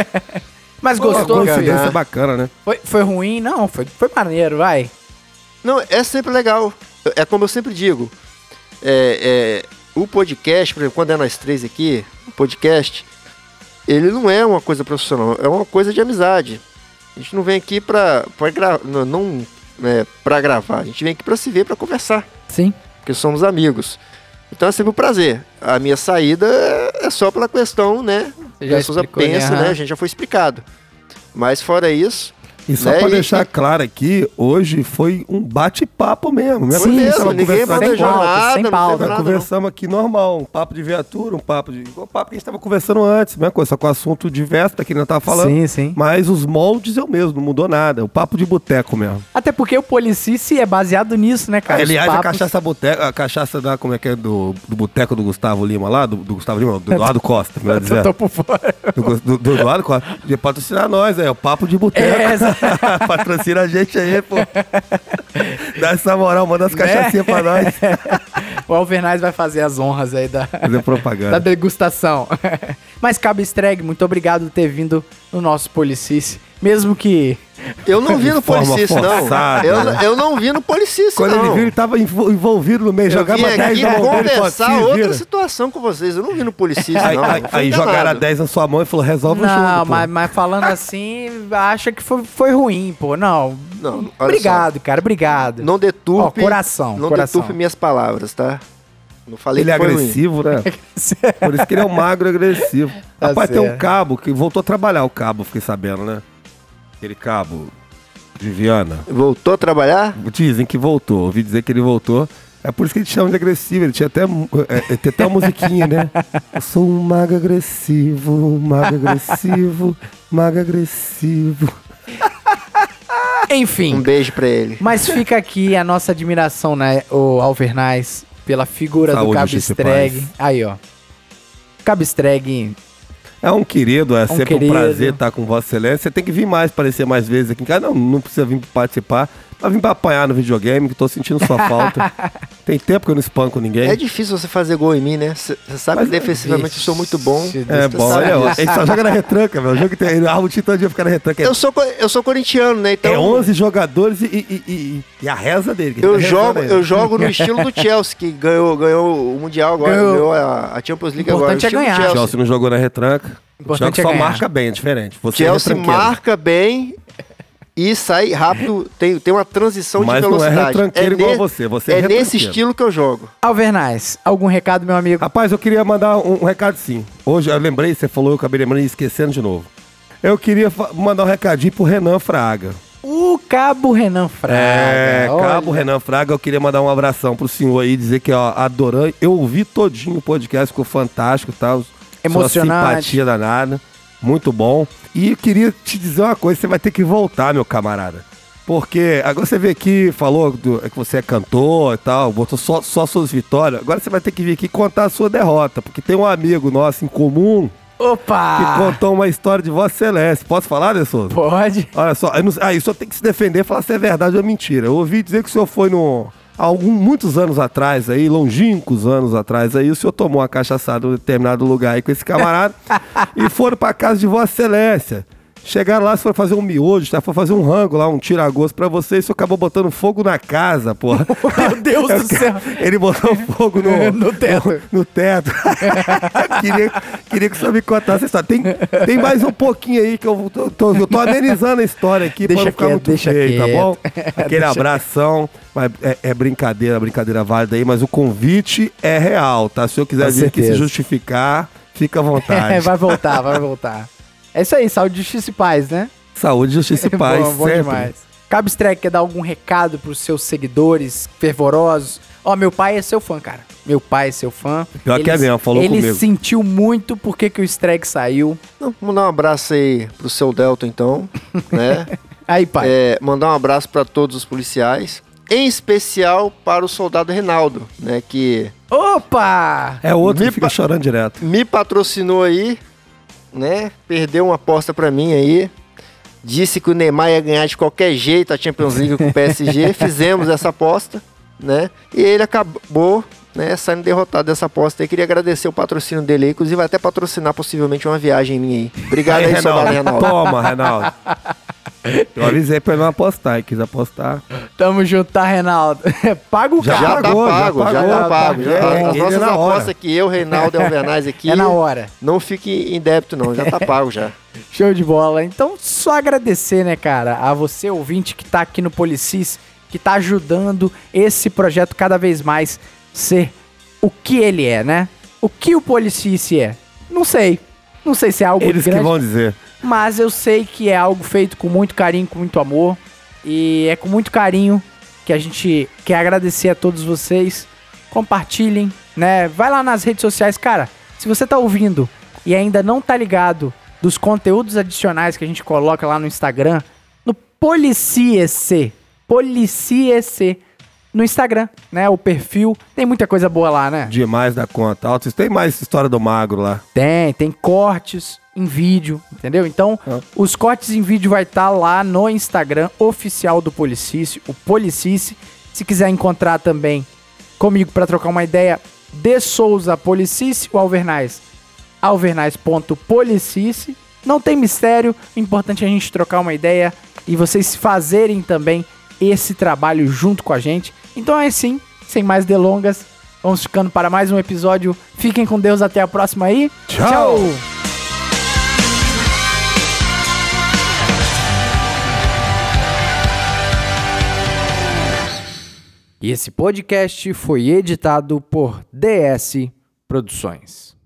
A: Mas
B: Pô,
A: gostou,
B: coincidência
A: filho?
B: bacana, né?
A: Foi, foi ruim? Não, foi, foi maneiro, vai.
C: não, é sempre legal. É como eu sempre digo. É, é, o podcast, por exemplo, quando é nós três aqui, o podcast, ele não é uma coisa profissional, é uma coisa de amizade. A gente não vem aqui pra, pra, gra não, não, é, pra gravar, a gente vem aqui pra se ver, pra conversar,
A: Sim.
C: porque somos amigos. Então é sempre um prazer. A minha saída é só pela questão, né?
A: Você já
C: A Souza
A: explicou, né?
C: pensa,
A: Aham.
C: né? A gente já foi explicado. Mas fora isso,
B: E só
C: né?
B: pra
C: E-
B: deixar
C: e-
B: claro aqui, hoje foi um bate-papo mesmo. Mesmo
C: Foi
B: que a gente
C: mesmo,
B: tava
C: ninguém
B: conversando
A: sem
C: planejou
A: pauta,
C: nada,
A: sem
C: não
A: pauta.
C: teve
B: Nós
C: nada, não.
B: conversamos aqui normal, um papo de viatura, um papo de. Igual o papo que a gente tava conversando antes, mesma coisa, só com assunto diverso, pra quem não tava falando.
A: Sim, sim.
B: Mas os moldes é o mesmo, não mudou nada. É o papo de boteco mesmo.
A: Até porque o Policice é baseado nisso, né, cara? Os
B: Aliás, a
A: papos-
B: cachaça boteca, a cachaça da, como é que é, do, do boteco do Gustavo Lima lá, do, do Gustavo Lima, não, do Eduardo Costa, melhor
A: Eu
B: dizendo.
A: tô por fora.
B: Do, do, do Eduardo Costa. De patrocinar nós, é o papo de boteco.
A: É, exa-
B: Patrocina a gente aí, pô. Dá essa moral, manda as cachaçinhas pra nós.
A: O Alvernaz vai fazer as honras aí da,
B: Fazer propaganda.
A: da degustação. Mas, Cabo Streg, muito obrigado por ter vindo no nosso Policice. Mesmo que...
C: Eu não vi no
B: De forma
C: Policice, não.
B: forçada,
C: Eu,
B: né?
C: eu não vi no Policice,
B: Quando
C: não.
B: ele viu, ele tava envol- envolvido no meio,
C: Eu
B: jogava
C: vim aqui
B: dez na mão dele e falou
C: conversar
B: assim,
C: outra
B: vira.
C: situação com vocês. Eu não vi no Policice,
B: Aí,
C: não.
B: aí,
C: Não fui
B: aí
C: enganado.
B: jogaram a dez na sua mão e falou, resolve o jogo,
A: Não,
B: pô.
A: mas, mas falando assim, acha que foi, foi ruim, pô. Não.
C: Não, olha
A: Obrigado, cara. Obrigado.
C: Não deturpe,
A: Ó, coração,
C: não
A: coração.
C: deturpe minhas palavras, tá? Não falei
B: Ele é
C: que foi ruim.
B: agressivo, né? Por isso que ele é um magro agressivo.
A: Tá
B: Rapaz, tem um
A: certo.
B: cabo que voltou a trabalhar, o cabo, fiquei sabendo, né? Aquele cabo de Viana.
C: Voltou a trabalhar?
B: Dizem que voltou, ouvi dizer que ele voltou. É por isso que eles chamam de agressivo. Ele tinha até, é, tem até uma musiquinha, né? Eu sou um mago agressivo, um mago agressivo, mago agressivo.
A: Enfim.
C: Um beijo pra ele.
A: Mas fica aqui a nossa admiração, né, o Alvernaz, pela figura
B: Saúde,
A: do Cabo
B: justiça e
A: Streg.
B: paz.
A: Aí, ó. Cabo Streg.
B: É um querido, é sempre
A: querido.
B: um prazer estar com Vossa Excelência. Você tem que vir mais, aparecer mais vezes aqui em casa. Não, não precisa vir participar. Mas vim pra apanhar no videogame, que tô sentindo sua falta. Tem tempo que eu não espanco ninguém.
C: É difícil você fazer gol em mim, né? Você sabe
B: Mas
C: que defensivamente eu sou muito bom.
A: Vixe,
B: É
C: Você
B: bom,
C: sabe
B: olha, ó,
C: disso.
B: ele só joga na retranca, velho. O jogo que tem, ele arma o time todo dia fica na retranca. É,
C: Eu sou, co- eu sou corintiano, né? Então
B: é onze jogadores e, e, e, e- e a reza dele. que ele
C: eu,
B: tá
C: jogo,
B: rezando
C: eu
B: ainda.
C: jogo no estilo do Chelsea, que ganhou, ganhou o Mundial agora,
A: Ganhou.
C: ganhou a, a Champions League agora.
A: Importante é
C: estilo do
A: ganhar.
B: O
C: Chelsea.
B: Chelsea não jogou na retranca. O
A: Importante
B: Chelsea
A: é
B: só
A: ganhar.
B: marca bem, é diferente. Você
C: Chelsea
B: é retranqueiro.
C: marca bem e sai rápido, tem, tem uma transição
B: Mas
C: de
B: não é
C: velocidade.
B: retranqueiro igual
C: ne-
B: você, você é
C: é nesse
B: retranqueiro.
C: estilo que eu jogo.
A: Alvernaz, algum recado, meu amigo?
B: Rapaz, eu queria mandar um, um recado sim. Hoje eu lembrei, você falou, eu acabei lembrando e esquecendo de novo. Eu queria fa- mandar um recadinho pro Renan Fraga.
A: O Cabo Renan Fraga.
B: É,
A: olha.
B: Cabo Renan Fraga, eu queria mandar um abração pro senhor aí, dizer que, ó, adorando. Eu ouvi todinho o podcast, ficou fantástico, tá? Sua
A: Emocionante.
B: simpatia danada, muito bom. E eu queria te dizer uma coisa, você vai ter que voltar, meu camarada. Porque agora você veio aqui, falou do- que você é cantor e tal, botou só, só suas vitórias. Agora você vai ter que vir aqui contar a sua derrota, porque tem um amigo nosso em comum que
A: Opa!
B: contou uma história de Vossa Excelência. Posso falar, De Souza?
A: Pode.
B: Olha só, eu não, aí o senhor tem que se defender e falar se é verdade ou é mentira. Eu ouvi dizer que o senhor foi no. Há algum, muitos anos atrás aí, longínquos anos atrás aí, o senhor tomou uma cachaçada em determinado lugar aí com esse camarada e foram pra casa de Vossa Excelência. Chegaram lá, se for fazer um miojo, tá? For fazer um rango lá, um tira-gosto pra você, e o senhor acabou botando fogo na casa, porra.
A: Meu Deus do céu.
B: Ele botou fogo no,
A: No teto.
B: No, no teto. queria, queria que o senhor me contasse essa história. Tem, tem mais um pouquinho aí que eu tô, tô- eu tô amenizando a história aqui
A: Deixa
B: pra não ficar
A: quieto,
B: muito
A: deixa
B: feio, tá
A: quieto.
B: bom? Aquele
A: Deixa-
B: abração. Mas é, é brincadeira, brincadeira válida aí, mas o convite é real, tá? Se eu quiser
A: Com
B: vir aqui se
A: certeza.
B: justificar, fica à vontade.
A: É, vai voltar, vai voltar. É isso aí, saúde, justiça e paz, né?
B: Saúde, justiça e paz,
A: bom, bom
B: sempre.
A: demais. Cabo Streg, quer dar algum recado pros seus seguidores fervorosos? Ó, meu pai é seu fã, cara. Meu pai é seu fã.
B: Pior que é mesmo, falou
A: ele
B: comigo.
A: sentiu muito porque que o Streg saiu.
C: Não, mandar um abraço aí pro seu Delton, então, né?
A: Aí, pai.
C: É, mandar um abraço para todos os policiais, em especial para o soldado Reinaldo, né? Que
A: Opa!
B: É outro
C: Me
B: que fica
C: pa-
B: chorando direto.
C: me patrocinou aí, né? Perdeu uma aposta para mim aí. Disse que o Neymar ia ganhar de qualquer jeito a Champions League com o P S G. Fizemos essa aposta, né? E ele acabou, né, saindo derrotado dessa aposta aí. Queria agradecer o patrocínio dele aí. Inclusive, vai até patrocinar possivelmente uma viagem minha aí. Obrigado aí, soldado Reinaldo.
B: Toma, Reinaldo. Eu avisei pra ele não apostar, ele quis apostar.
A: Tamo junto, tá, Reinaldo? Paga o
B: Já
A: carro.
C: Já
B: pagou,
C: tá
B: já
C: pago, já,
B: pagou,
C: tá pago.
B: já
C: Já,
B: é,
C: as
B: ele
C: nossas
B: é na hora.
C: apostas aqui, eu, Reinaldo e Alvernaz aqui,
A: É na hora.
C: não fique em débito não, já tá pago já.
A: Show de bola. Então, só agradecer, né, cara, a você, ouvinte, que tá aqui no Policis, que tá ajudando esse projeto cada vez mais ser o que ele é, né? O que o Policice é? Não sei. Não sei se é algo
B: Eles que
A: grande.
B: vão dizer.
A: mas eu sei que é algo feito com muito carinho, com muito amor. E é com muito carinho que a gente quer agradecer a todos vocês. Compartilhem, né? Vai lá nas redes sociais, cara. Se você tá ouvindo e ainda não tá ligado dos conteúdos adicionais que a gente coloca lá no Instagram, no Policie-se, Policie-se no Instagram, né? O perfil, tem muita coisa boa lá, né?
B: Demais da conta. Altos, tem mais história do magro lá.
A: Tem, tem cortes em vídeo, entendeu? Então, ah. os cortes em vídeo vai estar tá lá no Instagram oficial do Policice, o Policice. Se quiser encontrar também comigo para trocar uma ideia, de Souza Policice, o Alvernais, alvernais.policice. Não tem mistério, o importante é a gente trocar uma ideia e vocês fazerem também esse trabalho junto com a gente. Então é assim, sem mais delongas, vamos ficando para mais um episódio. Fiquem com Deus, até a próxima aí.
B: Tchau!
A: Tchau. E esse podcast foi editado por D S Produções.